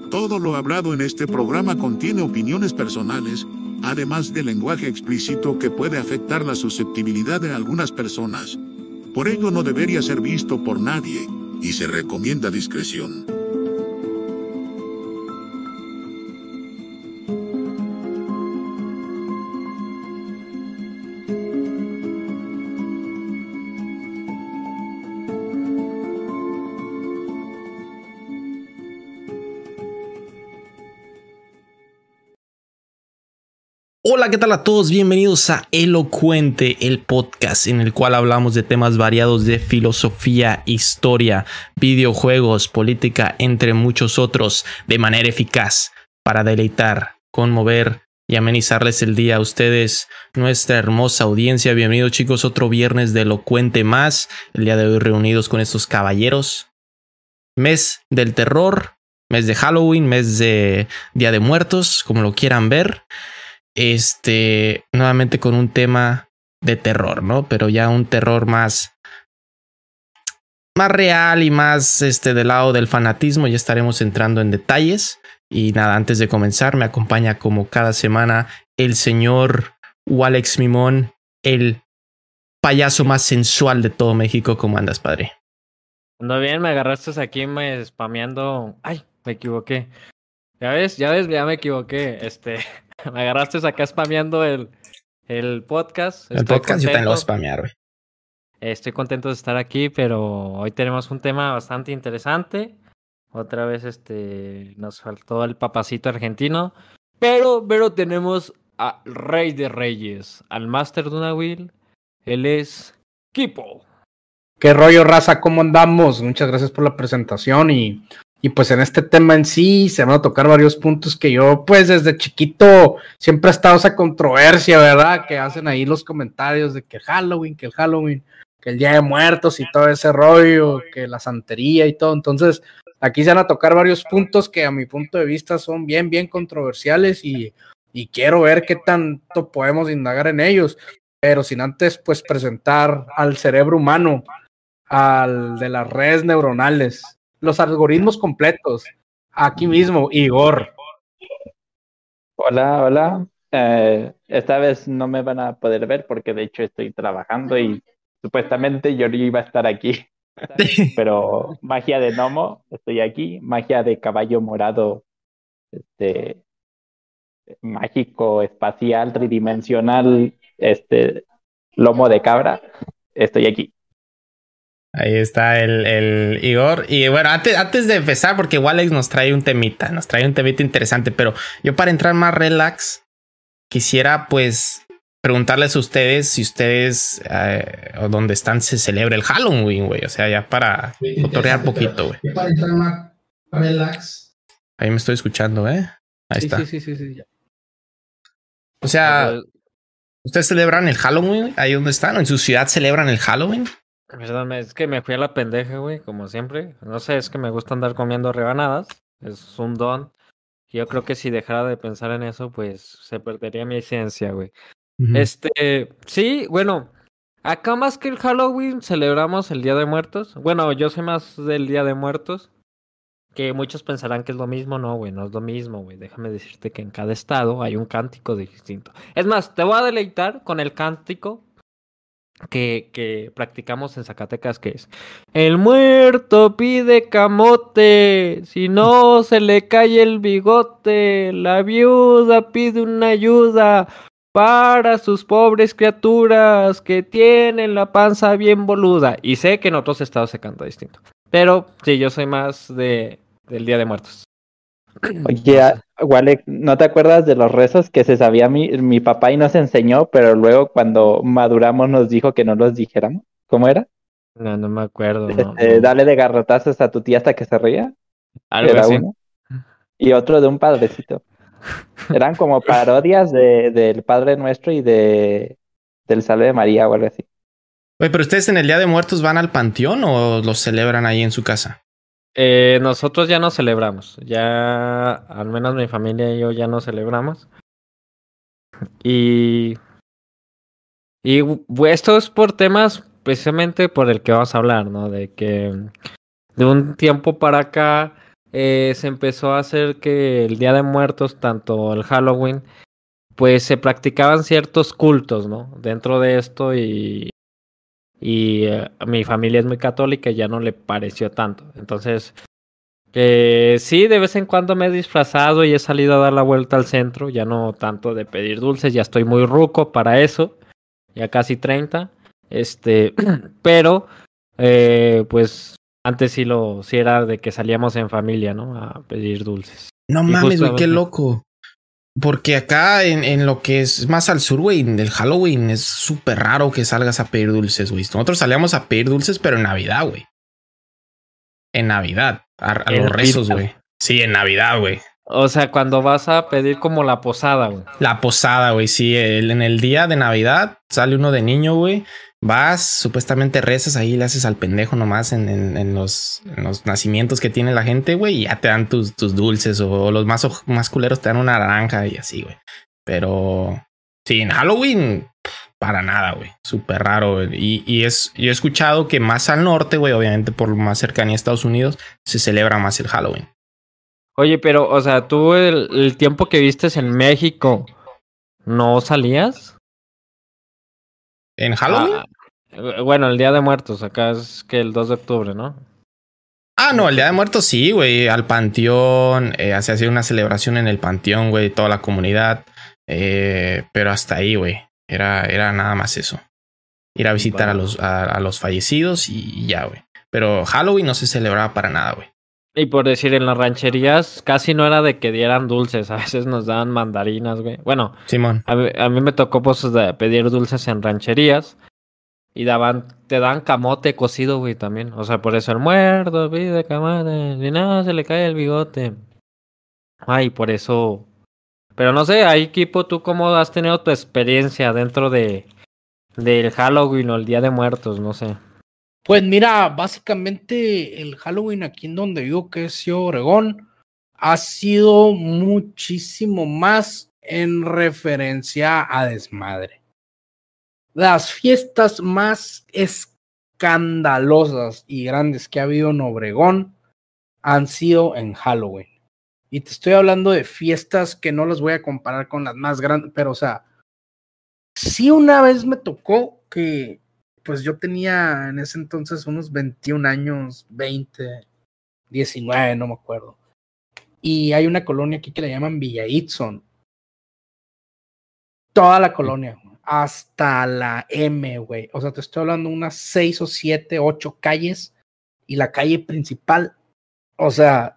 Todo lo hablado en este programa contiene opiniones personales, además de lenguaje explícito que puede afectar la susceptibilidad de algunas personas. Por ello no debería ser visto por nadie, y se recomienda discreción. Hola, ¿qué tal a todos? Bienvenidos a Elocuente, el podcast en el cual hablamos de temas variados de filosofía, historia, videojuegos, política, entre muchos otros, de manera eficaz para deleitar, conmover y amenizarles el día a ustedes, nuestra hermosa audiencia. Bienvenidos, chicos, otro viernes de Elocuente más. El día de hoy reunidos con estos caballeros. Mes del terror, mes de Halloween, mes de Día de Muertos, como lo quieran ver. Nuevamente con un tema de terror, ¿no? Pero ya un terror más real y más del lado del fanatismo. Ya estaremos entrando en detalles. Y nada, antes de comenzar, me acompaña como cada semana el señor Walex Mimón, el payaso más sensual de todo México. ¿Cómo andas, padre? Ando bien, me agarraste aquí spameando. Ay, me equivoqué. Ya ves, ya me equivoqué. Me agarraste acá spameando el podcast. El podcast yo también lo voy a spamear, güey. Estoy contento de estar aquí, pero hoy tenemos un tema bastante interesante. Otra vez nos faltó el papacito argentino. Pero tenemos al Rey de Reyes, al Master Dunawil. Él es Kipo. ¿Qué rollo, raza? ¿Cómo andamos? Muchas gracias por la presentación y pues en este tema en sí se van a tocar varios puntos que yo pues desde chiquito siempre ha estado esa controversia, ¿verdad? Que hacen ahí los comentarios de que el Halloween, que el Día de Muertos y todo ese rollo, que la santería y todo. Entonces aquí se van a tocar varios puntos que a mi punto de vista son bien controversiales y quiero ver qué tanto podemos indagar en ellos, pero sin antes pues presentar al cerebro humano, al de las redes neuronales, los algoritmos completos, aquí mismo, Igor. Hola. Esta vez no me van a poder ver porque de hecho estoy trabajando y supuestamente yo iba a estar aquí. Pero magia de gnomo, estoy aquí. Magia de caballo morado, mágico, espacial, tridimensional, lomo de cabra, estoy aquí. Ahí está el Igor. Y bueno, antes de empezar, porque Walex nos trae un temita interesante, pero yo para entrar más relax, quisiera pues preguntarles a ustedes si ustedes o donde están se celebra el Halloween, güey. O sea, ya para cotorrear poquito, güey. Yo para entrar más relax. Ahí me estoy escuchando, ¿eh? Ahí está. Sí. Ya. O sea, ¿ustedes celebran el Halloween ahí donde están? ¿O en su ciudad celebran el Halloween? Perdón, es que me fui a la pendeja, güey, como siempre. No sé, es que me gusta andar comiendo rebanadas. Es un don. Yo creo que si dejara de pensar en eso, pues se perdería mi esencia, güey. Uh-huh. Sí, bueno, acá más que el Halloween celebramos el Día de Muertos. Bueno, yo soy más del Día de Muertos. Que muchos pensarán que es lo mismo. No, güey, no es lo mismo, güey. Déjame decirte que en cada estado hay un cántico distinto. Es más, te voy a deleitar con el cántico que practicamos en Zacatecas, que es: el muerto pide camote, si no se le cae el bigote, la viuda pide una ayuda para sus pobres criaturas que tienen la panza bien boluda. Y sé que en otros estados se canta distinto, pero sí, yo soy más del Día de Muertos. Oye, Walex, ¿no te acuerdas de los rezos que se sabía mi papá y nos enseñó, pero luego cuando maduramos nos dijo que no los dijéramos? ¿Cómo era? No me acuerdo. No. Dale de garrotazos a tu tía hasta que se ría. Algo Era así. uno. Y otro de un padrecito. Eran como parodias del Padre Nuestro y del Salve de María o algo así. Oye, pero ustedes en el Día de Muertos van al panteón o los celebran ahí en su casa? Nosotros ya no celebramos. Ya, al menos mi familia y yo ya no celebramos. Y esto es por temas precisamente por el que vamos a hablar, ¿no? De que de un tiempo para acá se empezó a hacer que el Día de Muertos, tanto el Halloween, pues se practicaban ciertos cultos, ¿no? Dentro de esto y mi familia es muy católica y ya no le pareció tanto. Entonces, sí, de vez en cuando me he disfrazado y he salido a dar la vuelta al centro, ya no tanto de pedir dulces, ya estoy muy ruco para eso, ya casi 30, pero pues antes sí era de que salíamos en familia, ¿no? A pedir dulces. No Y mames, güey, qué justamente- loco. Porque acá en lo que es más al sur, güey, del Halloween es súper raro que salgas a pedir dulces, güey. Nosotros salíamos a pedir dulces, pero en Navidad, güey. En Navidad, a En los rezos, Navidad. güey. Sí, en Navidad, güey. O sea, cuando vas a pedir como la posada, güey. La posada, güey, sí. En el día de Navidad sale uno de niño, güey. Vas, supuestamente rezas ahí, le haces al pendejo nomás en los nacimientos que tiene la gente, güey. Y ya te dan tus dulces o los más culeros te dan una naranja y así, güey. Pero sí, en Halloween, para nada, güey. Súper raro, güey. Yo he escuchado que más al norte, güey, obviamente por más cercanía a Estados Unidos, se celebra más el Halloween. Oye, pero, o sea, tú el tiempo que vistes en México, ¿no salías? ¿En Halloween? Bueno, el Día de Muertos, acá es que el 2 de octubre, ¿no? No, el Día de Muertos sí, güey. Al panteón, se hacía una celebración en el panteón, güey, toda la comunidad. Pero hasta ahí, güey. Era nada más eso. Ir a visitar a los fallecidos y ya, güey. Pero Halloween no se celebraba para nada, güey. Y por decir, en las rancherías casi no era de que dieran dulces, a veces nos daban mandarinas, güey. Bueno, Simón. a mí me tocó pues de pedir dulces en rancherías y te dan camote cocido, güey, también. O sea, por eso el muerto pide camote, ni nada, se le cae el bigote. Ay, por eso. Pero no sé, ahí, Kipo, ¿tú cómo has tenido tu experiencia dentro del Halloween o el Día de Muertos? No sé. Pues mira, básicamente el Halloween aquí en donde vivo, que es Ciudad Obregón, ha sido muchísimo más en referencia a desmadre. Las fiestas más escandalosas y grandes que ha habido en Obregón han sido en Halloween. Y te estoy hablando de fiestas que no las voy a comparar con las más grandes, pero o sea, sí una vez me tocó que pues yo tenía en ese entonces unos 21 años, 20, 19, no me acuerdo. Y hay una colonia aquí que le llaman Villa Itzón. Toda la colonia, hasta la M, güey. O sea, te estoy hablando de unas 6 o 7, 8 calles y la calle principal, o sea,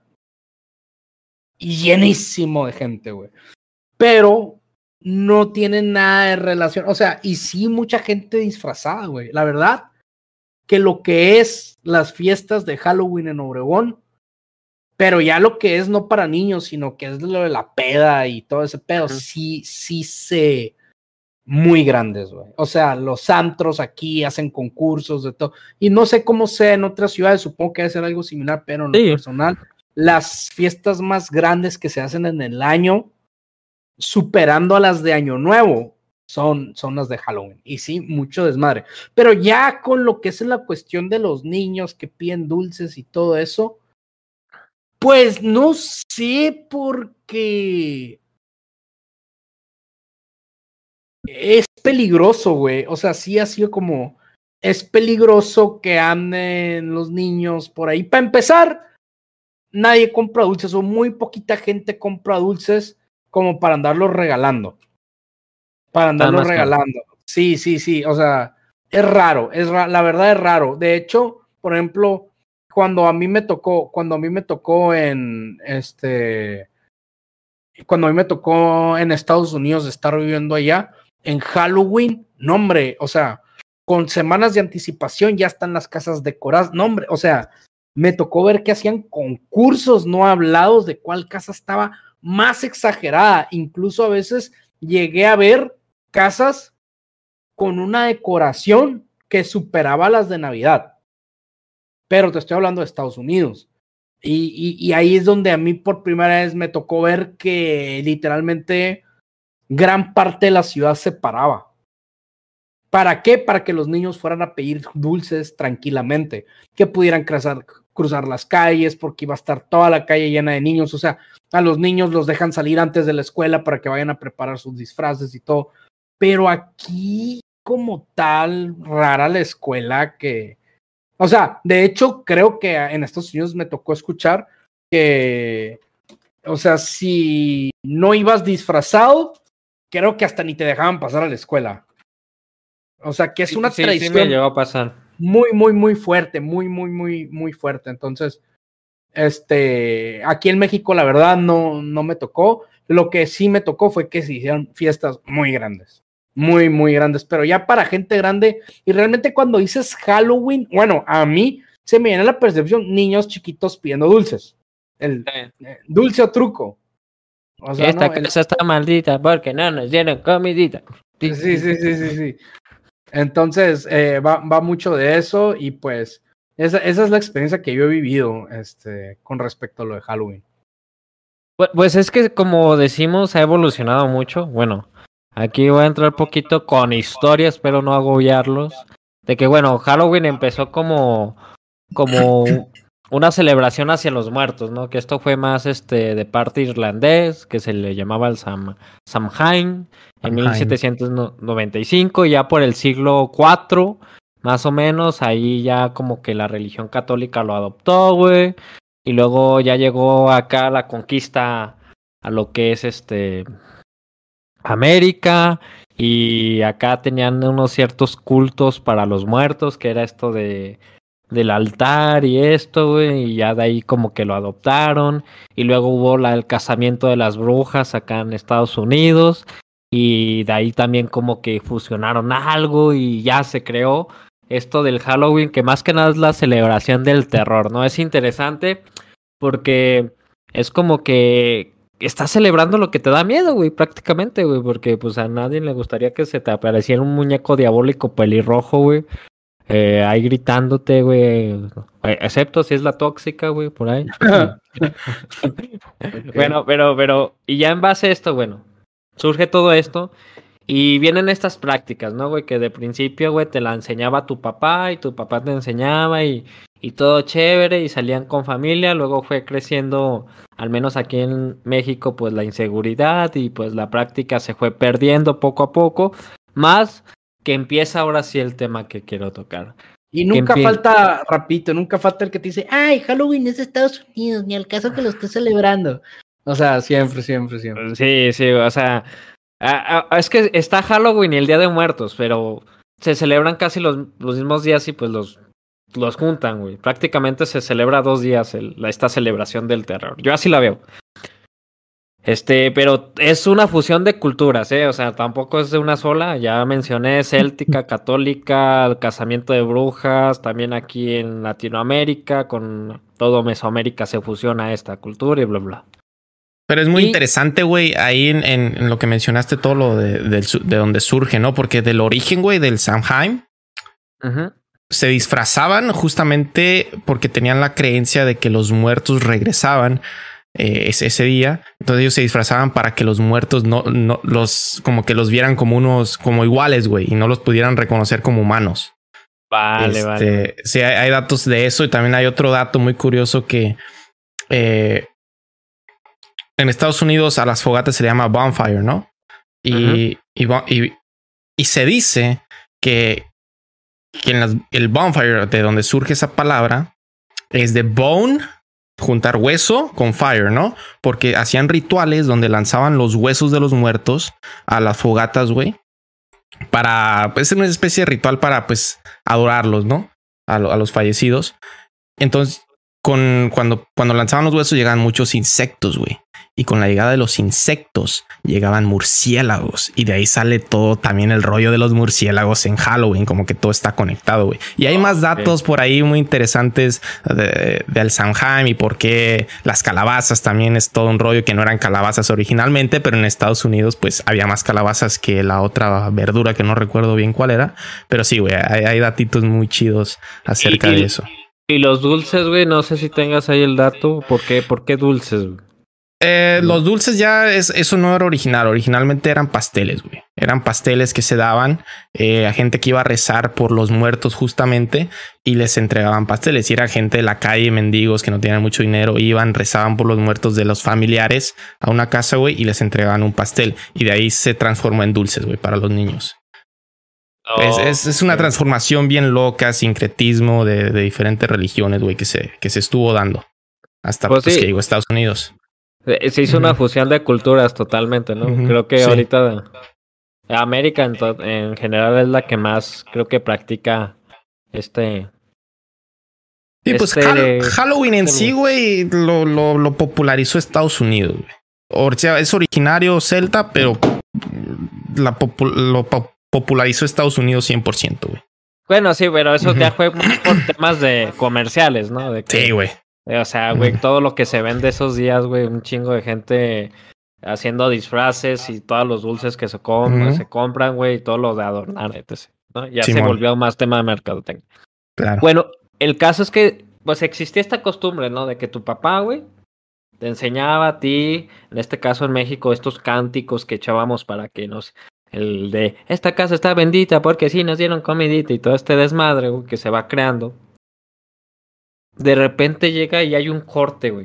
llenísimo de gente, güey. Pero no tiene nada de relación, o sea, y sí mucha gente disfrazada, güey. La verdad que lo que es las fiestas de Halloween en Obregón, pero ya lo que es no para niños, sino que es lo de la peda y todo ese pedo, sí se muy grandes, güey. O sea, los antros aquí hacen concursos de todo. Y no sé cómo sea en otras ciudades, supongo que debe ser algo similar, pero en lo personal, las fiestas más grandes que se hacen en el año, superando a las de Año Nuevo, son las de Halloween. Y sí, mucho desmadre. Pero ya con lo que es la cuestión de los niños que piden dulces y todo eso, pues no sé, porque es peligroso, güey. O sea, sí ha sido como, es peligroso que anden los niños por ahí. Para empezar, nadie compra dulces o muy poquita gente compra dulces como para andarlos regalando. Para andarlos regalando. Sí. O sea, es raro, la verdad es raro. De hecho, por ejemplo, cuando a mí me tocó en Estados Unidos estar viviendo allá, en Halloween, no hombre, o sea, con semanas de anticipación ya están las casas decoradas, no hombre, o sea, me tocó ver que hacían concursos no hablados de cuál casa estaba más exagerada, incluso a veces llegué a ver casas con una decoración que superaba las de Navidad, pero te estoy hablando de Estados Unidos. Y ahí es donde a mí por primera vez me tocó ver que literalmente gran parte de la ciudad se paraba. ¿Para qué? Para que los niños fueran a pedir dulces tranquilamente, que pudieran cruzar las calles, porque iba a estar toda la calle llena de niños. O sea, a los niños los dejan salir antes de la escuela para que vayan a preparar sus disfraces y todo. Pero aquí, como tal, rara la escuela que... O sea, de hecho, creo que en Estados Unidos me tocó escuchar que... O sea, si no ibas disfrazado, creo que hasta ni te dejaban pasar a la escuela. O sea, que es una tradición. Sí, me llegó a pasar. Muy fuerte, muy fuerte. Entonces, aquí en México, la verdad, no me tocó. Lo que sí me tocó fue que se hicieron fiestas muy grandes. Muy grandes. Pero ya para gente grande. Y realmente cuando dices Halloween, bueno, a mí se me viene la percepción niños chiquitos pidiendo dulces. Dulce o truco. O sea, esta casa está maldita porque no nos dieron comidita. Sí. Entonces, va mucho de eso y pues esa es la experiencia que yo he vivido con respecto a lo de Halloween. Pues es que como decimos, ha evolucionado mucho. Bueno, aquí voy a entrar poquito con historia, espero no agobiarlos. De que bueno, Halloween empezó como una celebración hacia los muertos, ¿no? Que esto fue más de parte irlandés, que se le llamaba el Samhain en 1795, ya por el siglo IV, más o menos, ahí ya como que la religión católica lo adoptó, güey, y luego ya llegó acá la conquista a lo que es América, y acá tenían unos ciertos cultos para los muertos, que era esto del altar y esto, güey, y ya de ahí como que lo adoptaron, y luego hubo el casamiento de las brujas acá en Estados Unidos, y de ahí también como que fusionaron algo y ya se creó esto del Halloween, que más que nada es la celebración del terror, ¿no? Es interesante porque es como que estás celebrando lo que te da miedo, güey, prácticamente, güey, porque pues a nadie le gustaría que se te apareciera un muñeco diabólico pelirrojo, güey, ahí gritándote, güey, excepto si es la tóxica, güey, por ahí. Okay. Bueno, pero, y ya en base a esto, bueno, surge todo esto y vienen estas prácticas, ¿no, güey? Que de principio, güey, te la enseñaba tu papá y tu papá te enseñaba y todo chévere y salían con familia, luego fue creciendo, al menos aquí en México, pues la inseguridad y pues la práctica se fue perdiendo poco a poco, más que empieza ahora sí el tema que quiero tocar. Y nunca falta, rapidito, nunca falta el que te dice, ay, Halloween es de Estados Unidos, ni al caso que lo estés celebrando. O sea, siempre. Sí, o sea, es que está Halloween y el Día de Muertos, pero se celebran casi los mismos días y pues los juntan, güey. Prácticamente se celebra 2 días esta celebración del terror. Yo así la veo. Pero es una fusión de culturas, o sea, tampoco es de una sola. Ya mencioné céltica, católica, el casamiento de brujas, también aquí en Latinoamérica, con todo Mesoamérica se fusiona esta cultura y bla, bla. Pero es muy interesante, güey, ahí en lo que mencionaste, todo lo de donde surge, ¿no? Porque del origen, güey, del Samhain, se disfrazaban justamente porque tenían la creencia de que los muertos regresaban ese día. Entonces ellos se disfrazaban para que los muertos no como que los vieran como como iguales, güey, y no los pudieran reconocer como humanos. Vale. Sí, hay datos de eso y también hay otro dato muy curioso que en Estados Unidos a las fogatas se le llama bonfire, ¿no? Y se dice que el bonfire, de donde surge esa palabra, es de bone, juntar hueso con fire, ¿no? Porque hacían rituales donde lanzaban los huesos de los muertos a las fogatas, güey, para, pues, una especie de ritual para, pues, adorarlos, ¿no? A los fallecidos. Entonces, cuando lanzaban los huesos llegaban muchos insectos, güey. Y con la llegada de los insectos llegaban murciélagos. Y de ahí sale todo también el rollo de los murciélagos en Halloween. Como que todo está conectado, güey. Y hay más datos por ahí muy interesantes del Samhain y por qué las calabazas también es todo un rollo, que no eran calabazas originalmente, pero en Estados Unidos pues había más calabazas que la otra verdura que no recuerdo bien cuál era. Pero sí, güey, hay datitos muy chidos acerca de eso. Y los dulces, güey, no sé si tengas ahí el dato. ¿Por qué dulces, güey? Los dulces eso no era original. Originalmente eran pasteles, güey. Eran pasteles que se daban a gente que iba a rezar por los muertos justamente y les entregaban pasteles. Y era gente de la calle, mendigos que no tenían mucho dinero, iban, rezaban por los muertos de los familiares a una casa, güey, y les entregaban un pastel. Y de ahí se transformó en dulces, güey, para los niños. Es una transformación bien loca, sincretismo de diferentes religiones, güey, que se estuvo dando hasta Pues sí. que llegó a Estados Unidos. Se hizo una fusión de culturas totalmente, ¿no? Creo que ahorita América en general es la que más creo que practica Sí, pues Halloween en sí, güey, lo popularizó Estados Unidos, güey. O sea, es originario celta, pero lo popularizó Estados Unidos 100%, güey. Bueno, sí, pero eso ya fue más por temas de comerciales, ¿no? Sí, güey. O sea, güey, todo lo que se vende esos días, güey, un chingo de gente haciendo disfraces y todos los dulces que se compran, güey, y todo lo de adornar, etc., ¿no? Ya se volvió más tema de mercadotecnia. Claro. Bueno, el caso es que, pues, existía esta costumbre, ¿no? De que tu papá, güey, te enseñaba a ti, en este caso en México, estos cánticos que echábamos para que el de, esta casa está bendita porque sí nos dieron comidita y todo este desmadre, güey, que se va creando. De repente llega y hay un corte, güey.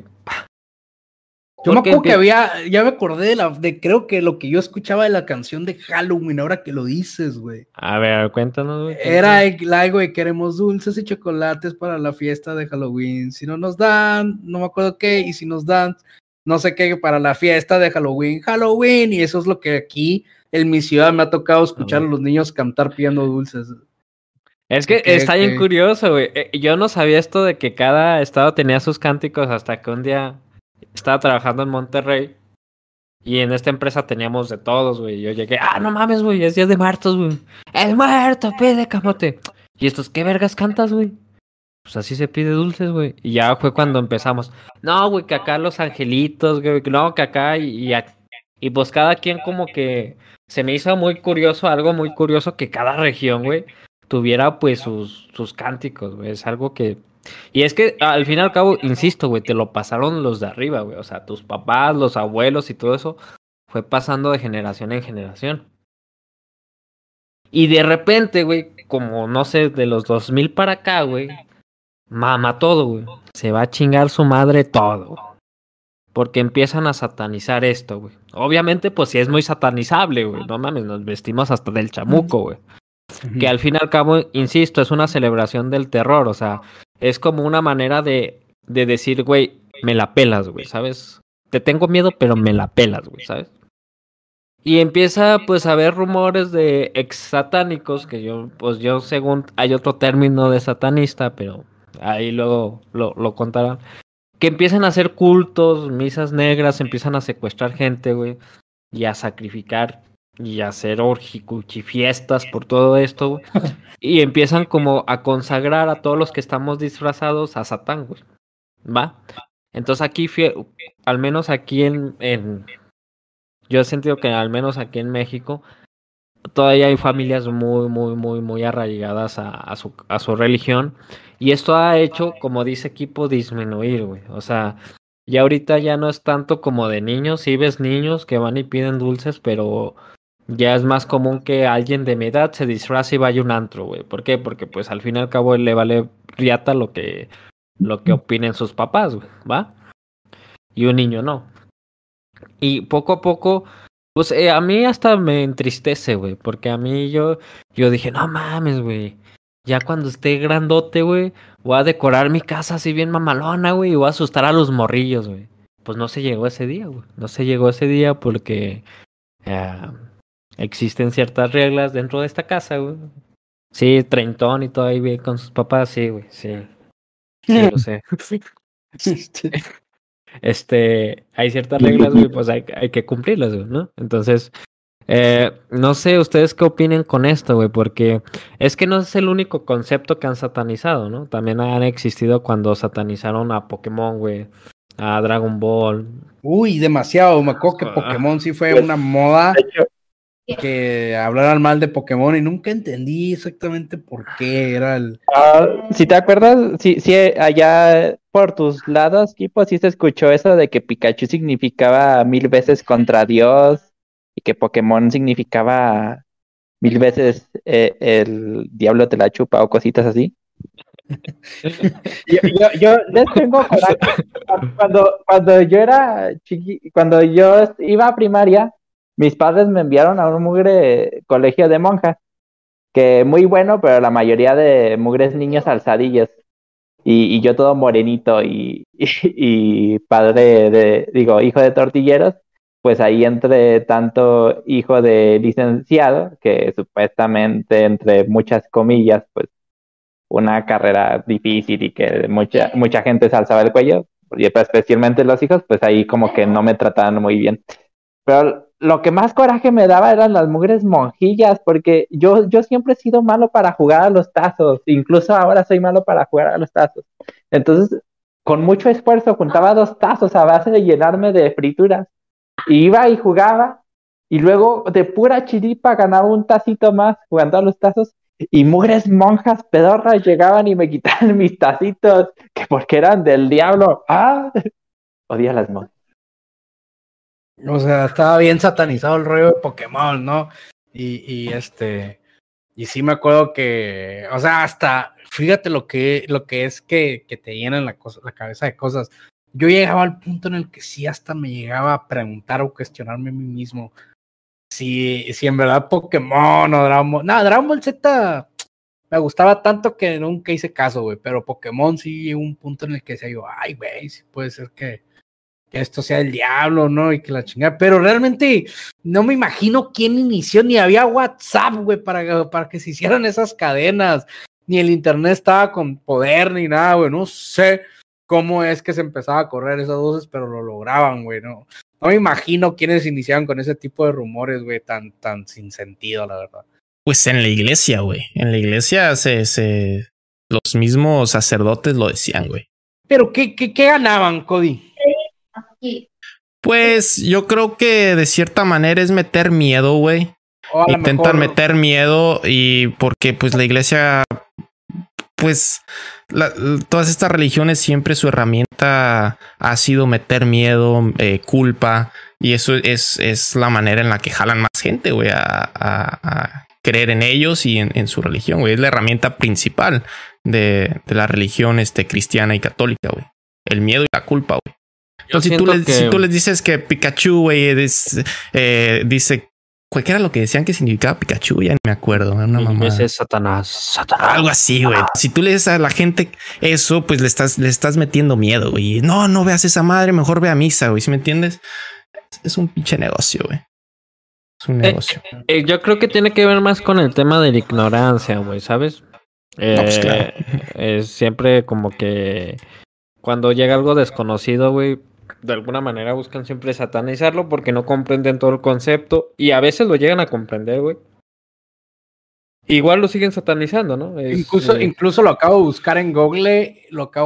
Yo me acuerdo que ya me acordé de creo que lo que yo escuchaba de la canción de Halloween, ahora que lo dices, güey. A ver, cuéntanos, güey. Era algo de queremos dulces y chocolates para la fiesta de Halloween. Si no nos dan, no me acuerdo qué, y si nos dan, no sé qué, para la fiesta de Halloween, y eso es lo que aquí en mi ciudad me ha tocado escuchar a los niños cantar pidiendo dulces. Es que está bien curioso, güey. Yo no sabía esto de que cada estado tenía sus cánticos hasta que un día estaba trabajando en Monterrey y en esta empresa teníamos de todos, güey. Yo llegué, no mames, güey, es Día de Muertos, güey. ¡El muerto pide camote! Y estos, ¿qué vergas cantas, güey? Pues así se pide dulces, güey. Y ya fue cuando empezamos. No, güey, que acá los angelitos, güey. No, que acá y pues cada quien como que se me hizo muy curioso, algo muy curioso que cada región, güey, tuviera pues sus cánticos, güey. Es algo que... Y es que al fin y al cabo, insisto, güey, te lo pasaron los de arriba, güey. O sea, tus papás, los abuelos y todo eso fue pasando de generación en generación. Y de repente, güey, como no sé, de los 2000 para acá, güey, mama todo, güey. Se va a chingar su madre todo. Porque empiezan a satanizar esto, güey. Obviamente, pues sí es muy satanizable, güey. No mames, nos vestimos hasta del chamuco, güey. Que al fin y al cabo, insisto, es una celebración del terror, o sea, es como una manera de decir, güey, me la pelas, güey, ¿sabes? Te tengo miedo, pero me la pelas, güey, ¿sabes? Y empieza, pues, a haber rumores de ex satánicos, que yo según, hay otro término de satanista, pero ahí luego lo contarán, que empiezan a hacer cultos, misas negras, empiezan a secuestrar gente, güey, y a sacrificar y hacer fiestas por todo esto, güey. Y empiezan como a consagrar a todos los que estamos disfrazados a Satán, güey. ¿Va? Entonces aquí, al menos aquí yo he sentido que al menos aquí en México todavía hay familias muy, muy, muy, muy arraigadas a su religión. Y esto ha hecho, como dice Equipo, disminuir, güey. O sea, ya ahorita ya no es tanto como de niños. Sí ves niños que van y piden dulces, pero... ya es más común que alguien de mi edad se disfrace y vaya a un antro, güey. ¿Por qué? Porque pues al fin y al cabo le vale riata lo que opinen sus papás, güey, ¿va? Y un niño no. Y poco a poco, pues a mí hasta me entristece, güey. Porque a mí yo dije, no mames, güey. Ya cuando esté grandote, güey, voy a decorar mi casa así bien mamalona, güey. Y voy a asustar a los morrillos, güey. Pues no se llegó ese día, güey. No se llegó ese día porque... existen ciertas reglas dentro de esta casa, güey. Sí, treintón y todo ahí bien con sus papás, sí, güey, sí. Sí, lo sé. Hay ciertas reglas, güey, pues hay que cumplirlas, güey, ¿no? Entonces, no sé ustedes qué opinen con esto, güey, porque es que no es el único concepto que han satanizado, ¿no? También han existido cuando satanizaron a Pokémon, güey, a Dragon Ball. Uy, demasiado, me acuerdo que Pokémon sí fue una moda. que hablaran mal de Pokémon y nunca entendí exactamente por qué era el... Si te acuerdas, sí, allá por tus lados, Kipo, sí se escuchó eso de que Pikachu significaba 1000 veces contra Dios y que Pokémon significaba 1000 veces el diablo te la chupa o cositas así. Yo les tengo coraje. Cuando yo era cuando yo iba a primaria, mis padres me enviaron a un mugre colegio de monjas, que muy bueno, pero la mayoría de mugres niños alzadillos. Y yo todo morenito y padre hijo de tortilleros, pues ahí entre tanto hijo de licenciado, que supuestamente entre muchas comillas, pues una carrera difícil y que mucha gente se alzaba el cuello, y especialmente los hijos, pues ahí como que no me trataban muy bien. Pero lo que más coraje me daba eran las mugres monjillas, porque yo siempre he sido malo para jugar a los tazos, incluso ahora soy malo para jugar a los tazos. Entonces, con mucho esfuerzo juntaba 2 tazos a base de llenarme de frituras, y iba y jugaba, y luego de pura chiripa ganaba un tacito más jugando a los tazos, y mugres monjas pedorras llegaban y me quitaban mis tacitos, que porque eran del diablo. ¡Ah! Odio a las monjas. O sea, estaba bien satanizado el rollo de Pokémon, ¿no? Y sí me acuerdo que, o sea, hasta, fíjate lo que es que te llenan la cabeza de cosas. Yo llegaba al punto en el que sí hasta me llegaba a preguntar o cuestionarme a mí mismo si en verdad Pokémon o Dragon Ball, no, Dragon Ball Z me gustaba tanto que nunca hice caso, güey, pero Pokémon sí llegó un punto en el que decía yo, ay, güey, sí puede ser que esto sea el diablo, ¿no? Y que la chingada, pero realmente no me imagino quién inició, ni había WhatsApp, güey, para que se hicieran esas cadenas, ni el internet estaba con poder, ni nada, güey, no sé cómo es que se empezaba a correr esas voces, pero lo lograban, güey, no me imagino quiénes iniciaron con ese tipo de rumores, güey, tan sin sentido, la verdad. Pues en la iglesia, güey, en la iglesia los mismos sacerdotes lo decían, güey. Pero ¿qué ganaban, Cody? Pues yo creo que de cierta manera es meter miedo, güey. Intentan meter miedo y porque pues la iglesia, pues todas estas religiones siempre su herramienta ha sido meter miedo, culpa, y eso es la manera en la que jalan más gente, güey, a creer en ellos y en su religión, güey. Es la herramienta principal de la religión cristiana y católica, güey. El miedo y la culpa, güey. Entonces, si tú les dices que Pikachu, güey, dice cualquiera lo que decían que significaba Pikachu, ya ni me acuerdo. Una mamá. Ese es Satanás. Algo así, güey. Si tú le dices a la gente eso, pues le estás metiendo miedo, güey. No veas esa madre, mejor ve a misa, güey. ¿Sí me entiendes? Es un pinche negocio, güey. Es un negocio. Yo creo que tiene que ver más con el tema de la ignorancia, güey, ¿sabes? No, pues claro. Es siempre como que cuando llega algo desconocido, güey, de alguna manera buscan siempre satanizarlo porque no comprenden todo el concepto y a veces lo llegan a comprender, güey. Igual lo siguen satanizando, ¿no? Incluso lo acabo de buscar en Google,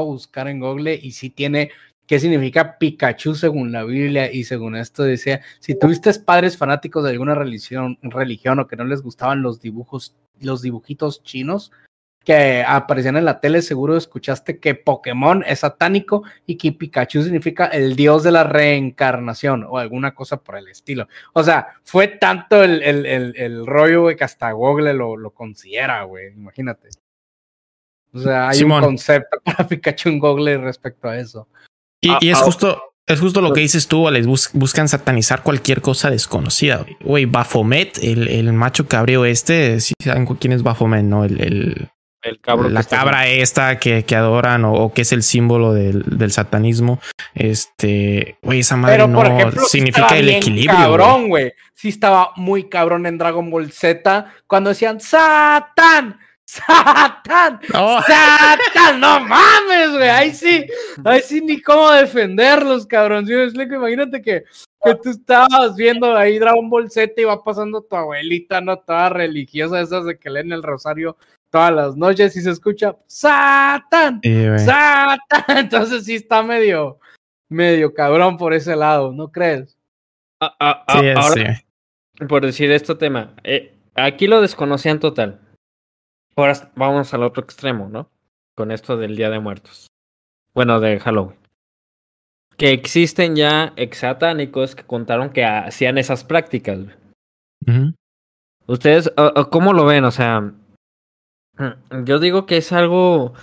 y sí tiene qué significa Pikachu según la Biblia, y según esto decía, si tuviste padres fanáticos de alguna religión o que no les gustaban los dibujitos chinos que aparecían en la tele, seguro escuchaste que Pokémon es satánico y que Pikachu significa el dios de la reencarnación o alguna cosa por el estilo. O sea, fue tanto el rollo, güey, que hasta Google lo considera, güey, imagínate. O sea, hay un concepto para Pikachu en Google respecto a eso. Y es justo lo que dices tú, les buscan satanizar cualquier cosa desconocida. Güey, Baphomet, el macho cabrío si saben quién es Baphomet, ¿no? El cabro, la cabra esta que adoran o que es el símbolo del satanismo. Güey, esa madre pero, por ejemplo, significa sí el equilibrio. Cabrón, güey. Sí estaba muy cabrón en Dragon Ball Z cuando decían ¡Satán! ¡Satán! Oh. ¡Satán! ¡No mames, güey! Ahí sí ni cómo defenderlos, cabrón. ¿Sí me explico? Imagínate que tú estabas viendo ahí Dragon Ball Z y va pasando tu abuelita, ¿no? Toda religiosa, esas de que leen el rosario todas las noches y se escucha ¡Satán! ¡Satán! Entonces sí está medio cabrón por ese lado, ¿no crees? Sí. por decir este tema, aquí lo desconocían total. Ahora vamos al otro extremo, ¿no? Con esto del Día de Muertos. Bueno, de Halloween. Que existen ya exsatánicos que contaron que hacían esas prácticas. Ujú. ¿Ustedes cómo lo ven? O sea, yo digo que es algo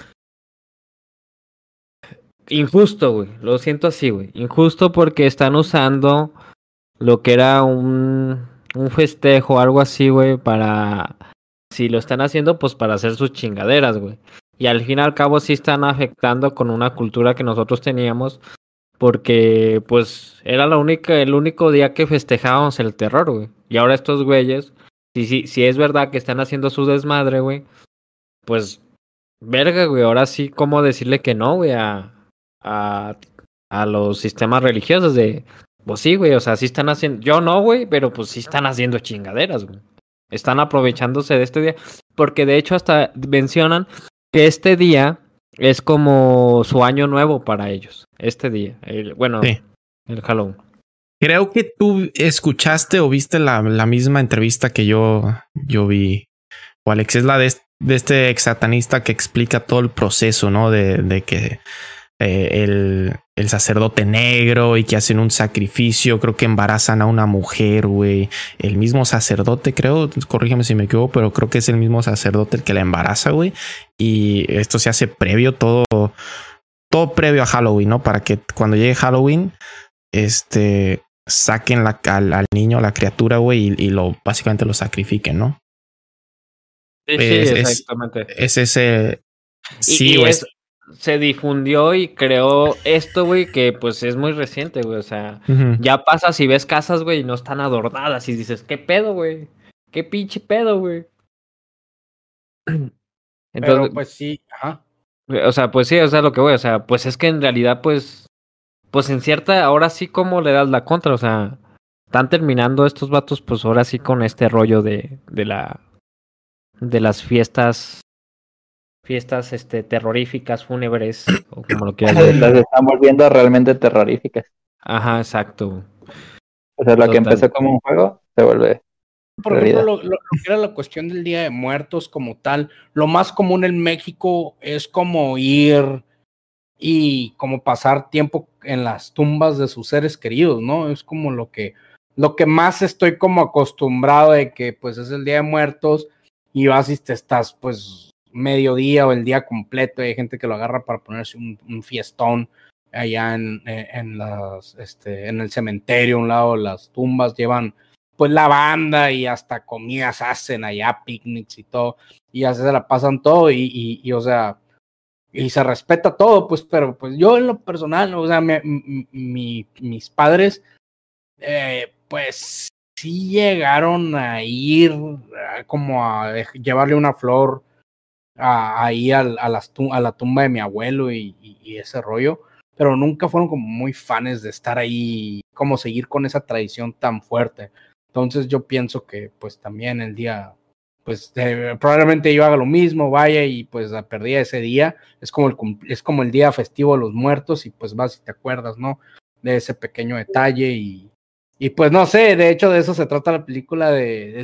injusto, güey. Lo siento así, güey. Injusto porque están usando lo que era un festejo o algo así, güey, para... Si lo están haciendo, pues para hacer sus chingaderas, güey. Y al fin y al cabo sí están afectando con una cultura que nosotros teníamos, porque pues era el único día que festejábamos el terror, güey. Y ahora estos güeyes, si es verdad que están haciendo su desmadre, güey, pues verga, güey, ahora sí, ¿cómo decirle que no, güey, a, a los sistemas religiosos de... Pues sí, güey, o sea, sí están haciendo... Yo no, güey, pero pues sí están haciendo chingaderas, güey. Están aprovechándose de este día. Porque de hecho hasta mencionan que este día es como su año nuevo para ellos. Este día. Bueno, Sí. el Halloween. Creo que tú escuchaste o viste la misma entrevista que yo vi. O Alex, es la de este ex satanista que explica todo el proceso, ¿no? De que el sacerdote negro y que hacen un sacrificio, creo que embarazan a una mujer, güey. El mismo sacerdote, creo, corrígeme si me equivoco, pero creo que es el mismo sacerdote el que la embaraza, güey. Y esto se hace previo, todo previo a Halloween, ¿no? Para que cuando llegue Halloween, saquen al niño, a la criatura, güey, y básicamente lo sacrifiquen, ¿no? Sí, exactamente. Es ese. Sí, y güey. se difundió y creó esto, güey, que pues es muy reciente, güey. O sea, Uh-huh. ya pasas y ves casas, güey, y no están adornadas. Y dices, ¿qué pedo, güey? ¿Qué pinche pedo, güey? Entonces, Pero pues sí, ajá. o sea, pues sí, o sea, lo que voy, o sea, pues es que en realidad, pues en cierta, ahora sí como le das la contra, o sea, están terminando estos vatos, pues ahora sí con este rollo de las fiestas, terroríficas, fúnebres, o como lo quieras decir. Las están volviendo realmente terroríficas. Ajá, exacto. O sea, lo Total. que empezó como un juego se vuelve Por realidad. ejemplo, lo que era la cuestión del Día de Muertos como tal, lo más común en México es como ir y como pasar tiempo en las tumbas de sus seres queridos, ¿no? Es como lo que más estoy como acostumbrado de que pues es el Día de Muertos y vas y te estás pues mediodía o el día completo, y hay gente que lo agarra para ponerse un fiestón allá en el cementerio, a un lado de las tumbas, llevan pues la banda y hasta comidas hacen allá, picnics y todo, y así se la pasan todo y o sea, y se respeta todo, pues, pero pues yo en lo personal, o sea, mis padres, pues sí llegaron a ir como a llevarle una flor ahí a la tumba de mi abuelo y ese rollo, pero nunca fueron como muy fans de estar ahí, como seguir con esa tradición tan fuerte. Entonces yo pienso que pues también el día, pues probablemente yo haga lo mismo, vaya y pues perdí ese día, es como el día festivo de los muertos y pues vas y te acuerdas, ¿no? De ese pequeño detalle y pues no sé, de hecho de eso se trata la película de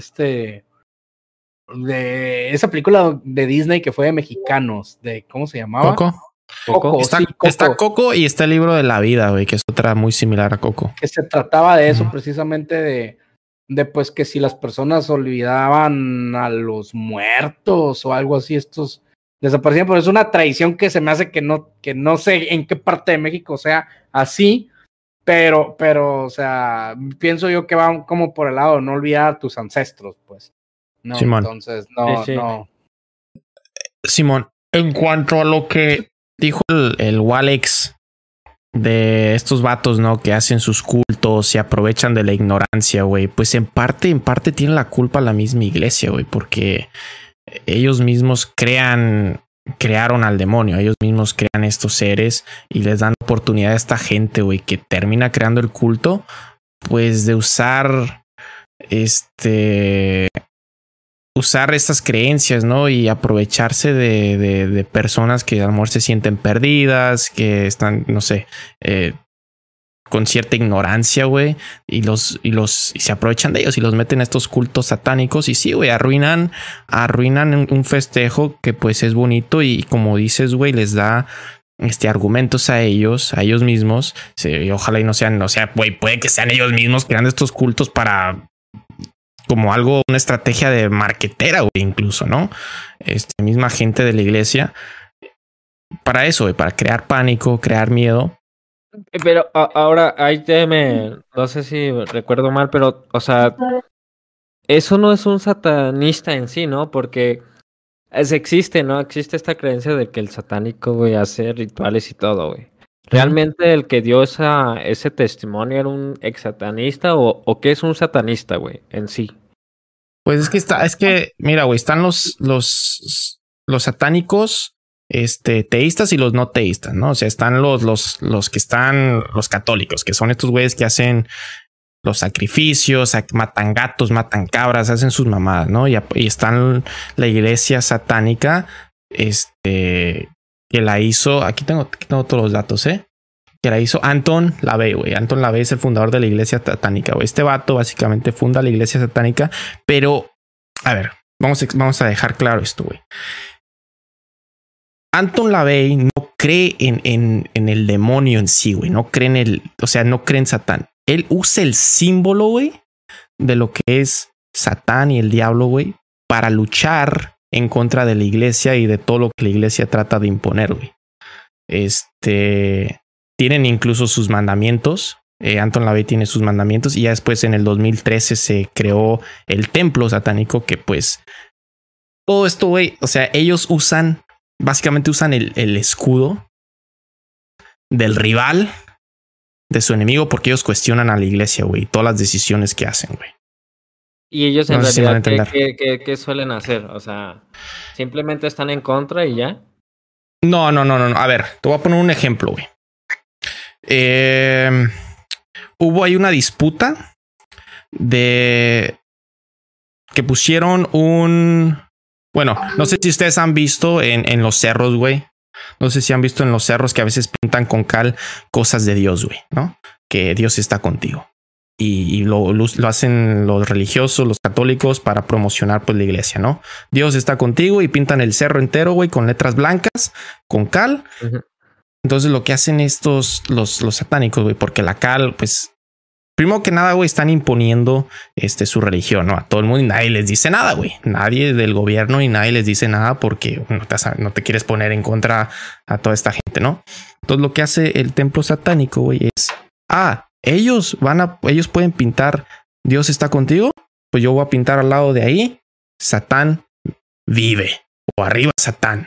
esa película de Disney que fue de mexicanos, de ¿cómo se llamaba? Coco. Está Coco y está el libro de la vida, güey, que es otra muy similar a Coco. Que se trataba de eso, precisamente de pues que si las personas olvidaban a los muertos o algo así, estos desaparecían, pero es una tradición que se me hace que no sé en qué parte de México sea así, pero, o sea, pienso yo que va como por el lado de no olvidar a tus ancestros, pues. No, Simón. Entonces, no, Sí. no. Simón, en cuanto a lo que dijo el Walex de estos vatos, ¿no? Que hacen sus cultos y aprovechan de la ignorancia, güey. Pues en parte tiene la culpa la misma iglesia, güey, porque ellos mismos crearon al demonio, ellos mismos crean estos seres y les dan oportunidad a esta gente, güey, que termina creando el culto, pues de usar estas creencias, ¿no? Y aprovecharse de personas que a lo mejor se sienten perdidas, que están, no sé, con cierta ignorancia, güey, y se aprovechan de ellos y los meten a estos cultos satánicos y sí, güey, arruinan un festejo que pues es bonito y como dices, güey, les da argumentos a ellos mismos. Sí, ojalá y no sea, güey, puede que sean ellos mismos creando estos cultos para como algo, una estrategia de marquetera, güey, incluso, ¿no? Misma gente de la iglesia para eso, güey, para crear pánico, crear miedo. Pero ahora ahí no sé si recuerdo mal, pero, o sea, eso no es un satanista en sí, ¿no? Porque existe, ¿no? Existe esta creencia de que el satánico, güey, hace rituales y todo, güey. ¿Realmente el que dio ese testimonio era un ex satanista o qué es un satanista, güey, en sí? Pues es que, mira, güey, están los satánicos, teístas y los no teístas, ¿no? O sea, están los que están, los católicos, que son estos güeyes que hacen los sacrificios, matan gatos, matan cabras, hacen sus mamadas, ¿no? Y están la iglesia satánica, que la hizo, aquí tengo todos los datos, que la hizo Anton LaVey, güey. Anton LaVey es el fundador de la iglesia satánica, güey. Este vato básicamente funda la iglesia satánica, pero, a ver, vamos a dejar claro esto, güey. Anton LaVey no cree en el demonio en sí, güey. No cree no cree en Satán. Él usa el símbolo, güey, de lo que es Satán y el diablo, güey, para luchar en contra de la iglesia y de todo lo que la iglesia trata de imponer, güey. Tienen incluso sus mandamientos. Anton LaVey tiene sus mandamientos y ya después en el 2013 se creó el templo satánico que pues todo esto, güey, o sea, ellos básicamente usan el escudo del rival de su enemigo porque ellos cuestionan a la iglesia, güey, todas las decisiones que hacen, güey. Y ellos en realidad, ¿qué suelen hacer? O sea, ¿simplemente están en contra y ya? No. A ver, te voy a poner un ejemplo, güey. Hubo ahí una disputa de que pusieron bueno, no sé si ustedes han visto en los cerros, güey. No sé si han visto en los cerros que a veces pintan con cal cosas de Dios, güey, ¿no? Que Dios está contigo. Y lo hacen los religiosos, los católicos, para promocionar pues la iglesia, ¿no? Dios está contigo y pintan el cerro entero, güey, con letras blancas, con cal. Uh-huh. Entonces lo que hacen los satánicos, güey, porque la cal, pues, primero que nada, güey, están imponiendo su religión, ¿no? A todo el mundo y nadie les dice nada, güey. Nadie del gobierno y nadie les dice nada porque no te quieres poner en contra a toda esta gente, ¿no? Entonces lo que hace el templo satánico, güey, es ellos pueden pintar Dios está contigo, pues yo voy a pintar al lado de ahí Satán vive o arriba Satán.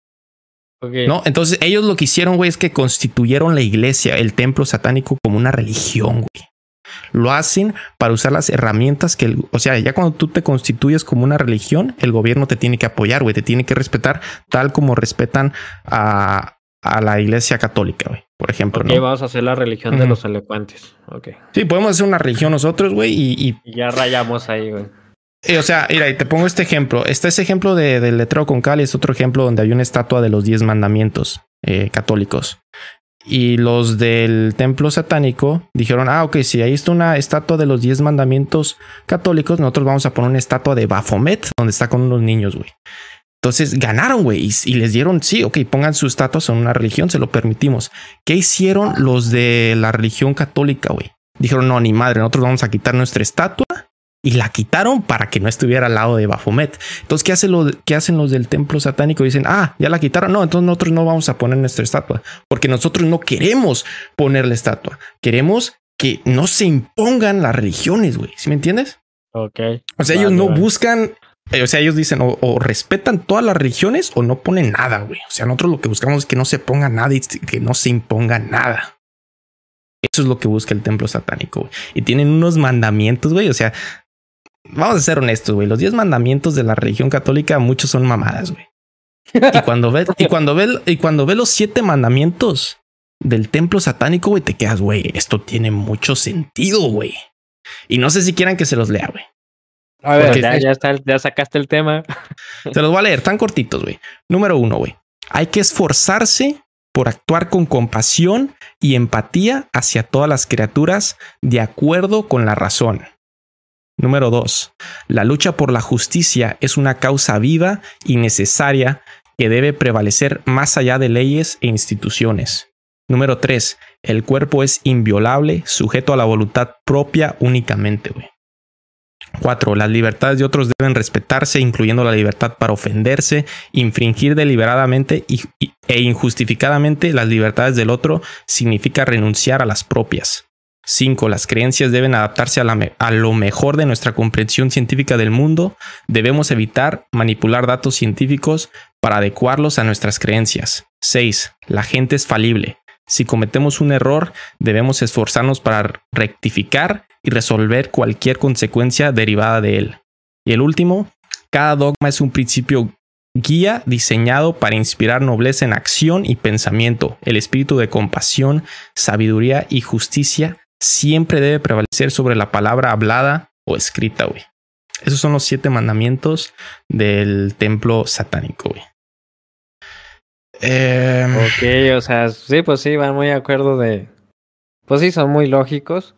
Okay. No, entonces ellos lo que hicieron, güey, es que constituyeron la iglesia, el templo satánico, como una religión, güey. Lo hacen para usar las herramientas o sea, ya cuando tú te constituyes como una religión, el gobierno te tiene que apoyar, güey, te tiene que respetar tal como respetan a la iglesia católica, güey, por ejemplo. Ok, ¿no? Vamos a hacer la religión de los elocuentes. Okay. Sí, podemos hacer una religión nosotros, güey, y ya rayamos ahí, güey. O sea, mira, y te pongo este ejemplo. Está ese ejemplo del letrero con cal y es otro ejemplo donde hay una estatua de los 10 mandamientos católicos. Y los del templo satánico dijeron, ok, si ahí está una estatua de los 10 mandamientos católicos, nosotros vamos a poner una estatua de Baphomet donde está con unos niños, güey. Entonces ganaron, güey, y les dieron, sí, ok, pongan su estatua, son una religión, se lo permitimos. ¿Qué hicieron los de la religión católica, güey? Dijeron, no, ni madre, nosotros vamos a quitar nuestra estatua. Y la quitaron para que no estuviera al lado de Baphomet. Entonces, ¿qué hacen los del templo satánico? Dicen, ya la quitaron. No, entonces nosotros no vamos a poner nuestra estatua. Porque nosotros no queremos poner la estatua. Queremos que no se impongan las religiones, güey. ¿Sí me entiendes? Ok. O sea, ellos no buscan... O sea, ellos dicen o respetan todas las religiones o no ponen nada, güey. O sea, nosotros lo que buscamos es que no se ponga nada y que no se imponga nada. Eso es lo que busca el templo satánico, güey. Y tienen unos mandamientos, güey. O sea... Vamos a ser honestos, güey. Los 10 mandamientos de la religión católica, muchos son mamadas, güey. Y cuando ves los 7 mandamientos del templo satánico, güey, te quedas, güey, esto tiene mucho sentido, güey. Y no sé si quieran que se los lea, güey. A ver, ya sacaste el tema. Se los voy a leer, tan cortitos, güey. Número 1, güey. Hay que esforzarse por actuar con compasión y empatía hacia todas las criaturas de acuerdo con la razón. Número 2. La lucha por la justicia es una causa viva y necesaria que debe prevalecer más allá de leyes e instituciones. Número 3. El cuerpo es inviolable, sujeto a la voluntad propia únicamente, güey. 4. Las libertades de otros deben respetarse, incluyendo la libertad para ofenderse, infringir deliberadamente e injustificadamente las libertades del otro significa renunciar a las propias. 5. Las creencias deben adaptarse a lo mejor de nuestra comprensión científica del mundo. Debemos evitar manipular datos científicos para adecuarlos a nuestras creencias. 6. La gente es falible. Si cometemos un error, debemos esforzarnos para rectificar y resolver cualquier consecuencia derivada de él. Y el último, cada dogma es un principio guía diseñado para inspirar nobleza en acción y pensamiento. El espíritu de compasión, sabiduría y justicia siempre debe prevalecer sobre la palabra hablada o escrita, güey. Esos son los 7 mandamientos del templo satánico, güey. Ok, o sea, sí, pues sí, van muy de acuerdo de... Pues sí, son muy lógicos.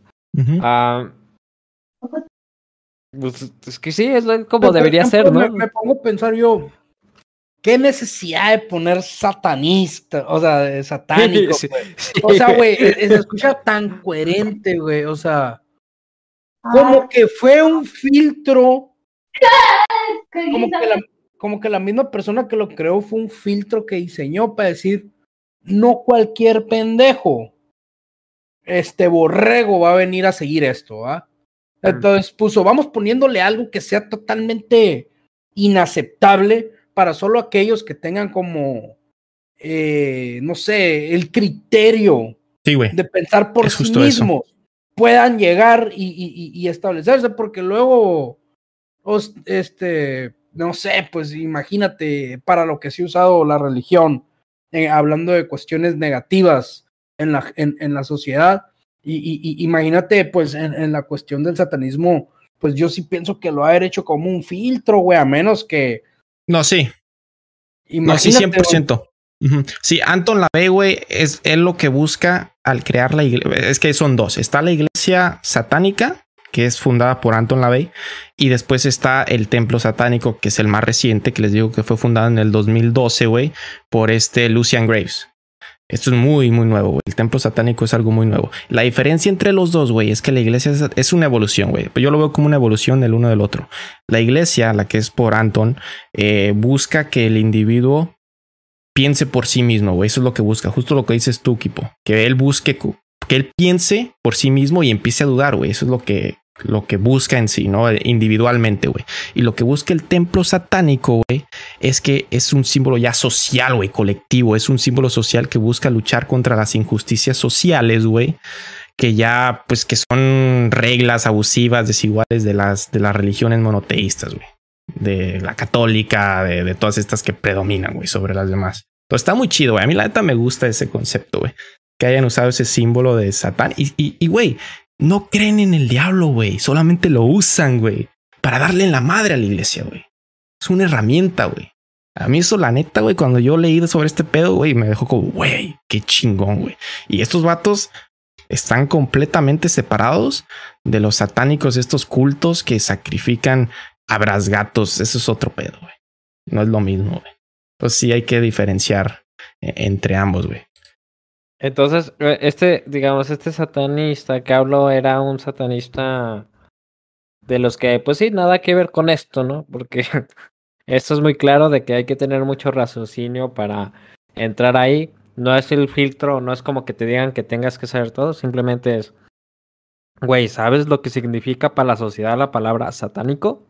Pues, es que sí, es como debería ser, ¿no? Me pongo a pensar yo, ¿qué necesidad de poner satanista? O sea, de satánico, Sí, güey. sí. O sea, güey, se escucha tan coherente, güey. O sea, como que fue un filtro. Como que la misma persona que lo creó fue un filtro que diseñó para decir, no cualquier pendejo, borrego va a venir a seguir esto, ¿va? Entonces puso, vamos poniéndole algo que sea totalmente inaceptable para solo aquellos que tengan como, no sé, el criterio de pensar por sí mismos, puedan llegar y establecerse, porque luego, no sé, pues imagínate para lo que se ha usado la religión, hablando de cuestiones negativas en la sociedad, y imagínate pues en la cuestión del satanismo, pues yo sí pienso que lo ha hecho como un filtro, güey, a menos que... No, sí. Imagínate, no, sí, 100%. Sí, Anton LaVey, güey, es él lo que busca al crear la iglesia. Es que son dos. Está la iglesia satánica, que es fundada por Anton LaVey, y después está el templo satánico, que es el más reciente, que les digo que fue fundado en el 2012, güey, por Lucian Graves. Esto es muy, muy nuevo, güey. El templo satánico es algo muy nuevo. La diferencia entre los dos, güey, es que la iglesia es una evolución, güey. Yo lo veo como una evolución del uno del otro. La iglesia, la que es por Anton, busca que el individuo piense por sí mismo, güey. Eso es lo que busca. Justo lo que dices tú, Kipo. Que él busque, que él piense por sí mismo y empiece a dudar, güey. Eso es lo que busca en sí, ¿no? Individualmente, güey. Y lo que busca el templo satánico, güey, es que es un símbolo ya social, güey, colectivo. Es un símbolo social que busca luchar contra las injusticias sociales, güey, que ya, pues, que son reglas abusivas, desiguales de las religiones monoteístas, güey. De la católica, de todas estas que predominan, güey, sobre las demás. Entonces está muy chido, güey. A mí la neta me gusta ese concepto, güey. Que hayan usado ese símbolo de Satán. Y güey, no creen en el diablo, güey. Solamente lo usan, güey, para darle en la madre a la iglesia, güey. Es una herramienta, güey. A mí eso, la neta, güey, cuando yo leí sobre este pedo, güey, me dejó como, güey, qué chingón, güey. Y estos vatos están completamente separados de los satánicos, estos cultos que sacrifican abrazgatos. Eso es otro pedo, güey. No es lo mismo, güey. Entonces sí hay que diferenciar entre ambos, güey. Entonces, digamos, este satanista que hablo era un satanista de los que, pues sí, nada que ver con esto, ¿no? Porque esto es muy claro de que hay que tener mucho raciocinio para entrar ahí. No es el filtro, no es como que te digan que tengas que saber todo, simplemente es, güey, ¿sabes lo que significa para la sociedad la palabra satánico?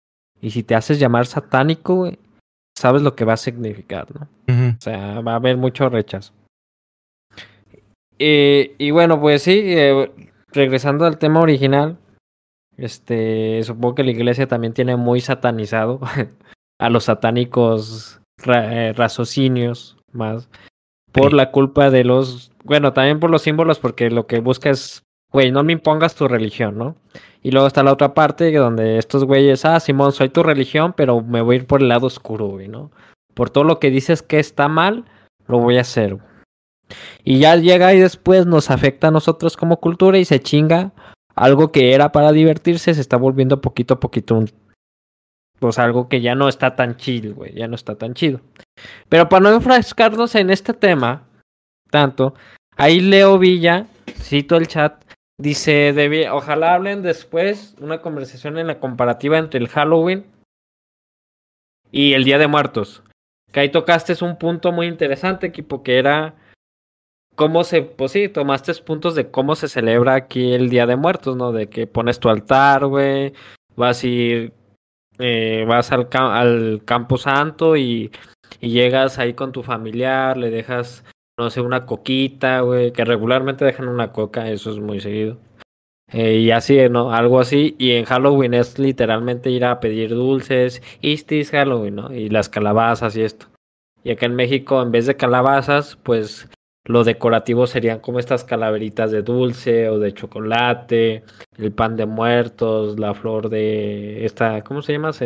Y si te haces llamar satánico, güey, sabes lo que va a significar, ¿no? O sea, va a haber mucho rechazo. Y bueno, pues sí, regresando al tema original, supongo que la iglesia también tiene muy satanizado a los satánicos raciocinios más por la culpa de bueno, también por los símbolos, porque lo que busca es, güey, no me impongas tu religión, ¿no? Y luego está la otra parte donde estos güeyes, Simón, soy tu religión, pero me voy a ir por el lado oscuro, güey, ¿no? Por todo lo que dices que está mal, lo voy a hacer, güey. Y ya llega y después nos afecta a nosotros como cultura y se chinga algo que era para divertirse, se está volviendo poquito a poquito pues algo que ya no está tan chill, güey, ya no está tan chido. Pero para no enfrascarnos en este tema tanto, ahí Leo Villa, cito el chat, dice, ojalá hablen después una conversación en la comparativa entre el Halloween y el Día de Muertos. Que ahí tocaste un punto muy interesante, equipo, que era pues sí, tomaste puntos de cómo se celebra aquí el Día de Muertos, ¿no? De que pones tu altar, güey, vas al Campo Santo y llegas ahí con tu familiar, le dejas, no sé, una coquita, güey, que regularmente dejan una coca, eso es muy seguido. Y así, ¿no? Algo así. Y en Halloween es literalmente ir a pedir dulces. Is Halloween, ¿no? Y las calabazas y esto. Y acá en México, en vez de calabazas, pues lo decorativo serían como estas calaveritas de dulce o de chocolate, el pan de muertos, la flor de esta, ¿cómo se llama?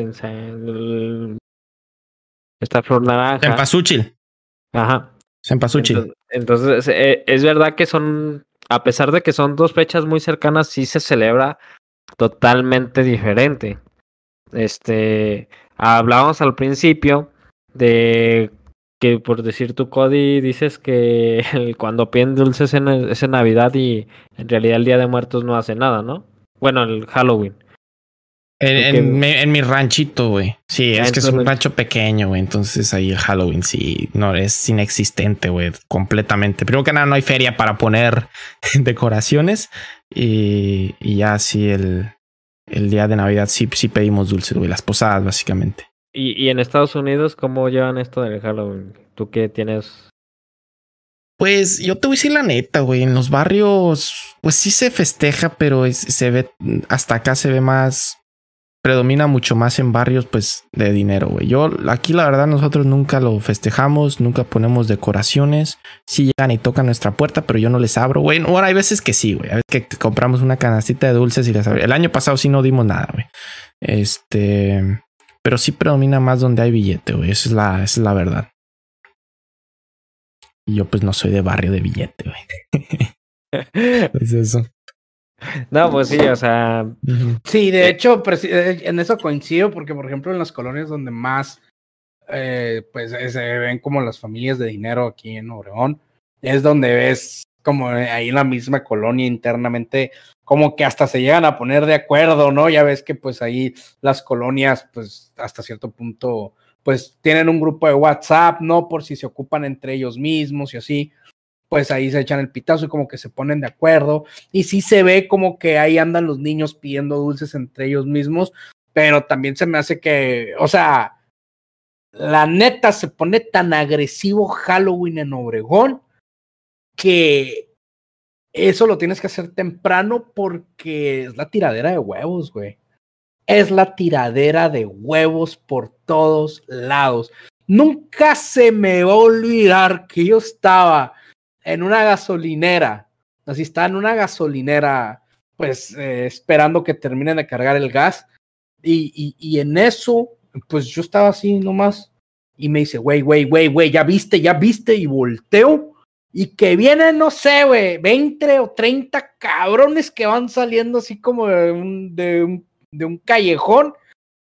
Esta flor naranja. Cempasúchil. Ajá. Cempasúchil. Entonces, es verdad que a pesar de que son dos fechas muy cercanas, sí se celebra totalmente diferente. Hablábamos al principio de que, por decir tu Cody, dices que cuando piden dulces es en Navidad y en realidad el Día de Muertos no hace nada, ¿no? Bueno, el Halloween. En mi ranchito, güey. Sí, es que es un rancho pequeño, güey. Entonces ahí el Halloween sí, no es inexistente, güey, completamente. Primero que nada, no hay feria para poner decoraciones y ya sí el día de Navidad sí pedimos dulces, güey, las posadas básicamente. ¿Y en Estados Unidos cómo llevan esto del Halloween? ¿Tú qué tienes? Pues yo te voy a decir la neta, güey. En los barrios, pues sí se festeja, pero se ve, hasta acá se ve más, predomina mucho más en barrios, pues, de dinero, güey. Aquí la verdad nosotros nunca lo festejamos, nunca ponemos decoraciones. Sí llegan y tocan nuestra puerta, pero yo no les abro, güey. Bueno, hay veces que sí, güey. A veces que compramos una canastita de dulces y les abrimos. El año pasado sí no dimos nada, güey. Pero sí predomina más donde hay billete, güey. Esa es la verdad. Y yo pues no soy de barrio de billete, güey. Es eso. No, pues sí, o sea... Sí, de hecho, en eso coincido, porque por ejemplo en las colonias donde más pues se ven como las familias de dinero aquí en Obregón, es donde ves como ahí en la misma colonia internamente, como que hasta se llegan a poner de acuerdo, ¿no? Ya ves que pues ahí las colonias, pues hasta cierto punto, pues tienen un grupo de WhatsApp, ¿no? Por si se ocupan entre ellos mismos y así, pues ahí se echan el pitazo y como que se ponen de acuerdo, y sí se ve como que ahí andan los niños pidiendo dulces entre ellos mismos, pero también se me hace que, o sea, la neta se pone tan agresivo Halloween en Obregón que eso lo tienes que hacer temprano porque es la tiradera de huevos, güey. Es la tiradera de huevos por todos lados. Nunca se me va a olvidar que yo estaba en una gasolinera, así estaba en una gasolinera, pues esperando que terminen de cargar el gas, y en eso, pues yo estaba así nomás, y me dice, güey, ya viste, y volteo, y que vienen, no sé, güey, 20 o 30 cabrones que van saliendo así como de un callejón.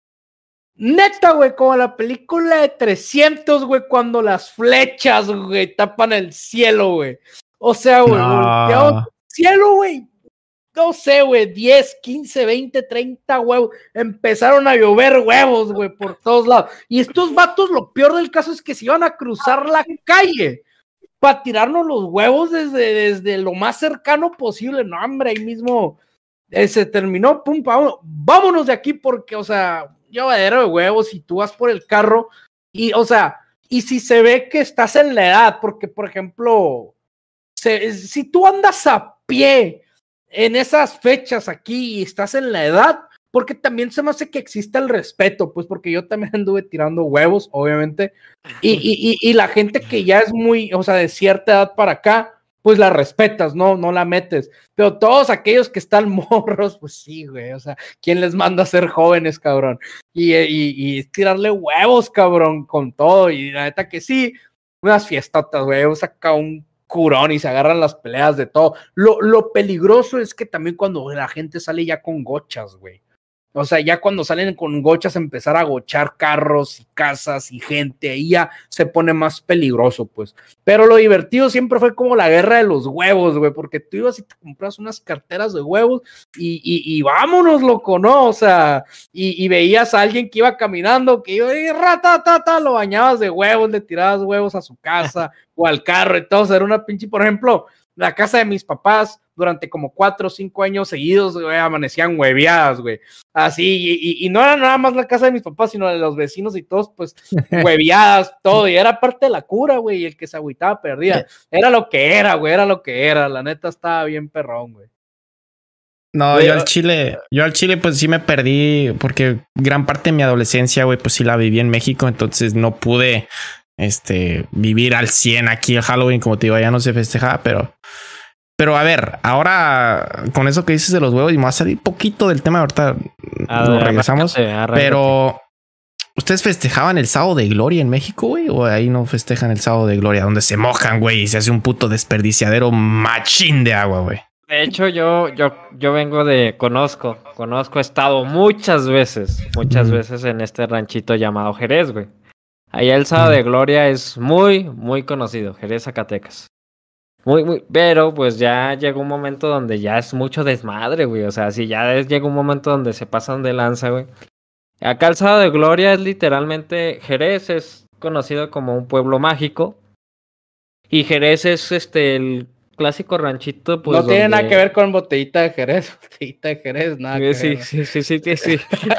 Neta, güey, como la película de 300, güey, cuando las flechas, güey, tapan el cielo, güey. O sea, güey, volteado cielo, güey. No sé, güey, 10, 15, 20, 30 huevos. Empezaron a llover huevos, güey, por todos lados. Y estos vatos, lo peor del caso es que se iban a cruzar la calle para tirarnos los huevos desde lo más cercano posible. No, hombre, ahí mismo se terminó, pum, vámonos de aquí porque, o sea, llevadero de huevos y tú vas por el carro y, o sea, y si se ve que estás en la edad, porque, por ejemplo, si tú andas a pie en esas fechas aquí y estás en la edad, porque también se me hace que exista el respeto, pues porque yo también anduve tirando huevos, obviamente, y la gente que ya es muy, o sea, de cierta edad para acá, pues la respetas, no la metes, pero todos aquellos que están morros, pues sí, güey, o sea, ¿quién les manda a ser jóvenes, cabrón? Y tirarle huevos, cabrón, con todo, y la neta que sí, unas fiestotas, güey, hemos sacado un curón y se agarran las peleas de todo. Lo peligroso es que también cuando la gente sale ya con gochas, güey. O sea, ya cuando salen con gochas, empezar a gochar carros y casas y gente, ahí ya se pone más peligroso, pues. Pero lo divertido siempre fue como la guerra de los huevos, güey, porque tú ibas y te compras unas carteras de huevos y vámonos, loco, ¿no? O sea, y veías a alguien que iba caminando, que iba y lo bañabas de huevos, le tirabas huevos a su casa o al carro y todo. O sea, era una pinche, por ejemplo, la casa de mis papás durante como 4 o 5 años seguidos, güey, amanecían hueveadas, güey. Así, y no era nada más la casa de mis papás, sino de los vecinos y todos, pues, hueveadas, todo. Y era parte de la cura, güey, y el que se agüitaba perdía. Era lo que era, güey, era lo que era. La neta estaba bien perrón, güey. No, yo al Chile, pues sí me perdí porque gran parte de mi adolescencia, güey, pues sí la viví en México, entonces no pude, vivir al 100 aquí el Halloween, como te digo, ya no se festejaba, pero a ver, ahora con eso que dices de los huevos, y me va a salir poquito del tema, ahorita nos regresamos, arráncate. Pero ¿ustedes festejaban el Sábado de Gloria en México, güey? ¿O ahí no festejan el Sábado de Gloria, donde se mojan, güey, y se hace un puto desperdiciadero machín de agua, güey? De hecho, yo conozco, he estado muchas veces en este ranchito llamado Jerez, güey. Allá el Sábado de Gloria es muy, muy conocido, Jerez, Zacatecas. Muy, pero pues ya llega un momento donde ya es mucho desmadre, güey. O sea, si ya llega un momento donde se pasan de lanza, güey. Acá el Sábado de Gloria es literalmente, Jerez es conocido como un pueblo mágico. Y Jerez es el clásico ranchito, pues. No tiene nada que ver con botellita de Jerez, nada que ver. Sí.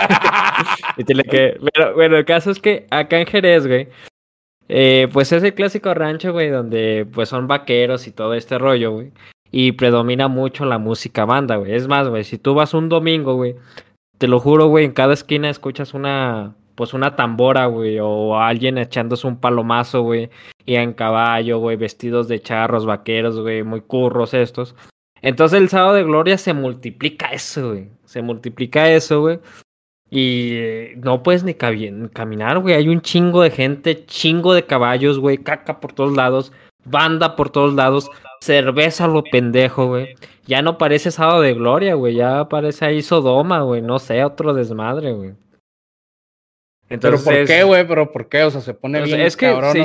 Pero bueno, el caso es que acá en Jerez, güey. Pues es el clásico rancho, güey, donde pues son vaqueros y todo este rollo, güey. Y predomina mucho la música banda, güey. Es más, güey, si tú vas un domingo, güey, te lo juro, güey, en cada esquina escuchas una tambora, güey, o alguien echándose un palomazo, güey, y en caballo, güey, vestidos de charros, vaqueros, güey, muy curros estos. Entonces el Sábado de Gloria se multiplica eso, güey. Y no puedes ni caminar, güey. Hay un chingo de gente, chingo de caballos, güey. Caca por todos lados. Banda por todos lados. Cerveza a lo pendejo, güey. Ya no parece Sábado de Gloria, güey. Ya parece ahí Sodoma, güey. No sé, otro desmadre, güey. Entonces, ¿pero por qué, güey? ¿Pero por qué? O sea, se pone bien es que cabrón.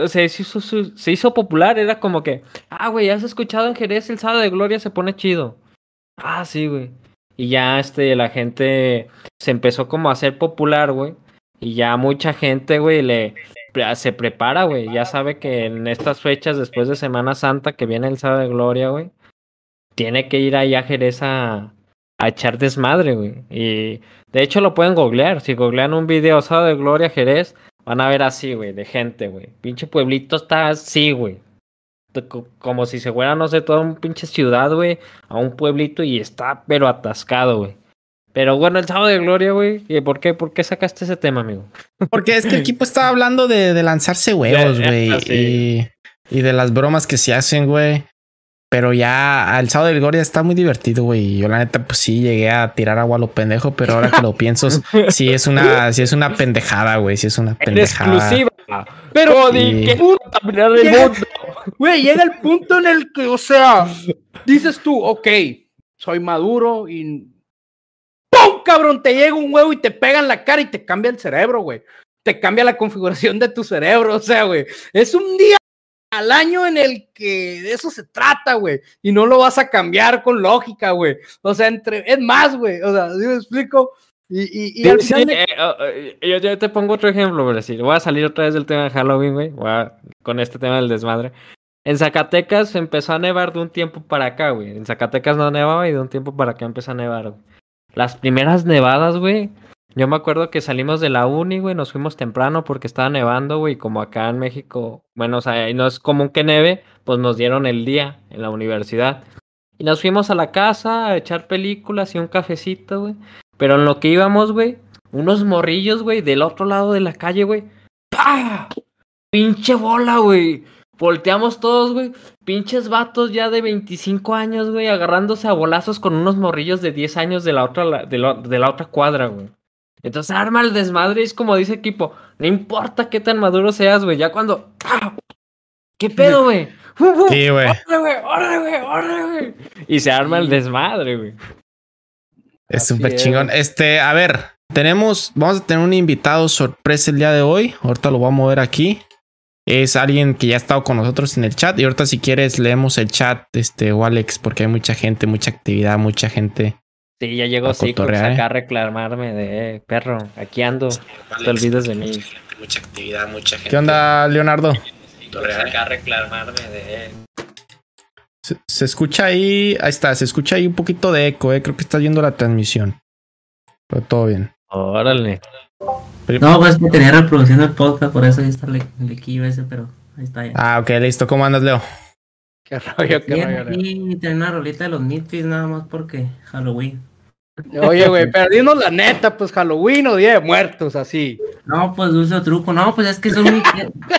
Se hizo popular. Era como que, güey, ¿has escuchado en Jerez el Sábado de Gloria? Se pone chido. Sí, güey. Y ya la gente se empezó como a hacer popular, güey. Y ya mucha gente, güey, se prepara, güey. Ya sabe que en estas fechas, después de Semana Santa, que viene el Sábado de Gloria, güey, tiene que ir allá a Jerez a echar desmadre, güey. Y de hecho lo pueden googlear. Si googlean un video Sábado de Gloria Jerez, van a ver así, güey, de gente, güey. Pinche pueblito está así, güey. Como si se fuera, no sé, toda un pinche ciudad, güey, a un pueblito y está, pero atascado, güey. Pero bueno, el Sábado de Gloria, güey. ¿Por qué sacaste ese tema, amigo? Porque es que el equipo estaba hablando de lanzarse huevos, güey. Sí. Y de las bromas que se hacen, güey. Pero ya el Sábado de Gloria está muy divertido, güey. Yo la neta, pues sí, llegué a tirar agua a lo pendejo, pero ahora que lo pienso, sí es una pendejada, güey. Sí es una pendejada. Exclusiva. Pero ¿qué puta del mundo? Güey, llega el punto en el que, o sea, dices tú, ok, soy maduro y ¡pum! Cabrón, te llega un huevo y te pega en la cara y te cambia el cerebro, güey. Te cambia la configuración de tu cerebro, o sea, güey. Es un día al año en el que de eso se trata, güey. Y no lo vas a cambiar con lógica, güey. O sea, es más, güey. O sea, ¿sí me explico? Y al final yo te pongo otro ejemplo, por decir. Voy a salir otra vez del tema de Halloween, güey. Con este tema del desmadre. En Zacatecas empezó a nevar de un tiempo para acá, güey. En Zacatecas no nevaba y de un tiempo para acá empezó a nevar, güey. Las primeras nevadas, güey. Yo me acuerdo que salimos de la uni, güey. Nos fuimos temprano porque estaba nevando, güey. Como acá en México, bueno, o sea, no es común que neve, pues nos dieron el día en la universidad. Y nos fuimos a la casa a echar películas y un cafecito, güey. Pero en lo que íbamos, güey, unos morrillos, güey, del otro lado de la calle, güey. ¡Pah! Pinche bola, güey. Volteamos todos, güey. Pinches vatos ya de 25 años, güey, agarrándose a bolazos con unos morrillos de 10 años de la otra cuadra, güey. Entonces arma el desmadre y es como dice equipo, no importa qué tan maduro seas, güey, ya cuando ¿Qué pedo, güey? Sí, güey. ¡Órale, güey! Y se arma el desmadre, güey. Es Así súper es. chingón. A ver, vamos a tener un invitado sorpresa el día de hoy. Ahorita lo vamos a ver aquí. Es alguien que ya ha estado con nosotros en el chat. Y ahorita, si quieres, leemos el chat, o Alex, porque hay mucha gente, mucha actividad, mucha gente. Sí, ya llegó A Sikox cotorrear, acá a reclamarme de perro. Aquí ando. No te olvides de mí. Mucha actividad, mucha gente. ¿Qué onda, Leonardo? Acá a reclamarme de. Se escucha ahí. Ahí está, se escucha ahí un poquito de eco, Creo que está yendo la transmisión. Pero todo bien. Órale. No, pues que tenía reproduciendo el podcast, por eso ahí está el equillo ese, pero ahí está ya. Ah, ok, listo. ¿Cómo andas, Leo? Qué rollo, qué Bien, rollo. aquí tenía una rolita de los Nitpies nada más porque Halloween. Oye, güey, perdiendo la neta, pues Halloween o Día de Muertos, así. No, pues dulce o truco, no, pues es que son muy...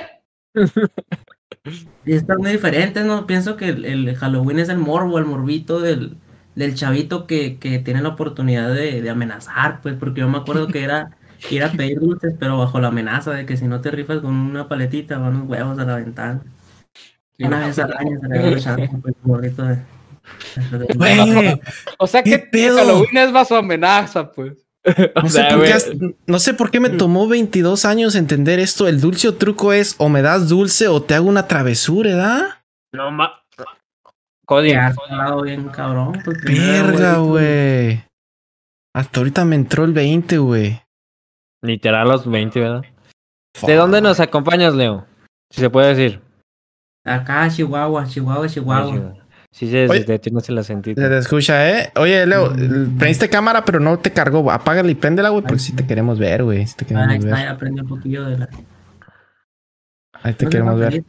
Y están muy diferentes, ¿no? Pienso que el Halloween es el morbo, el morbito del chavito que tiene la oportunidad de amenazar, pues, porque yo me acuerdo que era ir a pedir dulces, pero bajo la amenaza de que si no te rifas con una paletita, van unos huevos a la ventana. Sí, Una vez al año se le da la chance, pues, el morrito de... Güey, O sea ¿qué que pedo? Halloween es bajo amenaza, pues. No sé por qué me tomó 22 años entender esto. El dulce o truco es o me das dulce o te hago una travesura, ¿verdad? No ma. Cody. Que has hablado bien cabrón. Pues, primero, Verga, güey. Hasta ahorita me entró el 20, güey. Literal los 20, ¿verdad? ¿De dónde nos acompañas, Leo? Si se puede decir. Acá, Chihuahua. Sí, se Oye. tienes el acentito. Se te escucha, Oye, Leo, prendiste cámara, pero no te cargó. Apágala y préndela, güey, porque si te queremos ver, güey. Si te queremos Ahí está, ver. ya aprendí un poquillo de la... Ahí te queremos ver.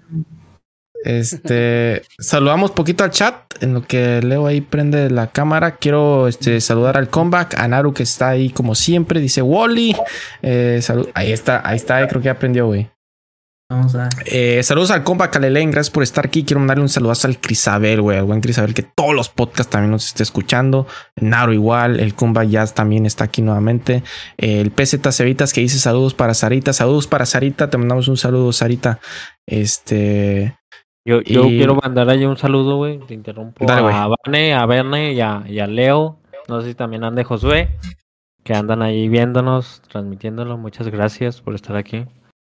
Saludamos poquito al chat. En lo que Leo ahí prende la cámara. Quiero saludar al comeback, a Naru, que está ahí como siempre. Dice Wally. Ahí está, creo que ya aprendió, güey. Vamos a... Saludos al compa Calelen, gracias por estar aquí. Quiero mandarle un saludazo al Crisabel, güey, al buen Crisabel, que todos los podcasts también nos está escuchando. Naro igual, el compa Jazz también está aquí nuevamente. El PZ Cevitas que dice saludos para Sarita, te mandamos un saludo, Sarita. Yo quiero mandar ahí un saludo, güey. Te interrumpo. Dale, güey. A Verne y a Leo. No sé si también ande Josué, que andan ahí viéndonos, transmitiéndolo. Muchas gracias por estar aquí.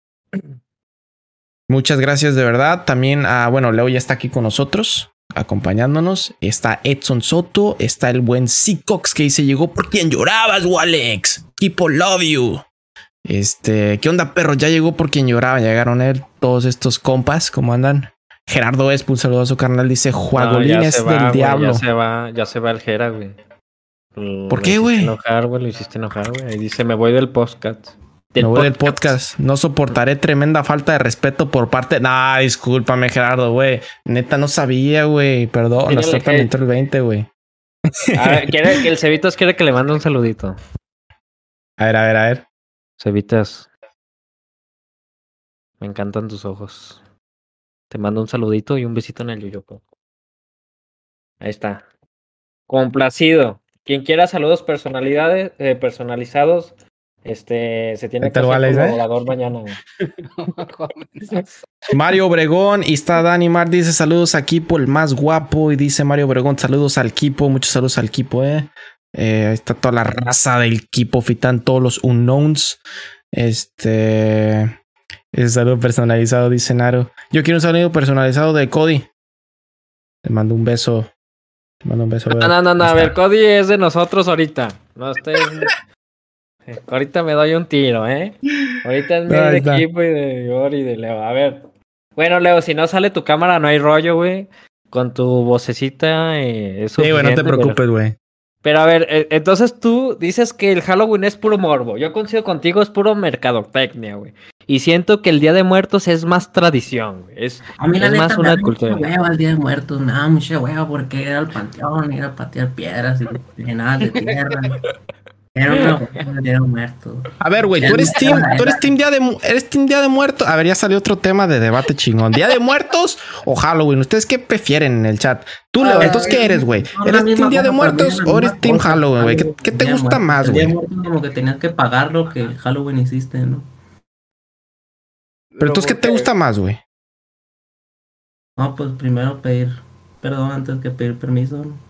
Muchas gracias de verdad. También, Leo ya está aquí con nosotros, acompañándonos. Está Edson Soto, está el buen Sikox que dice, llegó por quien llorabas, Walex. People love you. ¿Qué onda, perro? Ya llegó por quien lloraba. Llegaron todos estos compas, ¿cómo andan? Gerardo Esp, un saludo a su carnal, dice Juagolines del Diablo. Ya se va el Gera, güey. ¿Por qué, güey? Lo hiciste enojar, güey. Ahí dice, me voy del podcast. Me voy del podcast. No soportaré tremenda falta de respeto por parte... Nah, discúlpame, Gerardo, güey. Neta, no sabía, güey. Perdón, hasta ahorita me entró el 20, güey. A ver, el Cevitas quiere que le mande un saludito. A ver. Cevitas. Me encantan tus ojos. Te mando un saludito y un besito en el yoyopo. Ahí está. Complacido. Quien quiera saludos personalizados, se tiene que hacer colaborador mañana, güey. Mario Obregón y está Dani Mar, dice saludos a Equipo, el más guapo. Y dice Mario Obregón, saludos al Equipo, muchos saludos al Equipo, Ahí está toda la raza del Equipo, Fitan, todos los unknowns. El saludo personalizado, dice Naro. Yo quiero un saludo personalizado de Cody. Te mando un beso. No, a ver, Cody es de nosotros ahorita. No estés... Ahorita me doy un tiro, Ahorita es mío de equipo y de Igor y de Leo. A ver. Bueno, Leo, si no sale tu cámara, no hay rollo, güey. Con tu vocecita, eso. Sí, güey, no te preocupes, güey. Pero a ver, entonces tú dices que el Halloween es puro morbo. Yo coincido contigo, es puro mercadotecnia, güey. Y siento que el Día de Muertos es más tradición, güey. A mí es más una cultura. Me da mucha hueva el Día de Muertos, me da mucha hueva porque era al panteón, ir a patear piedras y llenadas de tierra. Era una hueva el Día de Muertos. A ver, güey, tú eres team Día de Muertos. A ver, ya salió otro tema de debate chingón. ¿Día de Muertos o Halloween? ¿Ustedes qué prefieren en el chat? Tú, Leo, entonces, ¿qué eres, güey? ¿Eres team Día de Muertos o eres team Halloween, güey? ¿Qué te gusta más, güey? El Día de Muertos como que tenías que pagar lo que Halloween hiciste, ¿no? Pero entonces, ¿qué te gusta más, güey? No, pues primero pedir perdón antes que pedir permiso, ¿no?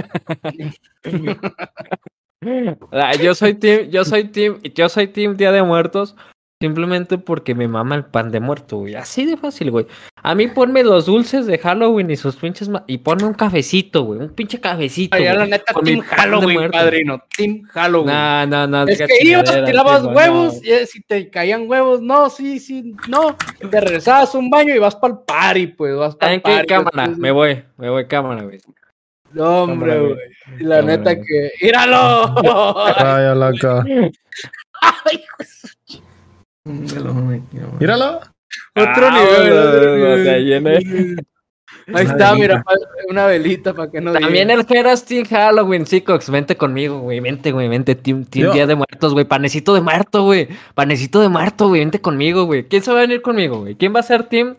Yo soy team Día de Muertos simplemente porque me mama el pan de muerto, güey. Así de fácil, güey. A mí ponme los dulces de Halloween y sus pinches y ponme un cafecito, güey. Un pinche cafecito. Allá la güey, neta, con Team mi pan de Halloween, muerto. padrino. Team Halloween. No. Es que ibas, tirabas huevos, y si te caían huevos, no, sí, no. Te regresabas a un baño y vas para el party, pues. Vas para el ¿En qué party. cámara? Después- Me voy cámara, güey. No, hombre, Cámara, güey. Y la Cámara, neta güey. que. ¡Míralo! Vaya loco. Ay, Míralo. otro nivel. Ahí está, mira, una velita para que no También digan. el Geras Team Halloween, chicos. Vente conmigo, güey. Vente. Team Yo- Día de Muertos, güey. Panecito de muerto, güey. Panecito de muerto, güey. Vente conmigo, güey. ¿Quién se va a venir conmigo, güey? ¿Quién va a ser Team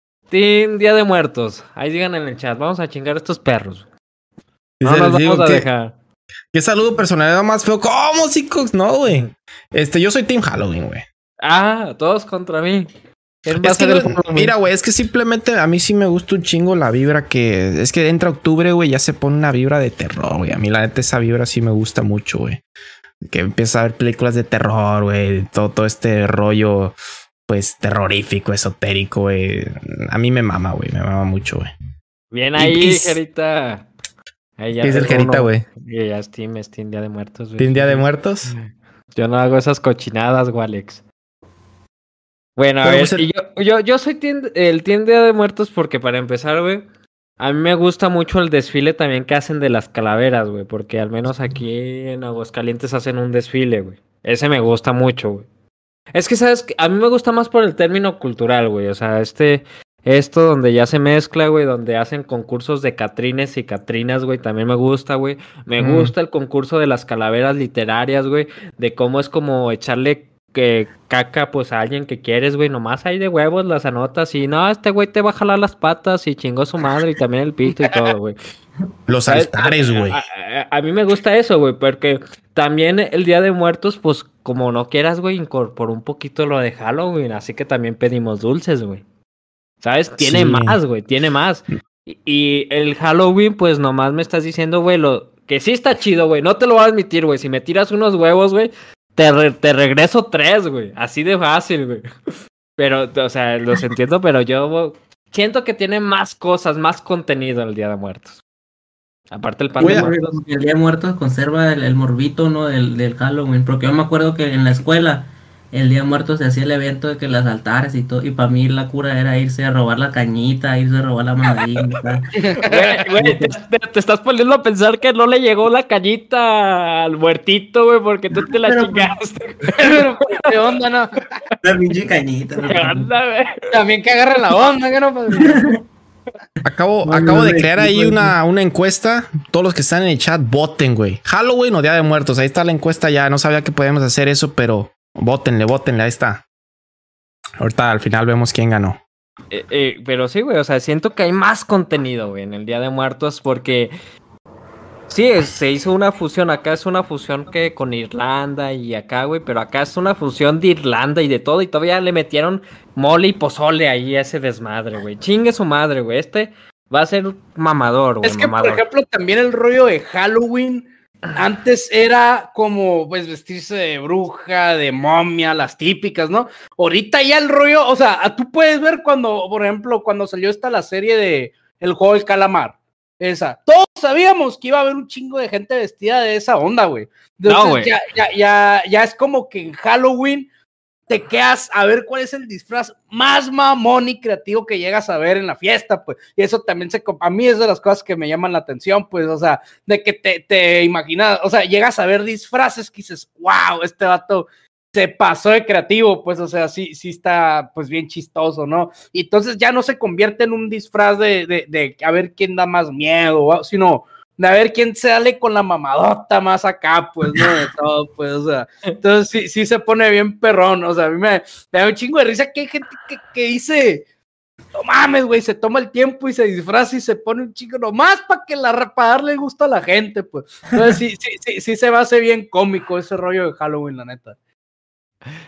Día de Muertos? Ahí digan en el chat. Vamos a chingar a estos perros. No Dice, nos les digo vamos a que- dejar. ¿Qué saludo personalidad más feo? ¿Cómo, chicos? No, güey. Yo soy Team Halloween, güey. Ah, todos contra mí. ¿Quién va a Es que, ser el güey, Halloween? mira, güey, es que simplemente a mí sí me gusta un chingo la vibra que... Es que entra octubre, güey, ya se pone una vibra de terror, güey. A mí la neta esa vibra sí me gusta mucho, güey. Que empieza a ver películas de terror, güey. Todo este rollo, pues, terrorífico, esotérico, güey. A mí me mama, güey. Me mama mucho, güey. Bien Y- ahí, y- Gerita. Ahí ya ¿Qué es el uno. Gerita, güey? Y ya es Team Día de Muertos, güey. ¿Team Día de Muertos? Yo no hago esas cochinadas, Walex. Bueno, a Pero, ver, pues, y yo soy el Team Día de Muertos porque para empezar, güey, a mí me gusta mucho el desfile también que hacen de las calaveras, güey, porque al menos aquí en Aguascalientes hacen un desfile, güey. Ese me gusta mucho, güey. Es que, ¿sabes qué? A mí me gusta más por el término cultural, güey, o sea, esto donde ya se mezcla, güey, donde hacen concursos de catrines y catrinas, güey, también me gusta, güey. Me gusta el concurso de las calaveras literarias, güey, de cómo es como echarle caca, pues, a alguien que quieres, güey, nomás ahí de huevos las anotas y no, este güey te va a jalar las patas y chingó su madre y también el pito y todo, güey. Los ¿Sabes? altares, güey. A mí me gusta eso, güey, porque también el Día de Muertos, pues, como no quieras, güey, incorporó un poquito lo de Halloween, así que también pedimos dulces, güey. ¿Sabes? Tiene Sí. más, güey, tiene más. Y el Halloween, pues, nomás me estás diciendo, güey, lo que sí está chido, güey, no te lo voy a admitir, güey, si me tiras unos huevos, güey, te regreso 3, güey, así de fácil, güey. Pero, o sea, los entiendo, pero yo siento que tiene más cosas, más contenido el Día de Muertos. Aparte el pan Voy de a- muertos. El Día de Muertos conserva el morbito, ¿no? Del Halloween. Porque yo me acuerdo que en la escuela, el Día de Muertos se hacía el evento de que las altares y todo. Y para mí la cura era irse a robar la cañita, irse a robar la mandarina. Güey, te estás poniendo a pensar que no le llegó la cañita al muertito, güey, porque tú te la Pero- chingaste. Pero, ¿qué onda, no? La pinche cañita. ¿Qué onda, güey? También que agarre la onda, ¿qué no, padrino? Acabo no, de no, crear no, ahí no. una encuesta. Todos los que están en el chat, voten, güey. Halloween o Día de Muertos. Ahí está la encuesta ya. No sabía que podíamos hacer eso, pero votenle. Ahí está. Ahorita al final vemos quién ganó. Pero sí, güey, o sea, siento que hay más contenido, güey, en el Día de Muertos porque sí, se hizo una fusión, acá es una fusión que con Irlanda y acá, güey, pero acá es una fusión de Irlanda y de todo y todavía le metieron mole y pozole ahí a ese desmadre, güey. Chingue su madre, güey, va a ser mamador, güey, Es que, por mamador. ejemplo, también el rollo de Halloween antes era como, pues, vestirse de bruja, de momia, las típicas, ¿no? Ahorita ya el rollo, o sea, tú puedes ver cuando, por ejemplo, cuando salió la serie de El Juego del Calamar, todos sabíamos que iba a haber un chingo de gente vestida de esa onda, güey. No, güey. Ya es como que en Halloween te quedas a ver cuál es el disfraz más mamón y creativo que llegas a ver en la fiesta, pues, y eso también a mí es de las cosas que me llaman la atención, pues, o sea, de que te imaginas, o sea, llegas a ver disfraces que dices, wow, este vato se pasó de creativo, pues, o sea, sí está, pues, bien chistoso, ¿no? Y entonces ya no se convierte en un disfraz de a ver quién da más miedo, sino de a ver quién sale con la mamadota más acá, pues, ¿no? De todo, pues, o sea, entonces sí se pone bien perrón, o sea, a mí me da un chingo de risa que hay gente que dice, no mames, güey, se toma el tiempo y se disfraza y se pone un chingo nomás para darle gusto a la gente, pues, entonces sí se me hace bien cómico ese rollo de Halloween, la neta.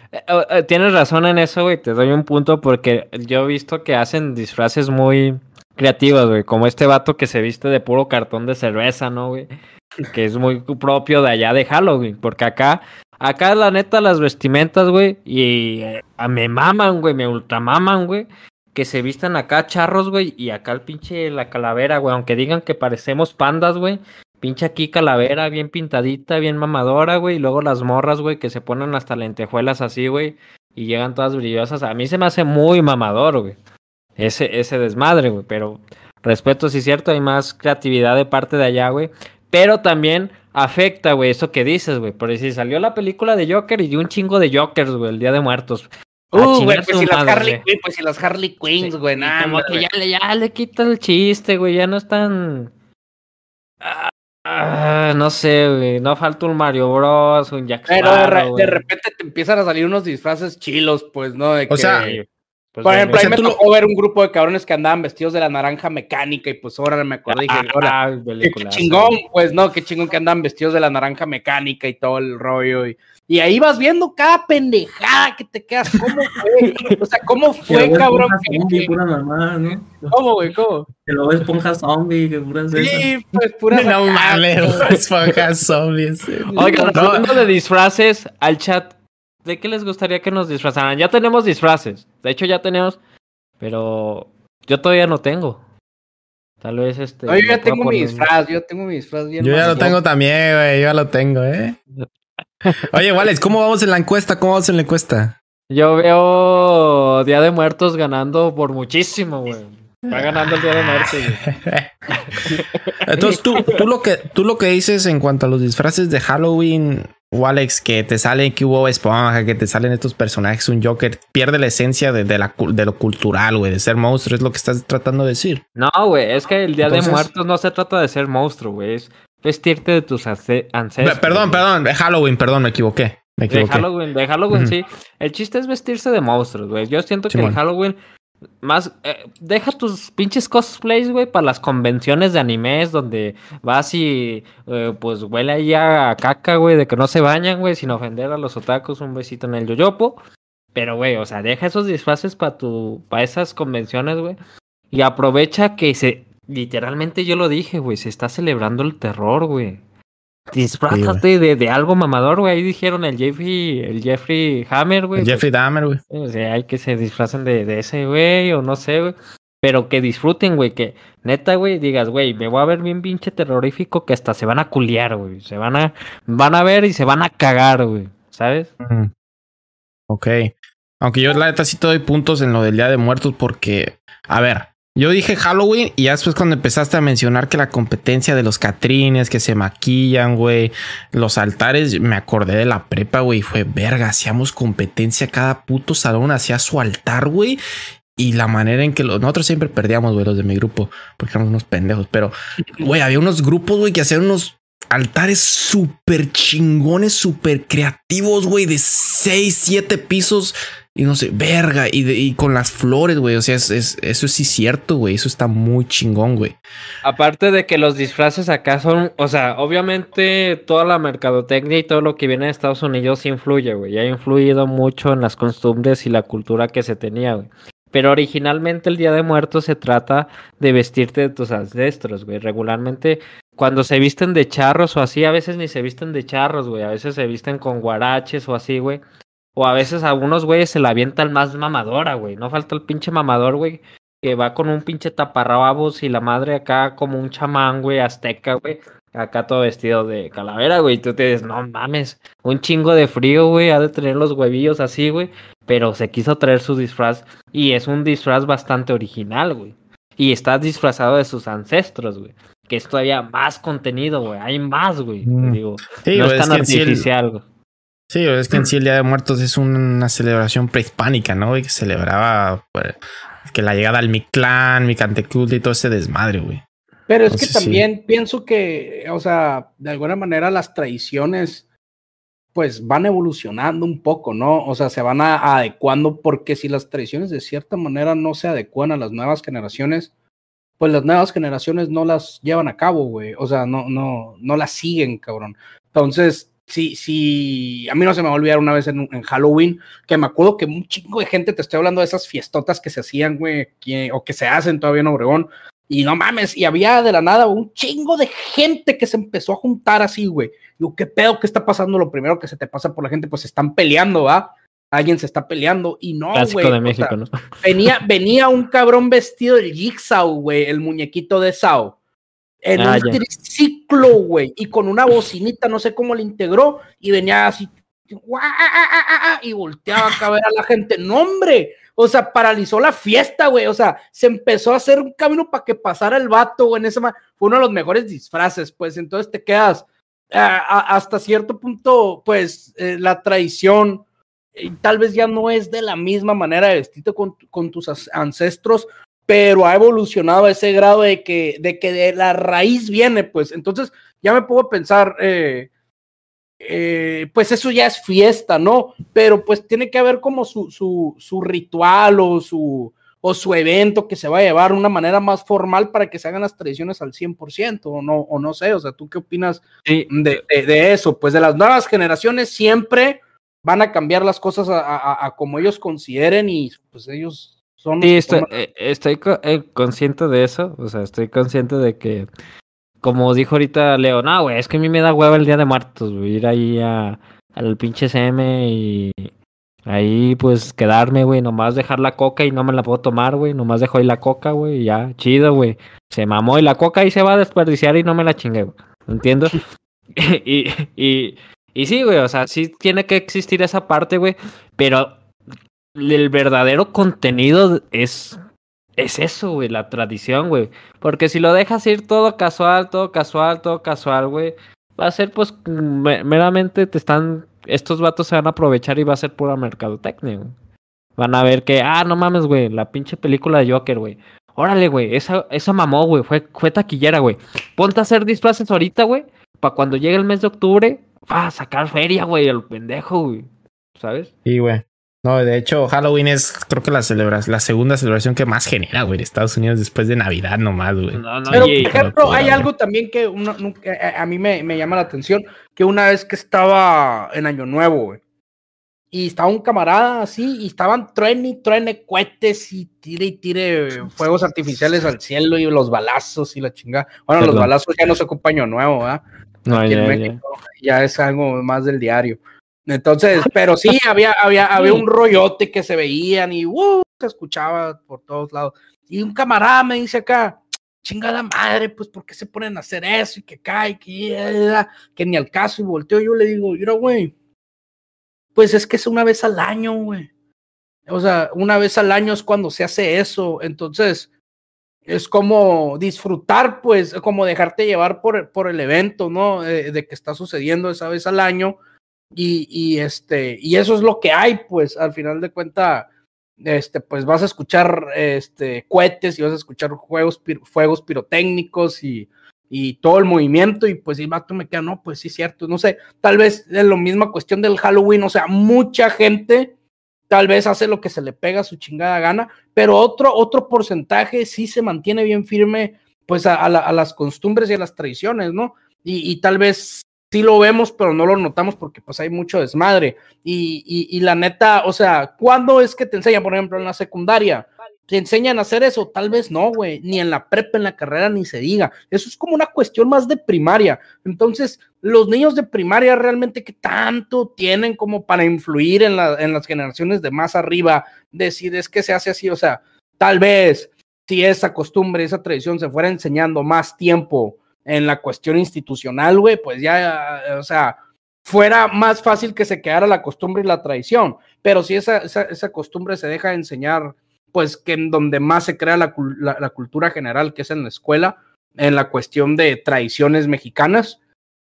Tienes razón en eso, güey, te doy un punto porque yo he visto que hacen disfraces muy creativas, güey. Como este vato que se viste de puro cartón de cerveza, ¿no, güey? Que es muy propio de allá de Halloween. Porque acá la neta, las vestimentas, güey, y me maman, güey, me ultramaman, güey. Que se vistan acá charros, güey, y acá el pinche la calavera, güey. Aunque digan que parecemos pandas, güey. Pinche aquí calavera, bien pintadita, bien mamadora, güey. Y luego las morras, güey, que se ponen hasta lentejuelas así, güey. Y llegan todas brillosas. A mí se me hace muy mamador, güey. Ese desmadre, güey. Pero respeto, sí es cierto, hay más creatividad de parte de allá, güey. Pero también afecta, güey, eso que dices, güey. Por si salió la película de Joker y un chingo de Jokers, güey, el Día de Muertos. Güey, pues si las Harley Quinns, güey, nada. Como que ya le quita el chiste, güey, ya no es tan... no sé, güey, no falta un Mario Bros, un Jack Sparrow. Pero de repente te empiezan a salir unos disfraces chilos, pues, ¿no? O sea, pues, por ejemplo, o sea, ahí me tocó ver un grupo de cabrones que andaban vestidos de la naranja mecánica y pues ahora me acordé y dije, ahora, qué chingón, pues, ¿no? Qué chingón que andan vestidos de la naranja mecánica y todo el rollo. Y ahí vas viendo cada pendejada que te quedas. ¿Cómo fue? O sea, ¿cómo fue, cabrón? Pura mamá, ¿no? ¿Cómo, güey? ¿Cómo? Que luego esponja zombie, que puras de esas. Sí, pues pura no mames, esponja zombies. Oigan, hablando de disfraces, al chat, ¿de qué les gustaría que nos disfrazaran? Ya tenemos disfraces. De hecho, ya tenemos. Pero yo todavía no tengo. Tal vez No, yo ya tengo mi disfraz. Yo tengo mi disfraz bien. Yo ya lo tengo también, güey. Yo ya lo tengo, Oye, Wallace, ¿cómo vamos en la encuesta? Yo veo Día de Muertos ganando por muchísimo, güey. Va ganando el Día de Muertos, güey. Entonces, tú lo que dices en cuanto a los disfraces de Halloween, Alex, que te salen que hubo Esponja, que te salen estos personajes, un Joker, pierde la esencia de lo cultural, güey, de ser monstruo, es lo que estás tratando de decir. No, güey, es que el Día de Muertos no se trata de ser monstruo, güey, es vestirte de tus ancestros. Perdón, de Halloween, me equivoqué. De Halloween, sí. El chiste es vestirse de monstruos, güey. Yo siento que el Halloween más... deja tus pinches cosplays, güey, para las convenciones de animes donde vas y pues huele ahí a caca, güey, de que no se bañan, güey, sin ofender a los otakus, un besito en el yoyopo. Pero, güey, o sea, deja esos disfraces para esas convenciones, güey. Y aprovecha que literalmente yo lo dije, güey, se está celebrando el terror, güey. Disfrázate de algo mamador, güey. Ahí dijeron el Jeffrey Hammer, güey. Jeffrey Dahmer, güey. O sea, hay que se disfracen de ese, güey, o no sé, güey. Pero que disfruten, güey, que neta, güey, digas, güey, me voy a ver bien pinche terrorífico que hasta se van a culiar, güey. Van a ver y se van a cagar, güey, ¿sabes? Ok. Aunque yo la neta sí te doy puntos en lo del Día de Muertos porque, a ver, yo dije Halloween y ya después cuando empezaste a mencionar que la competencia de los catrines que se maquillan, güey, los altares, me acordé de la prepa, güey, fue verga, hacíamos competencia, cada puto salón hacía su altar, güey, y la manera en que nosotros siempre perdíamos, güey, los de mi grupo, porque éramos unos pendejos, pero, güey, había unos grupos, güey, que hacían unos altares súper chingones, súper creativos, güey, de 6, 7 pisos. Y no sé, verga, y con las flores, güey. O sea, eso es sí cierto, güey. Eso está muy chingón, güey. Aparte de que los disfraces acá son, o sea, obviamente toda la mercadotecnia y todo lo que viene de Estados Unidos influye, güey. Y ha influido mucho en las costumbres y la cultura que se tenía, güey. Pero originalmente el Día de Muertos se trata de vestirte de tus ancestros, güey. Regularmente cuando se visten de charros o así, a veces ni se visten de charros, güey. A veces se visten con guaraches o así, güey. O a veces a algunos güeyes se la avientan más mamadora, güey. No falta el pinche mamador, güey, que va con un pinche taparrabos y la madre acá como un chamán, güey, azteca, güey. Acá todo vestido de calavera, güey. Y tú te dices, no mames, un chingo de frío, güey. Ha de tener los huevillos así, güey. Pero se quiso traer su disfraz. Y es un disfraz bastante original, güey. Y está disfrazado de sus ancestros, güey. Que es todavía más contenido, güey. Hay más, güey. Te digo, sí, no es tan artificial, güey. Sí, es que en sí el Día de Muertos es una celebración prehispánica, ¿no? Güey, que celebraba pues, que la llegada al Mictlán, Micantecutli y todo ese desmadre, güey. Pero es que también pienso que, o sea, de alguna manera las tradiciones pues van evolucionando un poco, ¿no? O sea, se van adecuando porque si las tradiciones de cierta manera no se adecuan a las nuevas generaciones, pues las nuevas generaciones no las llevan a cabo, güey. O sea, no las siguen, cabrón. Entonces, sí, a mí no se me va a olvidar una vez en Halloween, que me acuerdo que un chingo de gente, te estoy hablando de esas fiestotas que se hacían, güey, o que se hacen todavía en Obregón, y no mames, y había de la nada un chingo de gente que se empezó a juntar así, güey. Digo, ¿qué pedo? ¿Qué está pasando? Lo primero que se te pasa por la gente, pues se están peleando, ¿va? Alguien se está peleando, y no, Clásico güey. de México, sea, ¿no? venía un cabrón vestido de Jigsaw, güey, el muñequito de Saw, en un triciclo, güey, y con una bocinita, no sé cómo le integró, y venía así, y volteaba a ver a la gente. No, hombre, o sea, paralizó la fiesta, güey, o sea, se empezó a hacer un camino para que pasara el vato, güey, fue uno de los mejores disfraces, pues, entonces te quedas hasta cierto punto, pues, la tradición, tal vez ya no es de la misma manera de vestirte con tus ancestros, pero ha evolucionado a ese grado de que de la raíz viene, pues, entonces ya me puedo pensar, pues eso ya es fiesta, ¿no? Pero pues tiene que haber como su ritual o su evento que se va a llevar de una manera más formal para que se hagan las tradiciones al 100%, o no sé, o sea, ¿tú qué opinas de eso? Pues de las nuevas generaciones siempre van a cambiar las cosas a como ellos consideren, y pues ellos son... Sí, estoy consciente de eso, o sea, estoy consciente de que, como dijo ahorita Leo, no, güey, es que a mí me da hueva el Día de Muertos, güey, ir ahí al pinche CM y ahí pues quedarme, güey, nomás dejar la coca y no me la puedo tomar, güey, nomás dejo ahí la coca, güey, y ya, chido, güey, se mamó y la coca ahí se va a desperdiciar y no me la chingué, güey, ¿entiendo? y sí, güey, o sea, sí tiene que existir esa parte, güey, pero el verdadero contenido es eso, güey, la tradición, güey. Porque si lo dejas ir todo casual, güey, va a ser pues meramente estos vatos se van a aprovechar y va a ser pura mercadotecnia, güey. Van a ver que, no mames, güey, la pinche película de Joker, güey. Órale, güey, esa mamó, güey, fue taquillera, güey. Ponte a hacer disfraces ahorita, güey, para cuando llegue el mes de octubre, va a sacar feria, güey, el pendejo, güey. ¿Sabes? Sí, güey. No, de hecho, Halloween es, creo que la segunda celebración que más genera, güey, en Estados Unidos después de Navidad nomás, güey. Pero, por ejemplo, hay algo también que a mí me llama la atención, que una vez que estaba en Año Nuevo, güey, y estaba un camarada así, y estaban truene cohetes y tire fuegos artificiales al cielo y los balazos y la chingada. Bueno, Perdón. Los balazos ya no se ocupa Año Nuevo, ¿verdad? No, aquí en México ya es algo más del diario. Entonces, pero sí, había un rollote que se veían y se escuchaba por todos lados. Y un camarada me dice acá, chingada madre, pues, ¿por qué se ponen a hacer eso? Y que cae, que ni al caso. Y volteo, yo le digo, mira, güey, pues es que es una vez al año, güey. O sea, una vez al año es cuando se hace eso. Entonces, es como disfrutar, pues, como dejarte llevar por el evento, ¿no? De que está sucediendo esa vez al año. Y eso es lo que hay, pues, al final de cuentas, pues vas a escuchar cohetes y vas a escuchar fuegos pirotécnicos y todo el movimiento, y pues el vato me queda, no, pues sí, cierto, no sé, tal vez es la misma cuestión del Halloween, o sea, mucha gente tal vez hace lo que se le pega a su chingada gana, pero otro porcentaje sí se mantiene bien firme, pues, a las costumbres y a las tradiciones, ¿no? Y tal vez sí lo vemos, pero no lo notamos porque pues hay mucho desmadre. Y la neta, o sea, ¿cuándo es que te enseñan, por ejemplo, en la secundaria? ¿Te enseñan a hacer eso? Tal vez no, güey. Ni en la prepa, en la carrera, ni se diga. Eso es como una cuestión más de primaria. Entonces, los niños de primaria realmente, ¿qué tanto tienen como para influir en las generaciones de más arriba? Decir, es que se hace así, o sea, tal vez si esa costumbre, esa tradición se fuera enseñando más tiempo en la cuestión institucional, güey, pues ya, o sea, fuera más fácil que se quedara la costumbre y la tradición, pero si esa costumbre se deja de enseñar, pues que en donde más se crea la cultura general, que es en la escuela, en la cuestión de tradiciones mexicanas,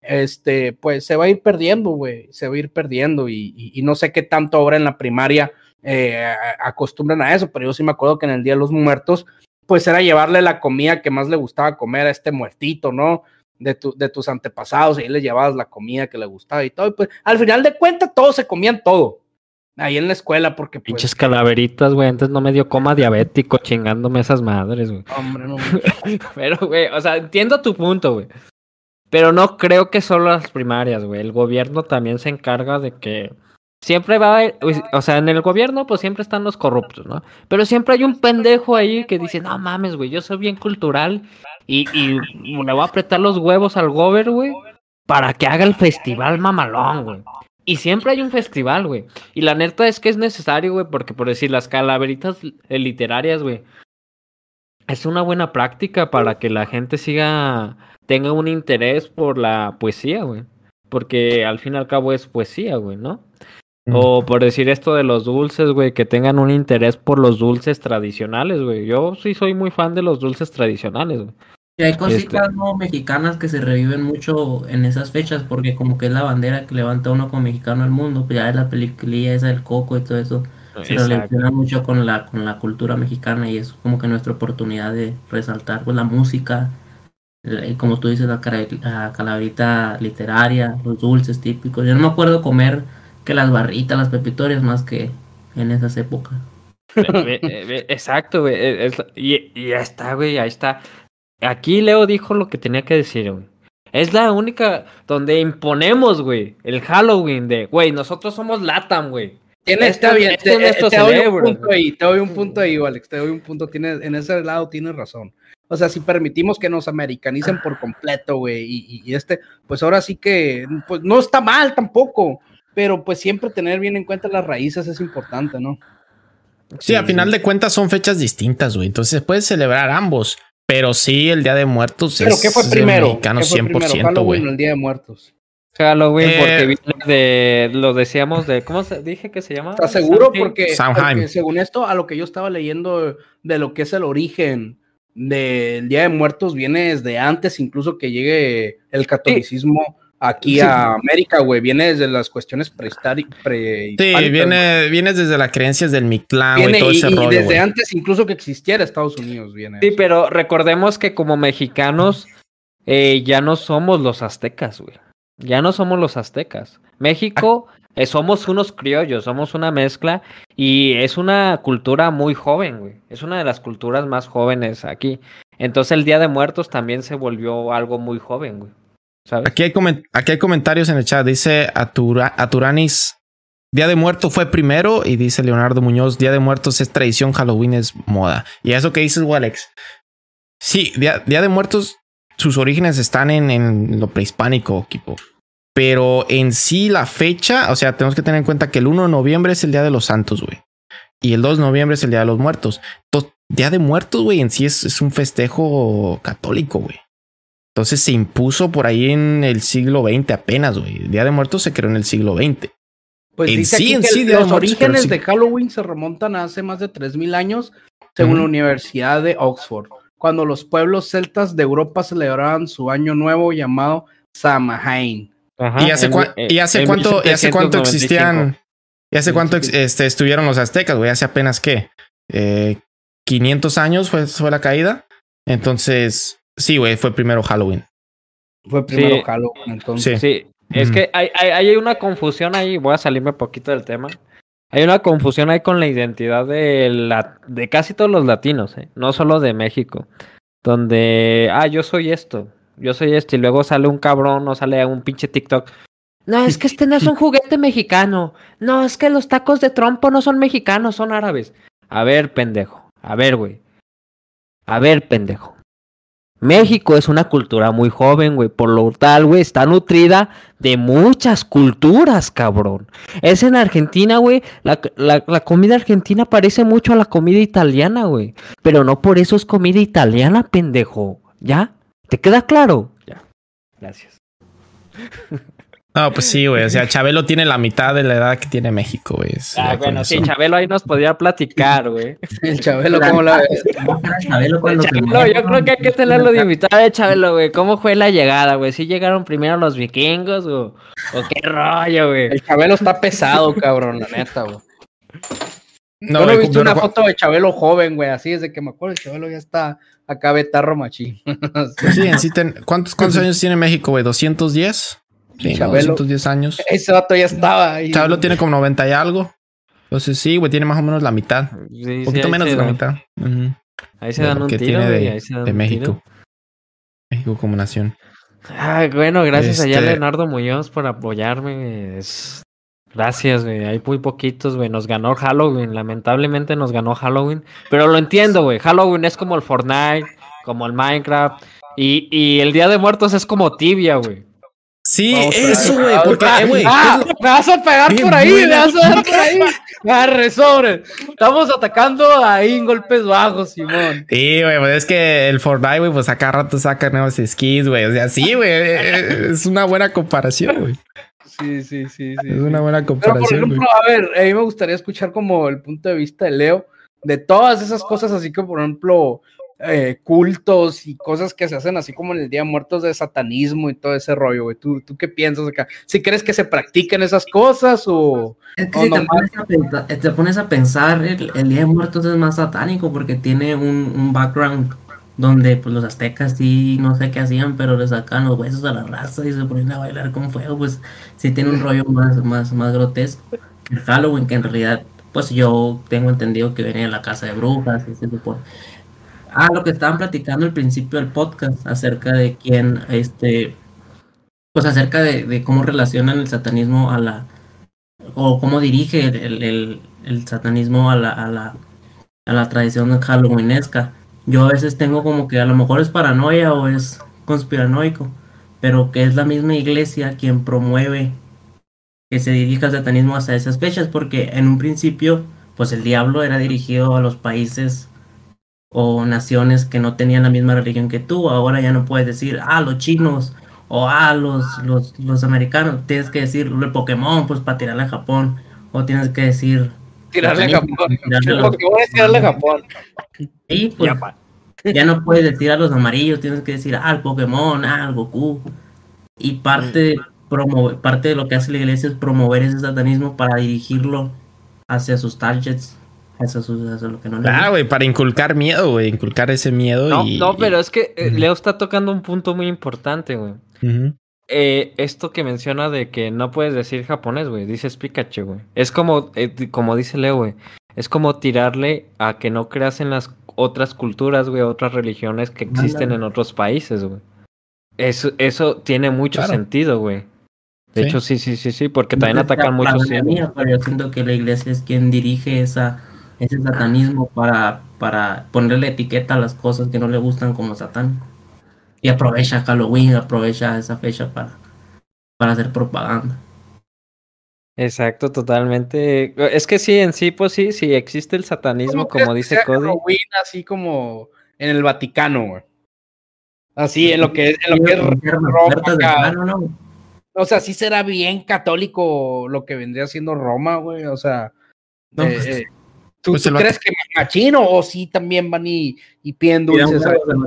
pues se va a ir perdiendo, güey, se va a ir perdiendo, y no sé qué tanto ahora en la primaria acostumbran a eso, pero yo sí me acuerdo que en el Día de los Muertos, pues era llevarle la comida que más le gustaba comer a este muertito, ¿no? De tus antepasados, y ahí le llevabas la comida que le gustaba y todo, y pues al final de cuentas todos se comían todo, ahí en la escuela, porque pues... Pinches calaveritas, güey, antes no me dio coma diabético chingándome esas madres, güey. Hombre, no. Pero, güey, o sea, entiendo tu punto, güey. Pero no creo que solo las primarias, güey. El gobierno también se encarga de que siempre va a haber, o sea, en el gobierno pues siempre están los corruptos, ¿no? Pero siempre hay un pendejo ahí que dice, no mames, güey, yo soy bien cultural y le voy a apretar los huevos al gober, güey, para que haga el festival mamalón, güey. Y siempre hay un festival, güey. Y la neta es que es necesario, güey, porque por decir las calaveritas literarias, güey, es una buena práctica para que la gente tenga un interés por la poesía, güey. Porque al fin y al cabo es poesía, güey, ¿no? O por decir esto de los dulces, güey, que tengan un interés por los dulces tradicionales, güey. Yo sí soy muy fan de los dulces tradicionales, güey. Y hay cositas no mexicanas que se reviven mucho en esas fechas, porque como que es la bandera que levanta uno como mexicano al mundo, pues ya es la peliculilla esa del Coco y todo eso, se relaciona mucho con la cultura mexicana y es como que nuestra oportunidad de resaltar pues la música, como tú dices, la calaverita literaria, los dulces típicos. Yo no me acuerdo comer que las barritas, las pepitorias, más que en esas épocas. Exacto, güey. Y ya está, güey, ahí está. Aquí Leo dijo lo que tenía que decir, güey. Es la única donde imponemos, güey, el Halloween de, güey, nosotros somos LATAM, güey. Está bien, te doy un punto ahí, te doy un punto ahí, Alex, te doy un punto, en ese lado tienes razón. O sea, si permitimos que nos americanicen por completo, güey, y pues ahora sí que, pues no está mal tampoco, pero pues siempre tener bien en cuenta las raíces es importante, ¿no? Sí, a final de cuentas son fechas distintas, güey, entonces puedes celebrar ambos. Pero sí, el Día de Muertos ¿pero es qué fue primero? mexicano 100%, güey. El Día de Muertos. Halloween, porque viene lo decíamos de, ¿cómo dije que se llama? ¿Estás seguro? Porque según esto, a lo que yo estaba leyendo de lo que es el origen del Día de Muertos, viene desde antes incluso que llegue el catolicismo aquí a América, güey. Viene desde las cuestiones prehispánicas. Sí, viene desde las creencias del Mictlán, güey, todo ese rollo, desde güey. antes incluso que existiera Estados Unidos viene. Sí, pero recordemos que como mexicanos ya no somos los aztecas, güey. Ya no somos los aztecas. México somos unos criollos, somos una mezcla y es una cultura muy joven, güey. Es una de las culturas más jóvenes aquí. Entonces el Día de Muertos también se volvió algo muy joven, güey. ¿Sabes? Aquí hay comentarios en el chat. Dice Aturanis, Día de Muertos fue primero. Y dice Leonardo Muñoz, Día de Muertos es tradición, Halloween es moda. Y eso que dices, Alex. Sí, Día de Muertos, sus orígenes están en lo prehispánico, equipo. Pero en sí la fecha, o sea, tenemos que tener en cuenta que el 1 de noviembre es el Día de los Santos, güey. Y el 2 de noviembre es el Día de los Muertos. Entonces, Día de Muertos, güey, en sí es un festejo católico, güey. Entonces se impuso por ahí en el siglo XX apenas, güey. El Día de Muertos se creó en el siglo XX. Pues dice aquí que los orígenes de Halloween se remontan a hace más de 3000 años, según la Universidad de Oxford, cuando los pueblos celtas de Europa celebraban su año nuevo llamado Samhain. Ajá, ¿Y hace cuánto existían? ¿Y hace cuánto estuvieron los aztecas, güey? Hace apenas, ¿qué? 500 años fue la caída. Entonces, sí, güey, fue primero Halloween. Fue primero Halloween, entonces. Sí. Es que hay una confusión ahí. Voy a salirme un poquito del tema. Hay una confusión ahí con la identidad de casi todos los latinos, no solo de México. Donde, yo soy esto. Y luego sale un cabrón o sale un pinche TikTok. No, es que este no es un juguete mexicano. No, es que los tacos de trompo no son mexicanos, son árabes. A ver, pendejo. A ver, güey. A ver, pendejo. México es una cultura muy joven, güey. Por lo tal, güey, está nutrida de muchas culturas, cabrón. Es en Argentina, güey. La comida argentina parece mucho a la comida italiana, güey. Pero no por eso es comida italiana, pendejo. ¿Ya? ¿Te queda claro? Ya. Gracias. No, pues sí, güey. O sea, Chabelo tiene la mitad de la edad que tiene México, güey. Bueno, sí, Chabelo ahí nos podría platicar, güey. El Chabelo, ¿cómo la ves? Chabelo, yo creo que hay que tenerlo de invitado de Chabelo, güey. ¿Cómo fue la llegada, güey? ¿Sí llegaron primero los vikingos o qué rollo, güey? El Chabelo está pesado, cabrón, la neta, güey. No, yo no he visto una foto de Chabelo joven, güey. Así desde que me acuerdo, el Chabelo ya está acá betarro machín. Sí, ¿cuántos años tiene México, güey? ¿210? Sí, Chabelo, 210 años. Ese vato ya estaba ahí. Chabelo tiene como 90 y algo. Entonces sí, güey, tiene más o menos la mitad. Un poquito menos de la mitad. Ahí se dan un tiro, güey. De México. México como nación. Bueno, gracias allá a Leonardo Muñoz por apoyarme. Gracias, güey. Hay muy poquitos, güey. Nos ganó Halloween. Lamentablemente nos ganó Halloween. Pero lo entiendo, güey. Halloween es como el Fortnite, como el Minecraft. Y el Día de Muertos es como Tibia, güey. Sí, eso, güey. Porque, güey. Me vas a pegar por ahí, me vas a dar por ahí. Arre, sobre. Estamos atacando ahí en golpes bajos, Simón. Sí, güey, pues es que el Fortnite, güey, pues acá rato saca nuevos skins, güey. O sea, sí, güey. Es una buena comparación, güey. Sí. Es una buena comparación. Pero, por ejemplo, a ver, a mí me gustaría escuchar como el punto de vista de Leo de todas esas cosas, así que, por ejemplo, cultos y cosas que se hacen así como en el Día de Muertos de satanismo y todo ese rollo, güey. ¿Tú qué piensas acá? ¿Si crees que se practiquen esas cosas o...? Es que si te pones a pensar, el Día de Muertos es más satánico porque tiene un background donde pues los aztecas sí no sé qué hacían, pero le sacan los huesos a la raza y se ponen a bailar con fuego, pues sí tiene un rollo más grotesco que el Halloween, que en realidad pues yo tengo entendido que viene de la casa de brujas y se supone. Lo que estaban platicando al principio del podcast acerca de quién, pues acerca de cómo relacionan el satanismo o cómo dirige el satanismo a la tradición halloweenesca. Yo a veces tengo como que a lo mejor es paranoia o es conspiranoico, pero que es la misma iglesia quien promueve que se dirija el satanismo hacia esas fechas, porque en un principio, pues el diablo era dirigido a los países o naciones que no tenían la misma religión que tú. Ahora ya no puedes decir, los chinos o los americanos. Tienes que decir el Pokémon, pues para tirarle a Japón. O tienes que decir... Tirarle a Japón. El Pokémon es tirarle a Japón. Y pues ya no puedes decir a los amarillos, tienes que decir al Pokémon, al Goku. Y parte de lo que hace la iglesia es promover ese satanismo para dirigirlo hacia sus targets. Eso es lo que no. Claro, güey, para inculcar miedo, güey. Inculcar ese miedo. No, pero es que Leo está tocando un punto muy importante, güey. Esto que menciona de que no puedes decir japonés, güey. Dices Pikachu, güey. Es como dice Leo, güey. Es como tirarle a que no creas en las otras culturas, güey, otras religiones que existen en otros países, güey. Eso tiene mucho sentido, güey. De hecho, sí, porque también atacan mucho. Pero yo siento que la iglesia es quien dirige ese satanismo para ponerle etiqueta a las cosas que no le gustan como Satán. Y aprovecha Halloween, aprovecha esa fecha para hacer propaganda. Exacto, totalmente. Es que sí, en sí, pues sí existe el satanismo, como dice Cody. Halloween, así como en el Vaticano, güey. Así, en lo que es Roma, ¿no? O sea, sí será bien católico lo que vendría siendo Roma, güey. O sea, ¿tú crees que machino o sí también van y piden dulces?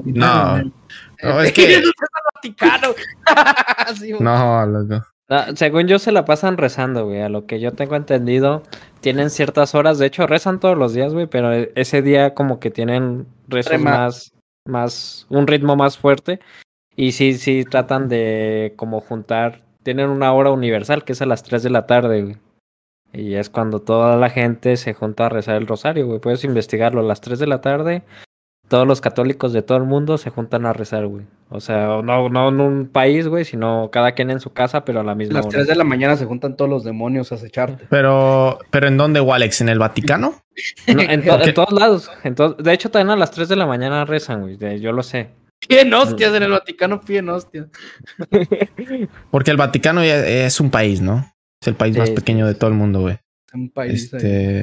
No, es que... Vaticano. Sí, no, loco. Según yo se la pasan rezando, güey. A lo que yo tengo entendido, tienen ciertas horas. De hecho, rezan todos los días, güey. Pero ese día como que tienen rezos más un ritmo más fuerte. Y sí tratan de como juntar. Tienen una hora universal que es a las 3 de la tarde, güey. Y es cuando toda la gente se junta a rezar el rosario, güey. Puedes investigarlo a las 3 de la tarde. Todos los católicos de todo el mundo se juntan a rezar, güey. O sea, no en un país, güey, sino cada quien en su casa, pero a la misma hora. A las 3 de la mañana se juntan todos los demonios a acecharte. Pero ¿en dónde, Walex? ¿En el Vaticano? No, en todos lados. De hecho, también a las 3 de la mañana rezan, güey. Yo lo sé. Piden hostias en el Vaticano, piden hostias. Porque el Vaticano ya es un país, ¿no? Es el país más pequeño de todo el mundo, güey. Un país.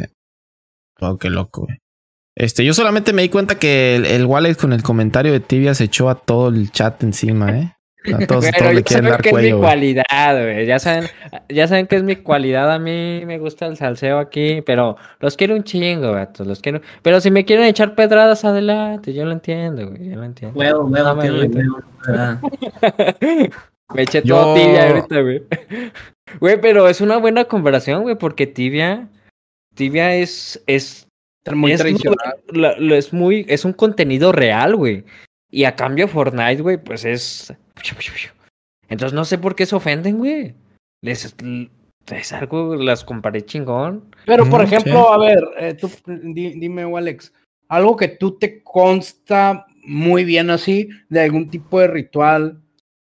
Oh, qué loco, güey. Yo solamente me di cuenta que el Walex con el comentario de Tibia se echó a todo el chat encima, ¿eh? A todos le quieren dar cuello, es mi cualidad, güey. Ya saben que es mi cualidad. A mí me gusta el salseo aquí, pero los quiero un chingo, gatos. Los quiero. Pero si me quieren echar pedradas, adelante. Yo lo entiendo, güey. Yo lo entiendo. Me eché todo Tibia ahorita, güey. Güey, pero es una buena conversación, güey, porque Tibia es muy tradicional. Es un contenido real, güey. Y a cambio Fortnite, güey, pues es... Entonces no sé por qué se ofenden, güey. Es algo, las comparé chingón. Pero, por ejemplo, a ver, tú dime, Alex, algo que tú te consta muy bien así, de algún tipo de ritual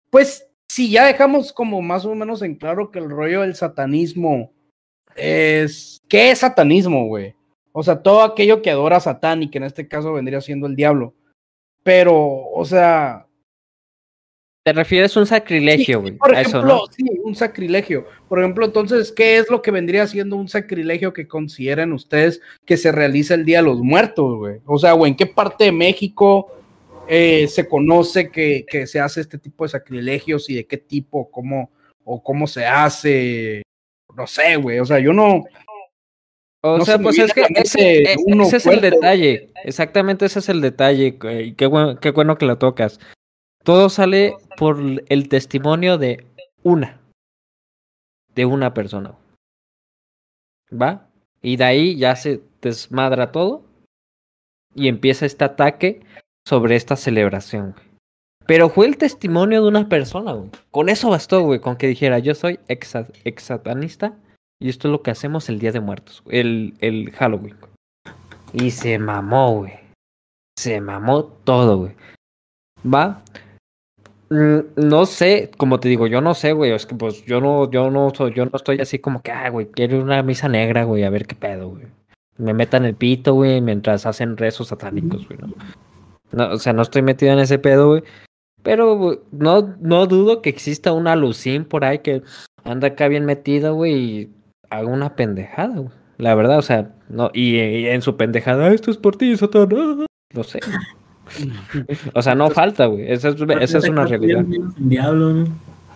pues si ya dejamos como más o menos en claro que el rollo del satanismo es... ¿Qué es satanismo, güey? O sea, todo aquello que adora a Satán y que en este caso vendría siendo el diablo. Pero, o sea... ¿Te refieres a un sacrilegio, güey? Sí, por a ejemplo, eso, ¿no? sí, un sacrilegio. Por ejemplo, entonces, ¿qué es lo que vendría siendo un sacrilegio que consideren ustedes que se realiza el Día de los Muertos, güey? O sea, güey, ¿en qué parte de México se conoce que se hace este tipo de sacrilegios y de qué tipo, cómo se hace? No sé, güey, o sea, yo no... O no sea, se me pues viene es que a la mente uno ese es el fuerte, detalle. Exactamente ese es el detalle. Y qué bueno que lo tocas. Todo sale por el testimonio de una persona. ¿Va? Y de ahí ya se desmadra todo y empieza este ataque sobre esta celebración, güey. Pero fue el testimonio de una persona, güey. Con eso bastó, güey, con que dijera, yo soy ex satanista y esto es lo que hacemos el Día de Muertos, el Halloween. Y se mamó, güey. Se mamó todo, güey. ¿Va? No sé, como te digo, yo no sé, güey. Es que pues yo no estoy así como que, güey, quiero una misa negra, güey, a ver qué pedo, güey. Me metan el pito, güey, mientras hacen rezos satánicos, güey, ¿no? No, o sea, no estoy metido en ese pedo, güey. Pero güey, no dudo que exista una Lucín por ahí que anda acá bien metida, güey, y haga una pendejada, güey. La verdad, o sea, no, y en su pendejada, esto es por ti, Satán. No sé. O sea, no falta, güey. Esa es una realidad. El diablo, ¿no?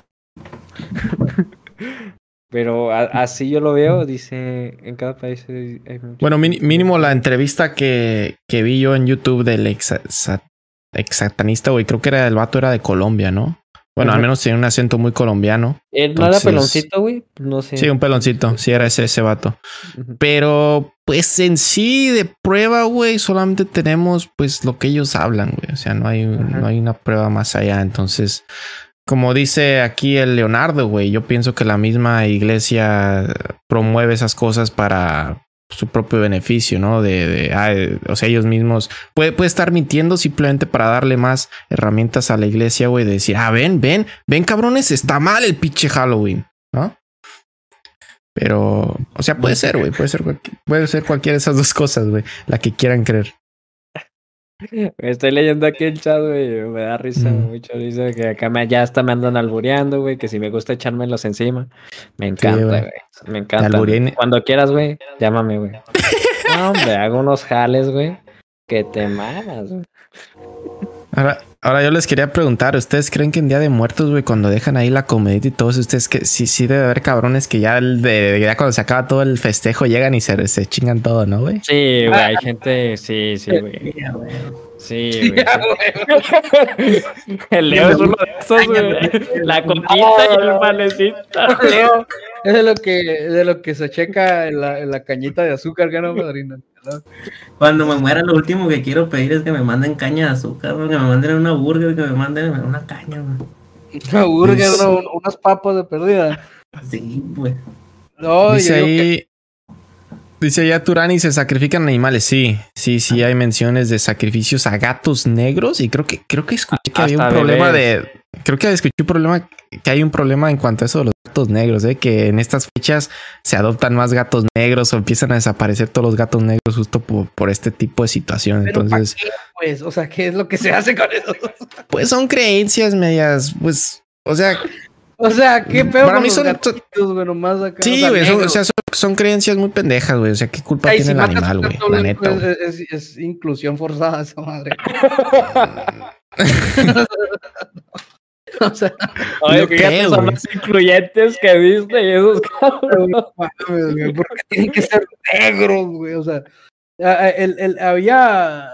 Pero así yo lo veo, dice, en cada país hay mucho. Bueno, mínimo la entrevista que vi yo en YouTube del ex satanista, güey, creo que el vato era de Colombia, ¿no? Bueno, al menos tiene un acento muy colombiano. ¿No era Entonces, peloncito, güey? No sé. Sí, un peloncito, sí era ese vato. Pero, pues en sí, de prueba, güey, solamente tenemos, pues, lo que ellos hablan, güey. O sea, no hay una prueba más allá. Entonces, como dice aquí el Leonardo, güey, yo pienso que la misma iglesia promueve esas cosas para su propio beneficio, ¿no? O sea, ellos mismos puede estar mintiendo simplemente para darle más herramientas a la iglesia, güey, de decir, ven, cabrones, está mal el pinche Halloween, ¿no? Pero, o sea, puede ser, güey, puede ser cualquiera de esas dos cosas, güey, la que quieran creer. Estoy leyendo aquí el chat, güey, me da risa, mucho risa, que acá ya hasta me andan albureando, güey, que si me gusta echármelos encima. Me encanta, güey, me encanta. Cuando quieras, güey, llámame, güey. No, hombre, hago unos jales, güey, que te mamas, güey. Ahora yo les quería preguntar, ¿ustedes creen que en Día de Muertos, güey, cuando dejan ahí la comedita y todos ustedes, que sí debe haber cabrones que ya cuando se acaba todo el festejo llegan y se chingan todo, ¿no, güey? Sí, güey, hay gente, sí, güey. Sí, güey. El Leo es uno de esos, güey. La coquita y el panecita. Leo es de lo que se checa en la cañita de azúcar, que no, padrino. Cuando me muera, lo último que quiero pedir es que me manden caña de azúcar, güey, que me manden una burger, que me manden una caña, güey. Una burger, unas papas de perdida. Sí, güey. No, dice allá Turani, se sacrifican animales. Sí, hay menciones de sacrificios a gatos negros y creo que escuché que había un problema que hay un problema en cuanto a eso de los gatos negros, que en estas fechas se adoptan más gatos negros o empiezan a desaparecer todos los gatos negros justo por este tipo de situación. ¿Pero entonces, qué, pues? O sea, ¿qué es lo que se hace con eso? Pues son creencias medias, pues, o sea, qué peor para con mí los son gatitos, güey, nomás acá. Sí, güey, son creencias muy pendejas, güey. O sea, ¿qué culpa tiene el animal, güey? La neta, güey. Es inclusión forzada esa madre. O sea, oye, fíjate, son más incluyentes que Disney y esos cabrones. Porque tienen que ser negros, güey. O sea, había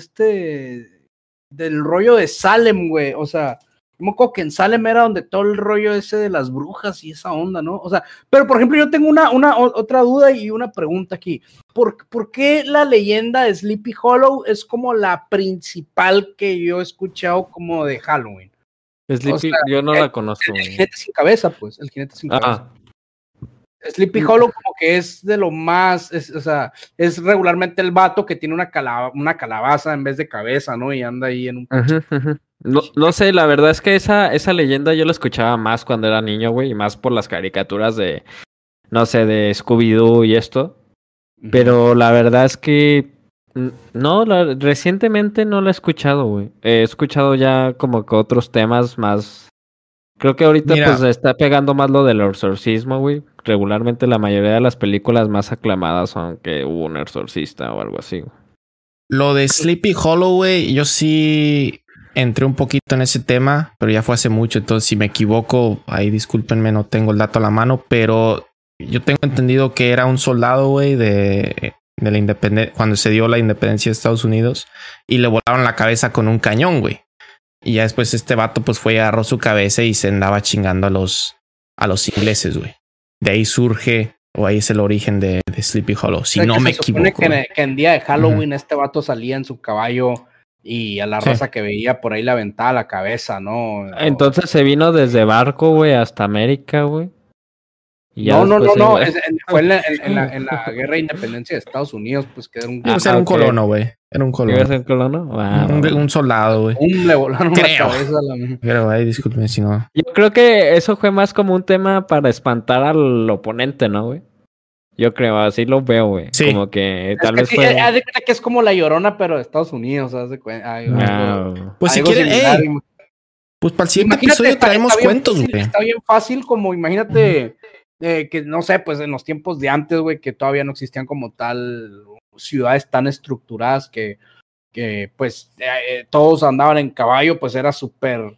del rollo de Salem, güey. O sea, como que en Salem era donde todo el rollo ese de las brujas y esa onda, ¿no? O sea, pero por ejemplo, yo tengo otra duda y una pregunta aquí. ¿Por qué la leyenda de Sleepy Hollow es como la principal que yo he escuchado como de Halloween? Sleepy, o sea, yo no la conozco. El jinete sin cabeza, pues. El jinete sin cabeza. Sleepy Hollow como que es de lo más, o sea, es regularmente el vato que tiene una calabaza en vez de cabeza, ¿no? Y anda ahí en un... No sé, la verdad es que esa leyenda yo la escuchaba más cuando era niño, güey, y más por las caricaturas de, no sé, de Scooby-Doo y esto. Pero la verdad es que no, recientemente no la he escuchado, güey. He escuchado ya como que otros temas más. Creo que ahorita pues está pegando más lo del exorcismo, güey. Regularmente la mayoría de las películas más aclamadas son que hubo un exorcista o algo así, güey. Lo de Sleepy Hollow, güey, yo sí entré un poquito en ese tema, pero ya fue hace mucho, entonces si me equivoco, ahí discúlpenme, no tengo el dato a la mano, pero yo tengo entendido que era un soldado, güey, de la independencia, cuando se dio la independencia de Estados Unidos, y le volaron la cabeza con un cañón, güey. Y ya después este vato pues fue y agarró su cabeza y se andaba chingando a los ingleses, güey. De ahí surge, o ahí es el origen de Sleepy Hollow, si no me equivoco. Que en día de Halloween este vato salía en su caballo y a la raza que veía por ahí le aventaba la cabeza, ¿no? Entonces se vino desde barco, güey, hasta América, güey. No. Fue en la guerra de independencia de Estados Unidos, pues que era un... era un colono, güey. Era un colono. ¿Ibas a ser colono? Wow. Un soldado, güey. Le volaron la cabeza a la... Pero ahí, discúlpenme si no. Yo creo que eso fue más como un tema para espantar al oponente, ¿no, güey? Yo creo, así lo veo, güey. Sí. Como que tal vez fue... Haz de cuenta que es como La Llorona, pero de Estados Unidos, haz de cuenta. Pues si quieren, pues para el siguiente episodio traemos cuentos, güey. Está bien fácil, como imagínate... que no sé, pues en los tiempos de antes, güey, que todavía no existían como tal ciudades tan estructuradas que pues todos andaban en caballo, pues era súper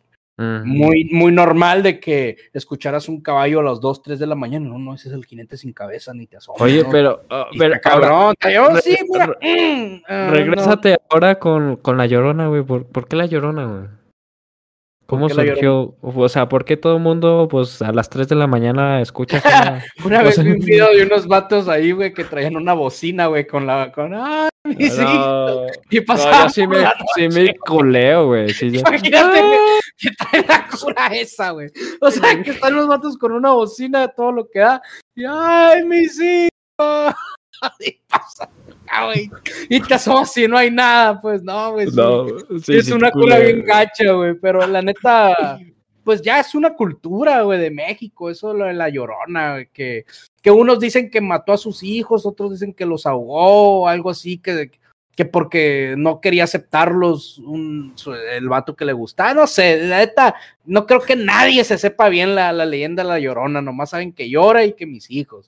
muy normal de que escucharas un caballo a las 2, 3 de la mañana. No, ese es el jinete sin cabeza, ni te asomas. Oye, ¿no? pero cabrón, sí, mira. Regrésate ahora con La Llorona, güey. ¿Por qué La Llorona, güey? ¿Cómo surgió? O sea, ¿por qué todo el mundo, pues, a las 3 de la mañana escucha? Una vez vi un video de unos vatos ahí, güey, que traían una bocina, güey, ¡ah, mis hijos! Y pasaba. Sí me coleo, güey. Sí, imagínate que trae la cura esa, güey. O sea, que están los vatos con una bocina de todo lo que da. Y ¡ay, mis hijos! Y pasa. Güey. Y te asomas y no hay nada, pues no, güey. Es una cura bien gacha, güey. Pero la neta, pues ya es una cultura, güey, de México. Eso lo de La Llorona, güey, que unos dicen que mató a sus hijos, otros dicen que los ahogó, o algo así, que porque no quería aceptarlos el vato que le gustaba. No sé, la neta, no creo que nadie se sepa bien la leyenda de La Llorona. Nomás saben que llora y que mis hijos.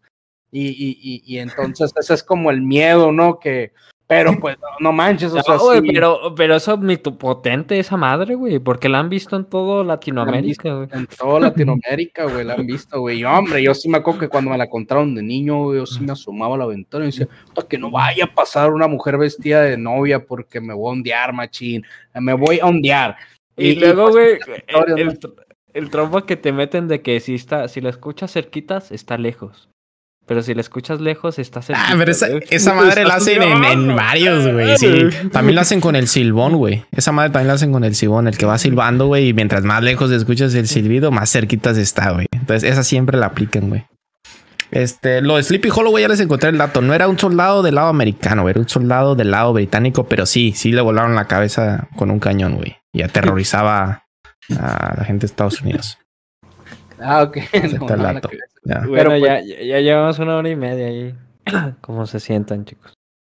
Y entonces ese es como el miedo, ¿no? Pero pues no manches, o sea, güey, sí. Pero es omnipotente esa madre, güey, porque la han visto en todo Latinoamérica, güey. En toda Latinoamérica, güey, la han visto, güey. Yo sí me acuerdo que cuando me la contaron de niño, güey, yo sí me asomaba a la ventana y decía, que no vaya a pasar una mujer vestida de novia porque me voy a ondear, machín, me voy a ondear. Y luego, güey, el trauma que te meten de que si la escuchas cerquitas, está lejos. Pero si la escuchas lejos, está cerquita. Pero esa madre la hacen en varios, güey. Sí. También la hacen con el silbón, güey. Esa madre también la hacen con el silbón, el que va silbando, güey. Y mientras más lejos escuchas el silbido, más cerquitas está, güey. Entonces, esa siempre la aplican, güey. Lo de Sleepy Hollow, güey, ya les encontré el dato. No era un soldado del lado americano, era un soldado del lado británico, pero sí le volaron la cabeza con un cañón, güey. Y aterrorizaba a la gente de Estados Unidos. Ok. El dato. Ya. Bueno, pero pues, ya llevamos 1 hora y media ahí. ¿Cómo se sientan, chicos?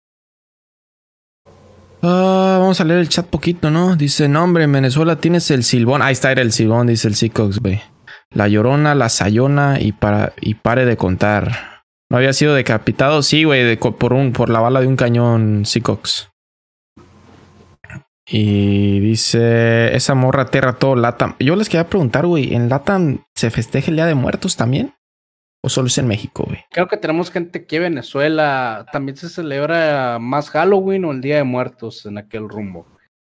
Vamos a leer el chat poquito, ¿no? Dice, no, hombre, en Venezuela tienes el silbón. Ahí está, era el silbón, dice el Seacox, güey. La Llorona, la Sayona y pare de contar. ¿No había sido decapitado? Sí, güey, por la bala de un cañón, Seacox. Y dice, esa morra aterra todo LATAM. Yo les quería preguntar, güey, ¿en LATAM se festeja el Día de Muertos también? ¿O solo es en México, güey? Creo que tenemos gente aquí en Venezuela. ¿También se celebra más Halloween o el Día de Muertos en aquel rumbo?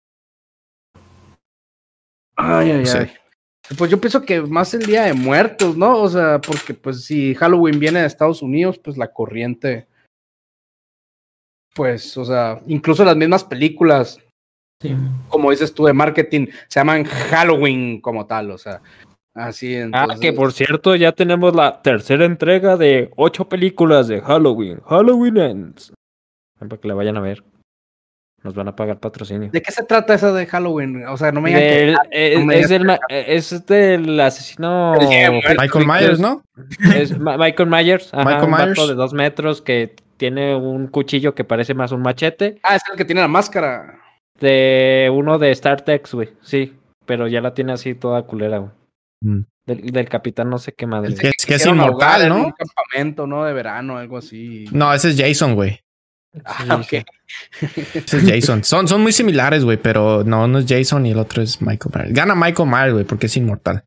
Ay. Pues yo pienso que más el Día de Muertos, ¿no? O sea, porque pues si Halloween viene de Estados Unidos, pues la corriente... Pues, o sea, incluso las mismas películas... Sí. Como dices tú, de marketing, se llaman Halloween como tal, o sea, Así, entonces... que por cierto, ya tenemos la tercera entrega de 8 películas de Halloween. Halloween Ends. Para que la vayan a ver. Nos van a pagar patrocinio. ¿De qué se trata esa de Halloween? O sea, no me digan Es del asesino Michael Myers, ¿no? Es Michael Myers. Ajá, Michael un vato Myers. de 2 metros que tiene un cuchillo que parece más un machete. Es el que tiene la máscara. De uno de Star Trek, güey. Sí, pero ya la tiene así toda culera, güey. Del capitán no sé qué madre. Es que es inmortal, en ¿no? un campamento, ¿no? De verano, algo así. No, ese es Jason, güey. Sí. Ese es Jason. Son muy similares, güey, pero no es Jason y el otro es Michael Myers. Gana Michael Myers, güey, porque es inmortal.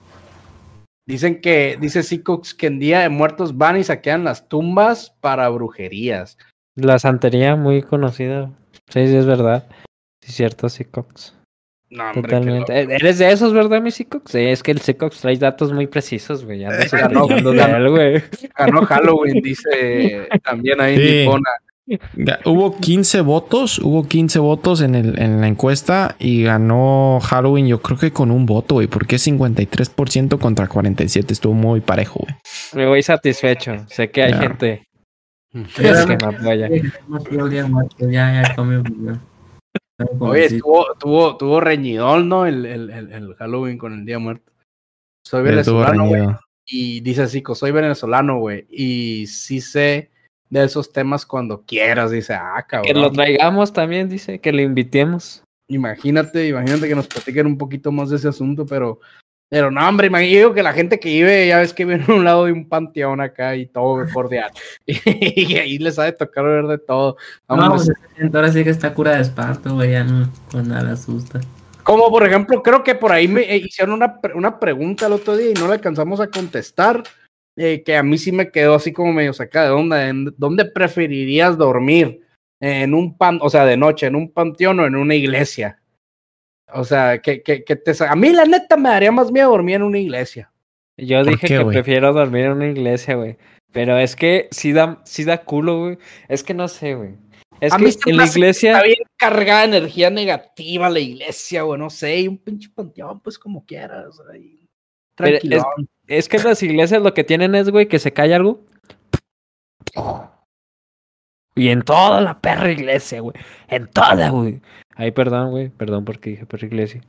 Dice Seacox que en Día de Muertos van y saquean las tumbas para brujerías. La santería muy conocida. Sí, es verdad. Sí, cierto, Seacox. No, hombre, totalmente. ¿Eres de esos, verdad, mi Seacox? Sí, es que el Seacox trae datos muy precisos, güey. Ganó Halloween, dice también ahí Sí. Nipona. Hubo 15 votos en la encuesta y ganó Halloween, yo creo que con un voto, güey, porque es 53% contra 47%. Estuvo muy parejo, güey. Me voy satisfecho. Sé que hay gente que me apoya. Ya comió. Oye, tuvo reñidón, ¿no? El Halloween con el Día Muerto. Soy venezolano, güey. Y dice Zico, soy venezolano, güey. Y sí sé de esos temas cuando quieras. Dice, cabrón. Que lo traigamos también, dice, que lo invitemos. Imagínate que nos platiquen un poquito más de ese asunto, pero no, hombre, yo digo que la gente que vive, ya ves que vive en un lado de un panteón acá y todo cordial. Y ahí les ha de tocar ver de todo. No, pues ahora sí que está cura de espanto, güey, ya no, pues nada le asusta. Como por ejemplo, creo que por ahí me hicieron una pregunta el otro día y no le alcanzamos a contestar, que a mí sí me quedó así como medio sacada de onda. ¿Dónde preferirías dormir? O sea, de noche, en un panteón o en una iglesia. O sea, a mí la neta me daría más miedo dormir en una iglesia. Yo dije que prefiero dormir en una iglesia, güey. Pero es que sí da culo, güey. Es que no sé, güey. Es a que mí en la iglesia está bien cargada de energía negativa la iglesia, güey. No sé, y un pinche panteón, pues como quieras. Tranquilo. Es que en las iglesias lo que tienen es, güey, que se cae algo. Y en toda la perra iglesia, güey. En toda, güey. Ay, perdón, güey. Perdón porque dije perra iglesia.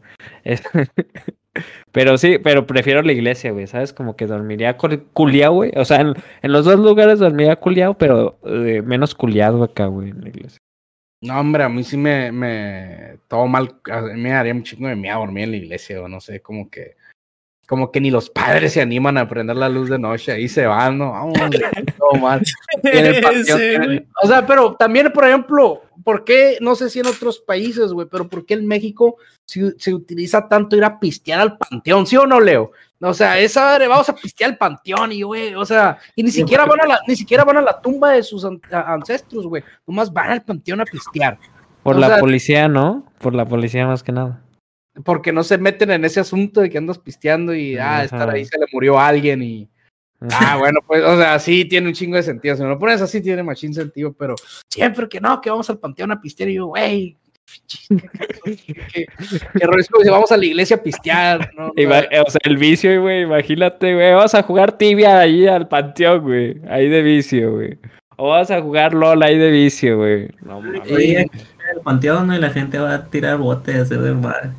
Pero sí, pero prefiero la iglesia, güey. ¿Sabes? Como que dormiría culiao, güey. O sea, en los dos lugares dormiría culiao, pero menos culiado acá, güey, en la iglesia. No, hombre, a mí sí todo mal. A mí me daría un chingo de miedo dormir en la iglesia, o no sé, como que ni los padres se animan a prender la luz de noche, ahí se van, ¿no? Vamos, todo mal. En el panteón, o sea, pero también, por ejemplo, ¿por qué? No sé si en otros países, güey, pero ¿por qué en México se utiliza tanto ir a pistear al panteón? ¿Sí o no, Leo? O sea, vamos a pistear al panteón y, güey, o sea, y ni siquiera van a la tumba de sus ancestros, güey, nomás van al panteón a pistear. Por la policía, ¿no? Por la policía más que nada. Porque no se meten en ese asunto de que andas pisteando y, estar ahí se le murió a alguien y... bueno, pues, o sea, sí tiene un chingo de sentido. Si me lo pones así, tiene machín sentido, pero siempre que no, que vamos al panteón a pistear y yo, güey, qué rollo, es como si vamos a la iglesia a pistear, ¿no? O sea, el vicio, güey, imagínate, güey, vas a jugar tibia ahí al panteón, güey, ahí de vicio, güey. O vas a jugar LOL ahí de vicio, güey. No mames. El panteón, ¿no? Y la gente va a tirar botes a hacer desmadre.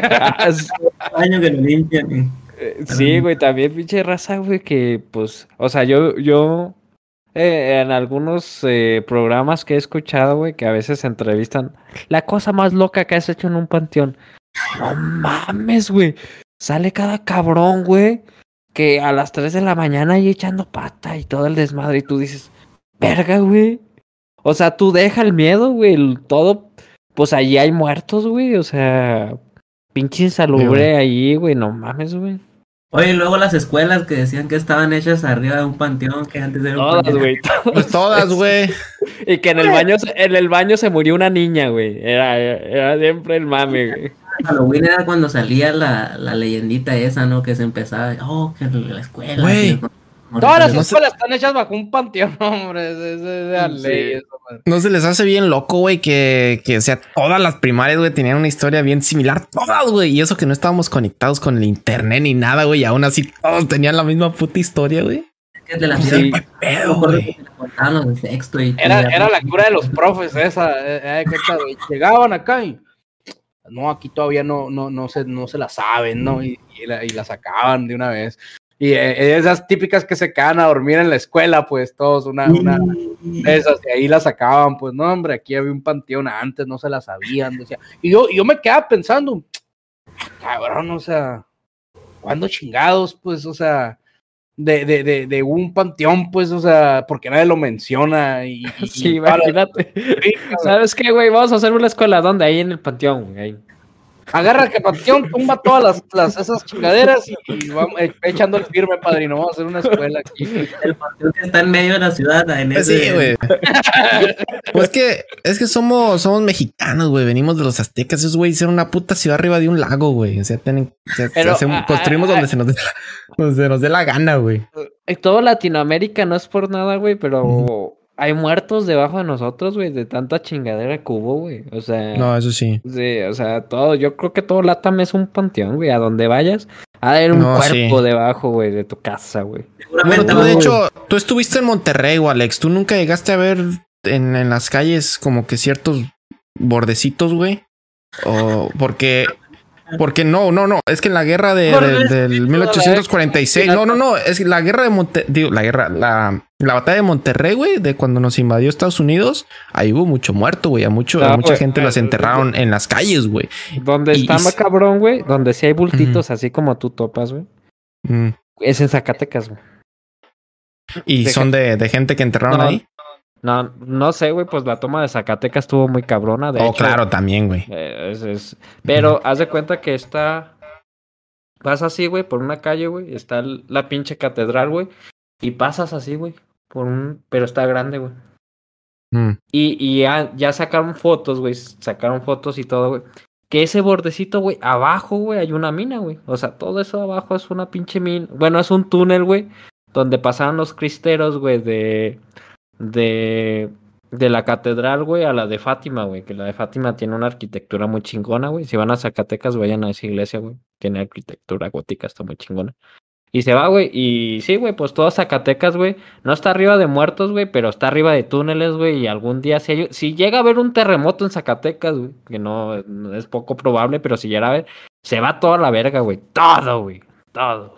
Año que lo limpian. Sí, güey, también pinche raza, güey, que pues, o sea, yo en algunos programas que he escuchado, güey, que a veces entrevistan la cosa más loca que has hecho en un panteón. No mames, güey. Sale cada cabrón, güey, que a las 3 de la mañana ahí echando pata y todo el desmadre y tú dices, verga, güey. O sea, tú deja el miedo, güey, todo, pues allí hay muertos, güey, o sea... Pinche insalubre ahí, güey, no mames, güey. Oye, y luego las escuelas que decían que estaban hechas arriba de un panteón, que antes era un panteón. Güey, todas, güey. Y que en el baño se murió una niña, güey. Era siempre el mame, güey. Halloween era cuando salía la leyendita esa, ¿no? Que se empezaba, que la escuela. Güey, Todas las No escuelas están hechas bajo un panteón, hombre. Es de la ley. Eso, madre. ¿No se les hace bien loco, güey? Que o sea, todas las primarias, güey, tenían una historia bien similar. Todas, güey. Y eso que no estábamos conectados con el internet ni nada, güey. Y aún así todos tenían la misma puta historia, güey. Que de la Sí, ciudad, pedo, me acuerdo güey. que me contaban los de sexto y Era la cura de los profes, esa. ¿Cuenta, güey? Llegaban acá y. No, aquí todavía no se la saben, ¿no? Y la sacaban de una vez. Y esas típicas que se quedan a dormir en la escuela, pues todos, una de esas, y ahí la sacaban, pues no, hombre, aquí había un panteón antes, no se la sabían, decía. Y yo me quedaba pensando, cabrón, o sea, ¿cuándo chingados, pues, o sea, de un panteón, pues, o sea, porque nadie lo menciona? Sí, imagínate. ¿Sabes qué, güey? Vamos a hacer una escuela, ¿dónde? Ahí en el panteón, güey. Ahí. Agarra el panteón, tumba todas esas chingaderas y vamos echando el firme, padrino. Vamos a hacer una escuela aquí. el panteón que está en medio de la ciudad. En Sí, güey. Pues es que somos mexicanos, güey. Venimos de los aztecas. Esos güey hicieron una puta ciudad arriba de un lago, güey. O sea, construimos donde se nos dé la gana, güey. En todo Latinoamérica no es por nada, güey, pero hay muertos debajo de nosotros, güey, de tanta chingadera que hubo, güey. O sea, No, eso sí. sí, o sea, todo, yo creo que todo Latam es un panteón, güey. A donde vayas, ha de haber un No, cuerpo sí. debajo, güey, de tu casa, güey. Bueno, tú, güey. de hecho, tú estuviste en Monterrey, o Alex. ¿Tú nunca llegaste a ver en las calles como que ciertos bordecitos, güey? O porque no. Es que en la guerra del 1846, no. Es que la guerra de la batalla de Monterrey, güey, de cuando nos invadió Estados Unidos, ahí hubo mucho muerto, güey. A mucha güey, gente las enterraron en las calles, güey. Donde está más cabrón, güey, donde sí hay bultitos así como tú topas, güey. Es en Zacatecas, güey. ¿Y son de gente que enterraron ahí? No sé, güey, pues la toma de Zacatecas estuvo muy cabrona. De hecho, Claro, también, güey. Pero haz de cuenta que vas así, güey, por una calle, güey, está la pinche catedral, güey, y pasas así, güey, pero está grande, güey. Y ya sacaron fotos, güey, y todo, güey. Que ese bordecito, güey, abajo, güey, hay una mina, güey. O sea, todo eso abajo es una pinche mina. Bueno, es un túnel, güey, donde pasaban los cristeros, güey, de la catedral, güey, a la de Fátima, güey. Que la de Fátima tiene una arquitectura muy chingona, güey. Si van a Zacatecas, vayan a esa iglesia, güey. Tiene arquitectura gótica, está muy chingona. Y se va, güey. Y sí, güey, pues todo Zacatecas, güey. No está arriba de muertos, güey, pero está arriba de túneles, güey. Y algún día, si llega a haber un terremoto en Zacatecas, güey, que no es poco probable, pero si llega a haber, se va toda la verga, güey. Todo, güey. Todo.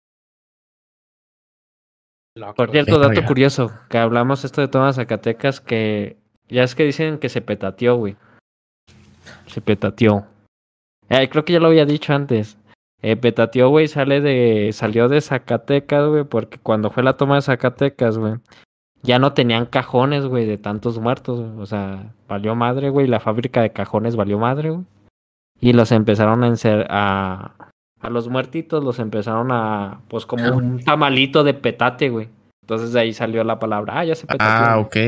Por cierto, dato curioso, que hablamos esto de todas Zacatecas, que ya es que dicen que se petateó, güey. Se petateó. Creo que ya lo había dicho antes. Petateó, güey, salió de Zacatecas, güey, porque cuando fue la toma de Zacatecas, güey, ya no tenían cajones, güey, de tantos muertos, güey. O sea, valió madre, güey, la fábrica de cajones valió madre, güey. Y los empezaron a los muertitos los empezaron pues como un tamalito de petate, güey. Entonces de ahí salió la palabra, ya se petateó. Ok.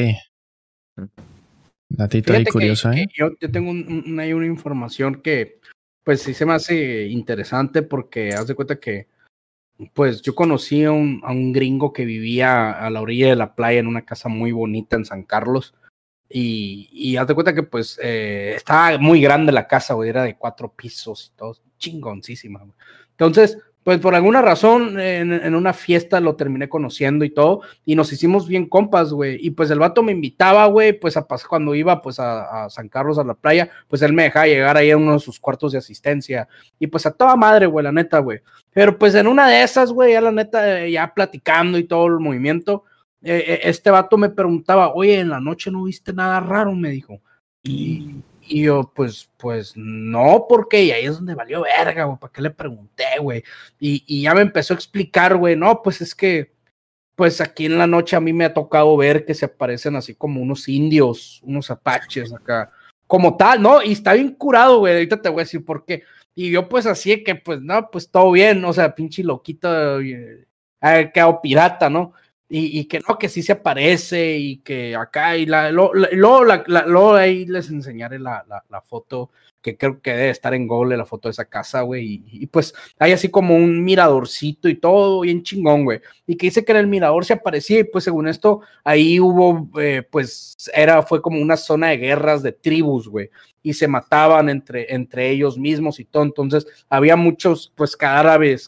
Datito ahí curioso, que yo tengo ahí una información que, pues sí se me hace interesante porque haz de cuenta que, pues yo conocí a un gringo que vivía a la orilla de la playa en una casa muy bonita en San Carlos. Y haz de cuenta que pues estaba muy grande la casa, güey, era de 4 pisos y todo, chingoncísima, güey. Entonces, pues por alguna razón en una fiesta lo terminé conociendo y todo, y nos hicimos bien compas, güey, y pues el vato me invitaba, güey, pues cuando iba pues a San Carlos a la playa, pues él me dejaba llegar ahí a uno de sus cuartos de asistencia, y pues a toda madre, güey, la neta, güey. Pero pues en una de esas, güey, ya la neta, ya platicando y todo el movimiento, este vato me preguntaba, oye, en la noche no viste nada raro, me dijo. Y yo, pues no, porque y ahí es donde valió verga, güey, ¿para qué le pregunté, güey? Y ya me empezó a explicar, güey, no, pues es que, pues aquí en la noche a mí me ha tocado ver que se aparecen así como unos indios, unos apaches acá, como tal, ¿no? Y está bien curado, güey, ahorita te voy a decir por qué. Y yo, pues así que, pues, no, pues todo bien, o sea, pinche loquito, haber quedado pirata, ¿no? Y que no, que sí se aparece y que acá y luego ahí les enseñaré la foto que creo que debe estar en Google la foto de esa casa, güey, y pues hay así como un miradorcito y todo bien chingón, güey, y que dice que en el mirador se aparecía, y pues según esto, ahí hubo, pues fue como una zona de guerras de tribus, güey, y se mataban entre ellos mismos y todo, entonces había muchos, pues, cadáveres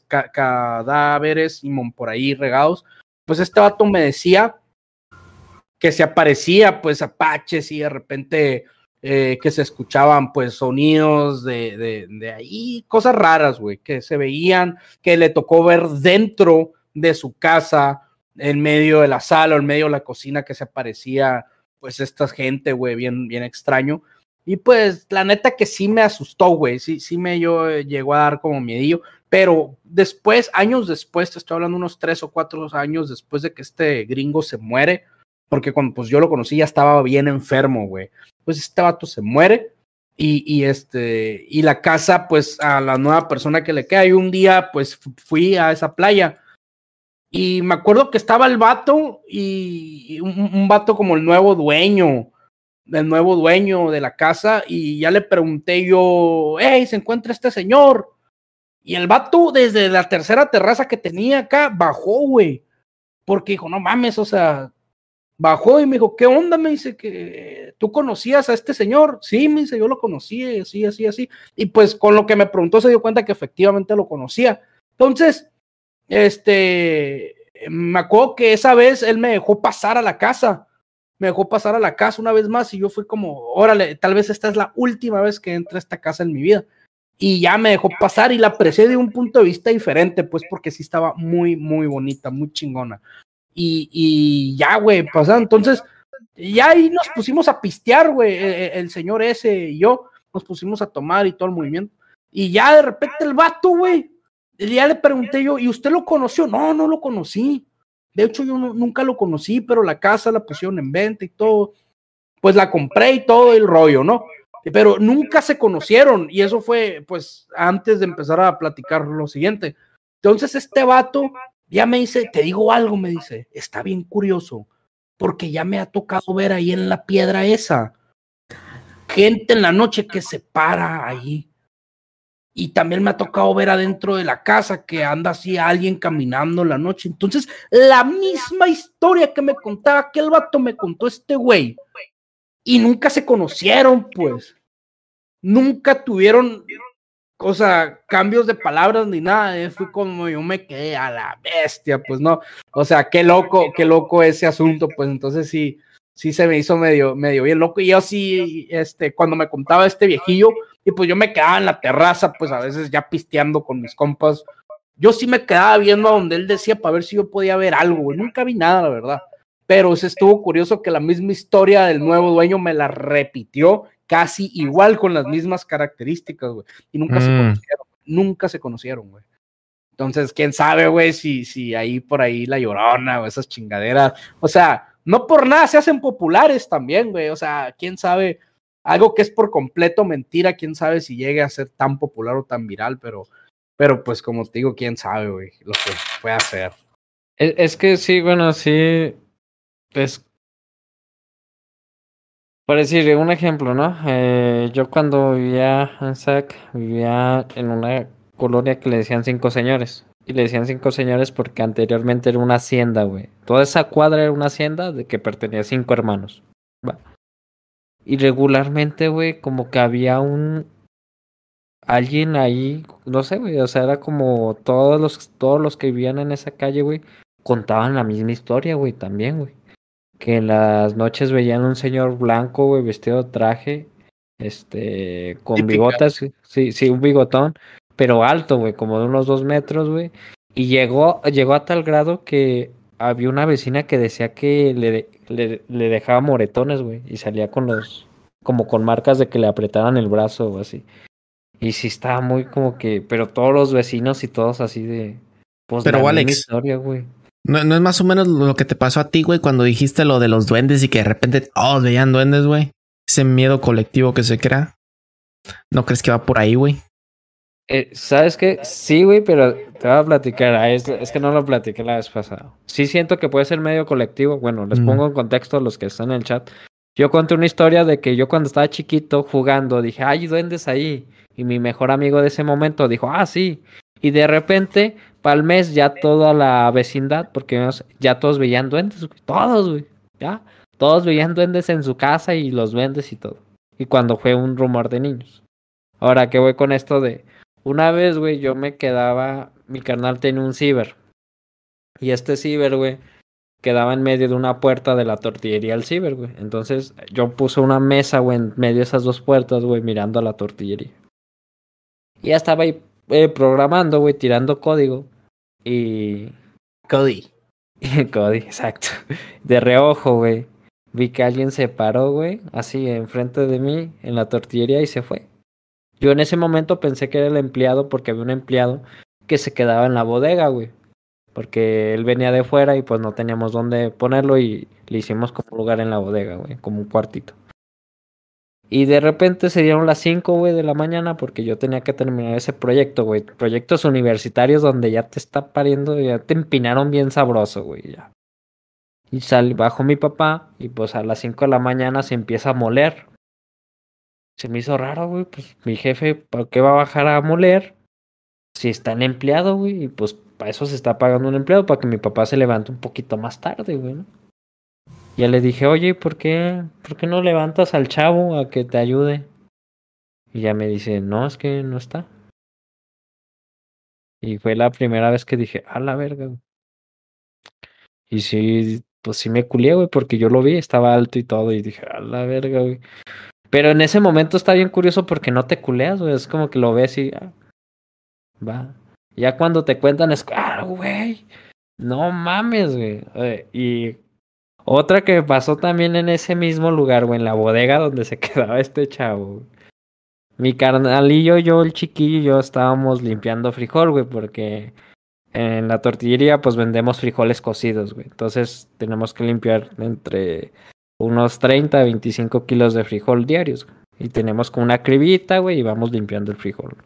por ahí regados. Pues este vato me decía que se aparecía, pues, apaches y de repente que se escuchaban, pues, sonidos de ahí, cosas raras, güey, que se veían, que le tocó ver dentro de su casa, en medio de la sala o en medio de la cocina, que se aparecía, pues, esta gente, güey, bien extraño. Y pues, la neta que sí me asustó, güey, sí llegó a dar como miedillo, pero después, años después, te estoy hablando unos 3 o 4 años después de que este gringo se muere, porque cuando pues yo lo conocí ya estaba bien enfermo, güey. Pues este vato se muere y la casa, pues a la nueva persona que le queda, y un día pues fui a esa playa y me acuerdo que estaba el vato y un vato como el nuevo dueño de la casa, y ya le pregunté yo, hey, ¿se encuentra este señor? Y el vato desde la tercera terraza que tenía acá bajó, güey, porque dijo, no mames, o sea, bajó y me dijo, ¿qué onda? Me dice, que ¿tú conocías a este señor? Sí, me dice, yo lo conocí, así. Y pues con lo que me preguntó se dio cuenta que efectivamente lo conocía. Entonces, me acuerdo que esa vez él me dejó pasar a la casa. Una vez más, y yo fui como, órale, tal vez esta es la última vez que entra a esta casa en mi vida. Y ya me dejó pasar y la aprecié de un punto de vista diferente, pues porque sí estaba muy, muy bonita, muy chingona. Y ya, güey, pasó. Entonces, ya ahí nos pusimos a pistear, güey, el señor ese y yo, nos pusimos a tomar y todo el movimiento. Y ya de repente el vato, güey, ya le pregunté yo, ¿y usted lo conoció? No, no lo conocí. De hecho, yo nunca lo conocí, pero la casa la pusieron en venta y todo. Pues la compré y todo el rollo, ¿no? Pero nunca se conocieron, y eso fue, pues, antes de empezar a platicar lo siguiente. Entonces este vato ya me dice, te digo algo, me dice, está bien curioso, porque ya me ha tocado ver ahí en la piedra esa, gente en la noche que se para ahí, y también me ha tocado ver adentro de la casa que anda así alguien caminando en la noche. Entonces, la misma historia que me contaba aquel vato me contó este güey, y nunca se conocieron, pues, nunca tuvieron, o sea, cambios de palabras ni nada. Fui como yo me quedé a la bestia, pues no, o sea, qué loco ese asunto, pues entonces sí se me hizo medio bien loco. Y yo sí, cuando me contaba este viejillo, y pues yo me quedaba en la terraza, pues a veces ya pisteando con mis compas, yo sí me quedaba viendo a donde él decía para ver si yo podía ver algo, güey. Nunca vi nada, la verdad, pero se estuvo curioso que la misma historia del nuevo dueño me la repitió casi igual, con las mismas características, güey, y nunca se conocieron, güey. Entonces, quién sabe, güey, si ahí por ahí la Llorona o esas chingaderas, o sea, no por nada se hacen populares también, güey, o sea, quién sabe, algo que es por completo mentira, quién sabe si llegue a ser tan popular o tan viral, pero pues como te digo, quién sabe, güey, lo que puede hacer. Es que sí, bueno, sí, es por decir un ejemplo, ¿no? Yo cuando vivía en SAC, vivía en una colonia que le decían Cinco Señores. Y le decían Cinco Señores porque anteriormente era una hacienda, güey. Toda esa cuadra era una hacienda de que pertenecía a 5 hermanos. ¿Va? Y regularmente, güey, como que había alguien ahí, no sé, güey, o sea, era como todos los que vivían en esa calle, güey, contaban la misma historia, güey, también, güey. Que en las noches veían un señor blanco, güey, vestido de traje, con Típica. bigotas, sí, un bigotón, pero alto, güey, como de unos 2 metros, güey. Y llegó a tal grado que había una vecina que decía que le dejaba moretones, güey, y salía como con marcas de que le apretaran el brazo o así. Y sí estaba muy como que, pero todos los vecinos y todos así de, pues, pero la misma Alex, historia, güey. ¿No es más o menos lo que te pasó a ti, güey, cuando dijiste lo de los duendes y que de repente todos veían duendes, güey? Ese miedo colectivo que se crea. ¿No crees que va por ahí, güey? ¿Sabes qué? Sí, güey, pero te voy a platicar. Es que no lo platiqué la vez pasada. Sí siento que puede ser medio colectivo. Bueno, les pongo en contexto a los que están en el chat. Yo conté una historia de que yo cuando estaba chiquito jugando dije, ay, duendes ahí. Y mi mejor amigo de ese momento dijo, ah, sí. Y de repente, para el mes, ya toda la vecindad, porque ya todos veían duendes, güey. Todos, güey. Ya. Todos veían duendes en su casa y los duendes y todo. Y cuando fue un rumor de niños. Ahora, ¿qué voy con esto de? Una vez, güey, yo me quedaba. Mi carnal tenía un ciber. Y este ciber, güey, quedaba en medio de una puerta de la tortillería al ciber, güey. Entonces, yo puse una mesa, güey, en medio de esas dos puertas, güey, mirando a la tortillería. Y ya estaba ahí programando, güey, tirando código. Y. Cody. Código, exacto. De reojo, güey. Vi que alguien se paró, güey, así enfrente de mí en la tortillería y se fue. Yo en ese momento pensé que era el empleado porque había un empleado que se quedaba en la bodega, güey. Porque él venía de fuera y pues no teníamos dónde ponerlo y le hicimos como un lugar en la bodega, güey, como un cuartito. Y de repente se dieron las 5, güey, de la mañana porque yo tenía que terminar ese proyecto, güey. Proyectos universitarios donde ya te está pariendo, ya te empinaron bien sabroso, güey, ya. Y bajó mi papá y pues a las 5 de la mañana se empieza a moler. Se me hizo raro, güey, pues mi jefe, ¿para qué va a bajar a moler? Si está el empleado, güey, y pues para eso se está pagando un empleado, para que mi papá se levante un poquito más tarde, güey, ¿no? Ya le dije, oye, ¿por qué no levantas al chavo a que te ayude? Y ya me dice, no, es que no está. Y fue la primera vez que dije, a la verga, güey. Y sí, pues sí me culié, güey, porque yo lo vi, estaba alto y todo, y dije, a la verga, güey. Pero en ese momento está bien curioso porque no te culeas, güey, es como que lo ves y, va. Ya cuando te cuentan es, güey, no mames, güey. Y otra que me pasó también en ese mismo lugar, güey, en la bodega donde se quedaba este chavo, güey. Mi carnalillo, yo, el chiquillo y yo estábamos limpiando frijol, güey, porque en la tortillería pues vendemos frijoles cocidos, güey. Entonces tenemos que limpiar entre unos 30 a 25 kilos de frijol diarios, güey. Y tenemos como una cribita, güey, y vamos limpiando el frijol.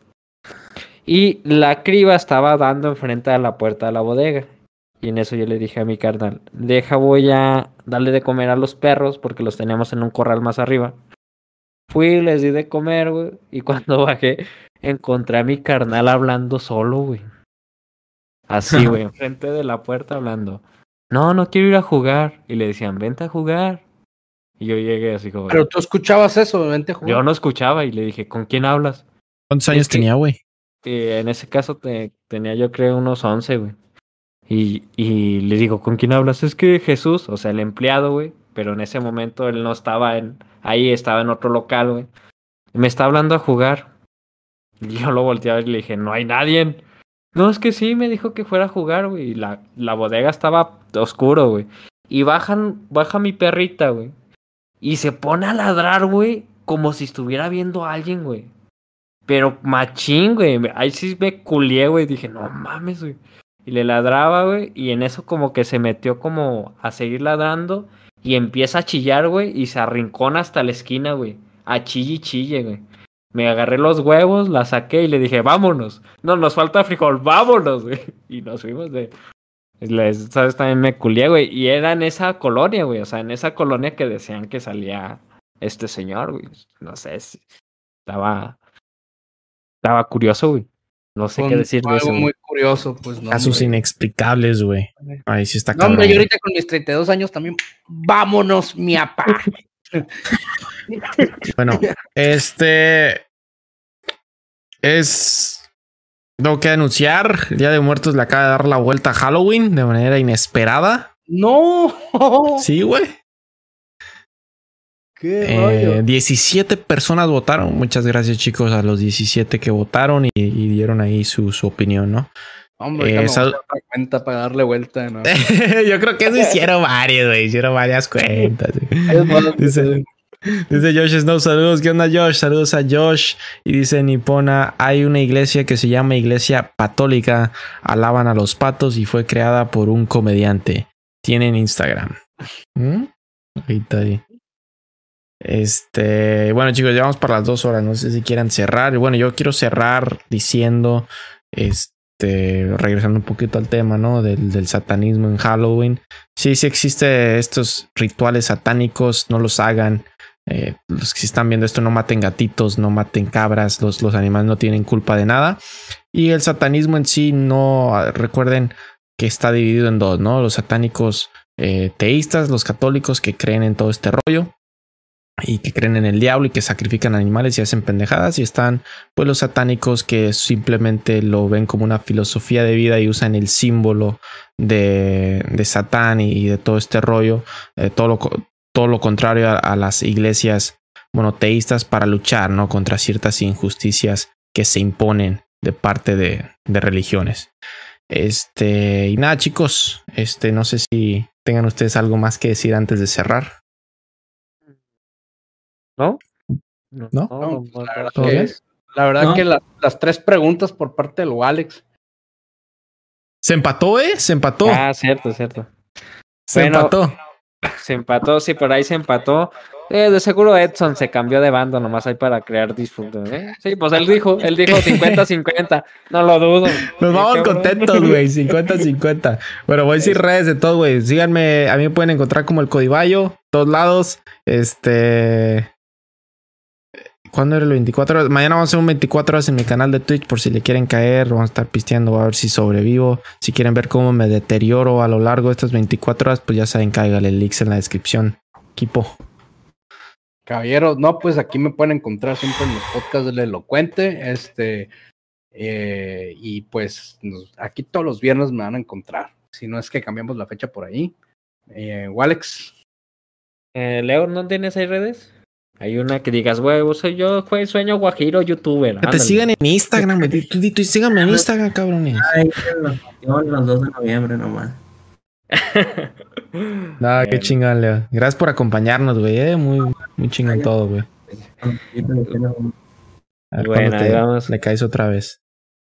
Y la criba estaba dando enfrente a la puerta de la bodega. Y en eso yo le dije a mi carnal, voy a darle de comer a los perros porque los teníamos en un corral más arriba. Fui, les di de comer, güey. Y cuando bajé, encontré a mi carnal hablando solo, güey. Así, güey, enfrente de la puerta hablando. No quiero ir a jugar. Y le decían, vente a jugar. Y yo llegué así como... Pero tú escuchabas eso, vente a jugar. Yo no escuchaba y le dije, ¿con quién hablas? ¿Cuántos años tenía, güey? En ese caso tenía yo creo unos 11, güey. Y le digo, ¿con quién hablas? Es que Jesús, o sea, el empleado, güey. Pero en ese momento él no estaba ahí, estaba en otro local, güey. Me está hablando a jugar. Y yo lo volteé a ver y le dije, no hay nadie. No, es que sí, me dijo que fuera a jugar, güey. Y la bodega estaba oscuro, güey. Y baja mi perrita, güey. Y se pone a ladrar, güey, como si estuviera viendo a alguien, güey. Pero machín, güey. Ahí sí me culié, güey. Dije, no mames, güey. Y le ladraba, güey. Y en eso como que se metió como a seguir ladrando. Y empieza a chillar, güey. Y se arrincona hasta la esquina, güey. A chille y chille, güey. Me agarré los huevos, la saqué y le dije, vámonos. No, nos falta frijol, vámonos, güey. Y nos fuimos de... ¿Sabes? También me culié, güey. Y era en esa colonia, güey. O sea, en esa colonia que decían que salía este señor, güey. No sé si estaba curioso, güey. No sé qué decir de eso. Algo muy curioso, pues no. Casos inexplicables, güey. Ahí sí está No, cabrón. hombre, yo ahorita con mis 32 años también. Vámonos, mi apá. Bueno, tengo que anunciar, el Día de Muertos le acaba de dar la vuelta a Halloween de manera inesperada. No. Sí, güey. Qué rollo. 17 personas votaron. Muchas gracias, chicos, a los 17 que votaron y dieron ahí su opinión, ¿no? Hombre, no otra cuenta para darle vuelta, ¿no? Yo creo que eso hicieron varios, güey. Hicieron varias cuentas. Dice Josh Snow, saludos. ¿Qué onda, Josh? Saludos a Josh. Y dice Nipona, hay una iglesia que se llama Iglesia Patólica. Alaban a los patos y fue creada por un comediante. Tienen Instagram. Ahí está ahí. Bueno, chicos, ya vamos para las 2 horas. No sé si quieran cerrar. Bueno, yo quiero cerrar diciendo regresando un poquito al tema, ¿no? Del satanismo en Halloween. Sí existe estos rituales satánicos, no los hagan. Los que están viendo esto, no maten gatitos, no maten cabras, los animales no tienen culpa de nada. Y el satanismo en sí, no, recuerden que está dividido en dos, ¿no? Los satánicos teístas, los católicos que creen en todo este rollo y que creen en el diablo y que sacrifican animales y hacen pendejadas, y están pues los satánicos que simplemente lo ven como una filosofía de vida y usan el símbolo de Satán y de todo este rollo, todo lo contrario a las iglesias monoteístas, para luchar, ¿no? Contra ciertas injusticias que se imponen de parte de religiones. Y nada, chicos, no sé si tengan ustedes algo más que decir antes de cerrar. ¿No? No, la verdad que las 3 preguntas por parte del Alex. Se empató, se empató. Ah, cierto. Se empató. Se empató, sí, por ahí se empató. De seguro Edson se cambió de bando nomás ahí para crear disfrute, ¿eh? Sí, pues él dijo 50-50. No lo dudo. Nos vamos contentos, güey. 50-50. Bueno, voy a decir redes de todo, güey. Síganme. A mí me pueden encontrar como el Codivallo, todos lados. ¿Cuándo era el 24 horas? Mañana vamos a hacer un 24 horas en mi canal de Twitch, por si le quieren caer. Vamos a estar pisteando, a ver si sobrevivo. Si quieren ver cómo me deterioro a lo largo de estas 24 horas, pues ya saben, cáigale el link en la descripción. Equipo. Caballeros, no, pues aquí me pueden encontrar siempre en los podcasts del Elocuente. Y pues aquí todos los viernes me van a encontrar. Si no es que cambiamos la fecha por ahí. Alex. Leo, ¿no tienes ahí redes? Hay una que digas, güey, soy yo, sueño guajiro, youtuber. Que te sigan en Instagram, güey. Tú síganme en Instagram, cabrones. Ay, los 2 de noviembre nomás. Nada, qué chingón, Leo. Gracias por acompañarnos, güey. Muy chingón todo, güey. A ver, bueno, le caes otra vez.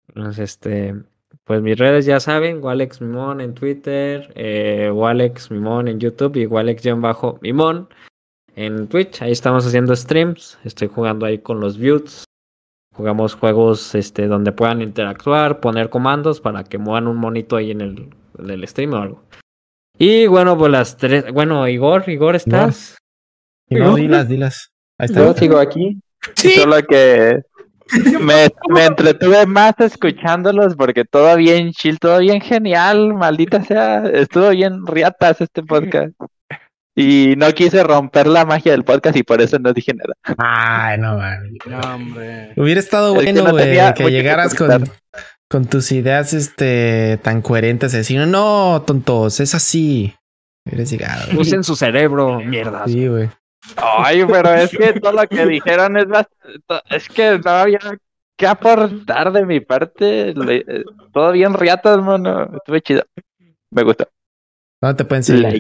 Pues mis redes ya saben, Walex Mimón en Twitter, Walex Mimón en YouTube y Walex-Mimón en Twitch. Ahí estamos haciendo streams. Estoy jugando ahí con los Buttes. Jugamos juegos donde puedan interactuar, poner comandos para que muevan un monito ahí en el stream o algo. Y bueno, pues las 3. Bueno, Igor, ¿estás? No, dilas. Ahí está. Yo sigo aquí. Sí. Solo que me entretuve más escuchándolos porque todo bien chill, todo bien genial, maldita sea. Estuvo bien riatas este podcast. Y no quise romper la magia del podcast y por eso no dije nada. Ay, no, man. No, hombre. Hubiera estado bueno, güey, que llegaras con tus ideas tan coherentes. Decir, no, tontos, es así. Hubieras llegado. Usen su cerebro, mierda. Sí, güey. Ay, pero es que todo lo que dijeron es que no había que aportar de mi parte. Todo bien riatas, mono. Estuve chido. Me gustó. ¿Dónde te pueden seguir?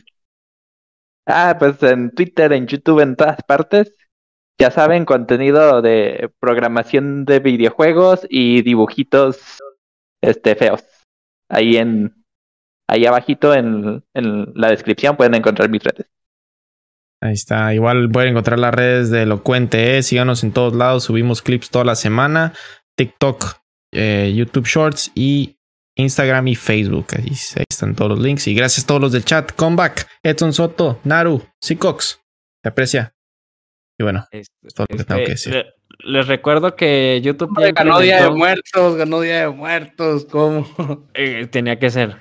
Pues en Twitter, en YouTube, en todas partes. Ya saben, contenido de programación de videojuegos y dibujitos feos. Ahí abajito en la descripción pueden encontrar mis redes. Ahí está. Igual pueden encontrar las redes de Elocuente, síganos en todos lados. Subimos clips toda la semana. TikTok, YouTube Shorts y Instagram y Facebook. Ahí están todos los links. Y gracias a todos los del chat. Comeback, Edson Soto, Naru, Sicox. Se aprecia. Y bueno, es todo lo que tengo que decir. Les recuerdo que YouTube ganó Día de Muertos. ¿Cómo? Tenía que ser.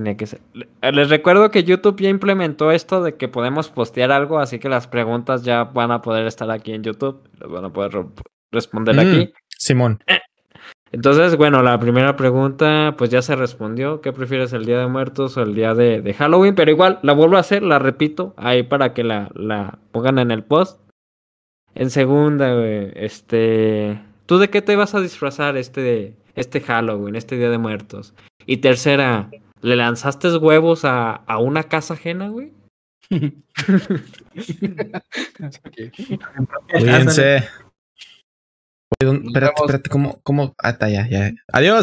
Les recuerdo que YouTube ya implementó esto de que podemos postear algo, así que las preguntas ya van a poder estar aquí en YouTube. Las van a poder responder aquí. Simón. Entonces, bueno, la primera pregunta pues ya se respondió. ¿Qué prefieres, el Día de Muertos o el día de Halloween? Pero igual, la vuelvo a hacer, la repito, ahí para que la pongan en el post. En segunda, güey, ¿tú de qué te vas a disfrazar este Halloween, este Día de Muertos? Y tercera, ¿le lanzaste huevos a una casa ajena, güey? Cuídense. Espérate, ¿cómo? Ah, está, ya. Adiós.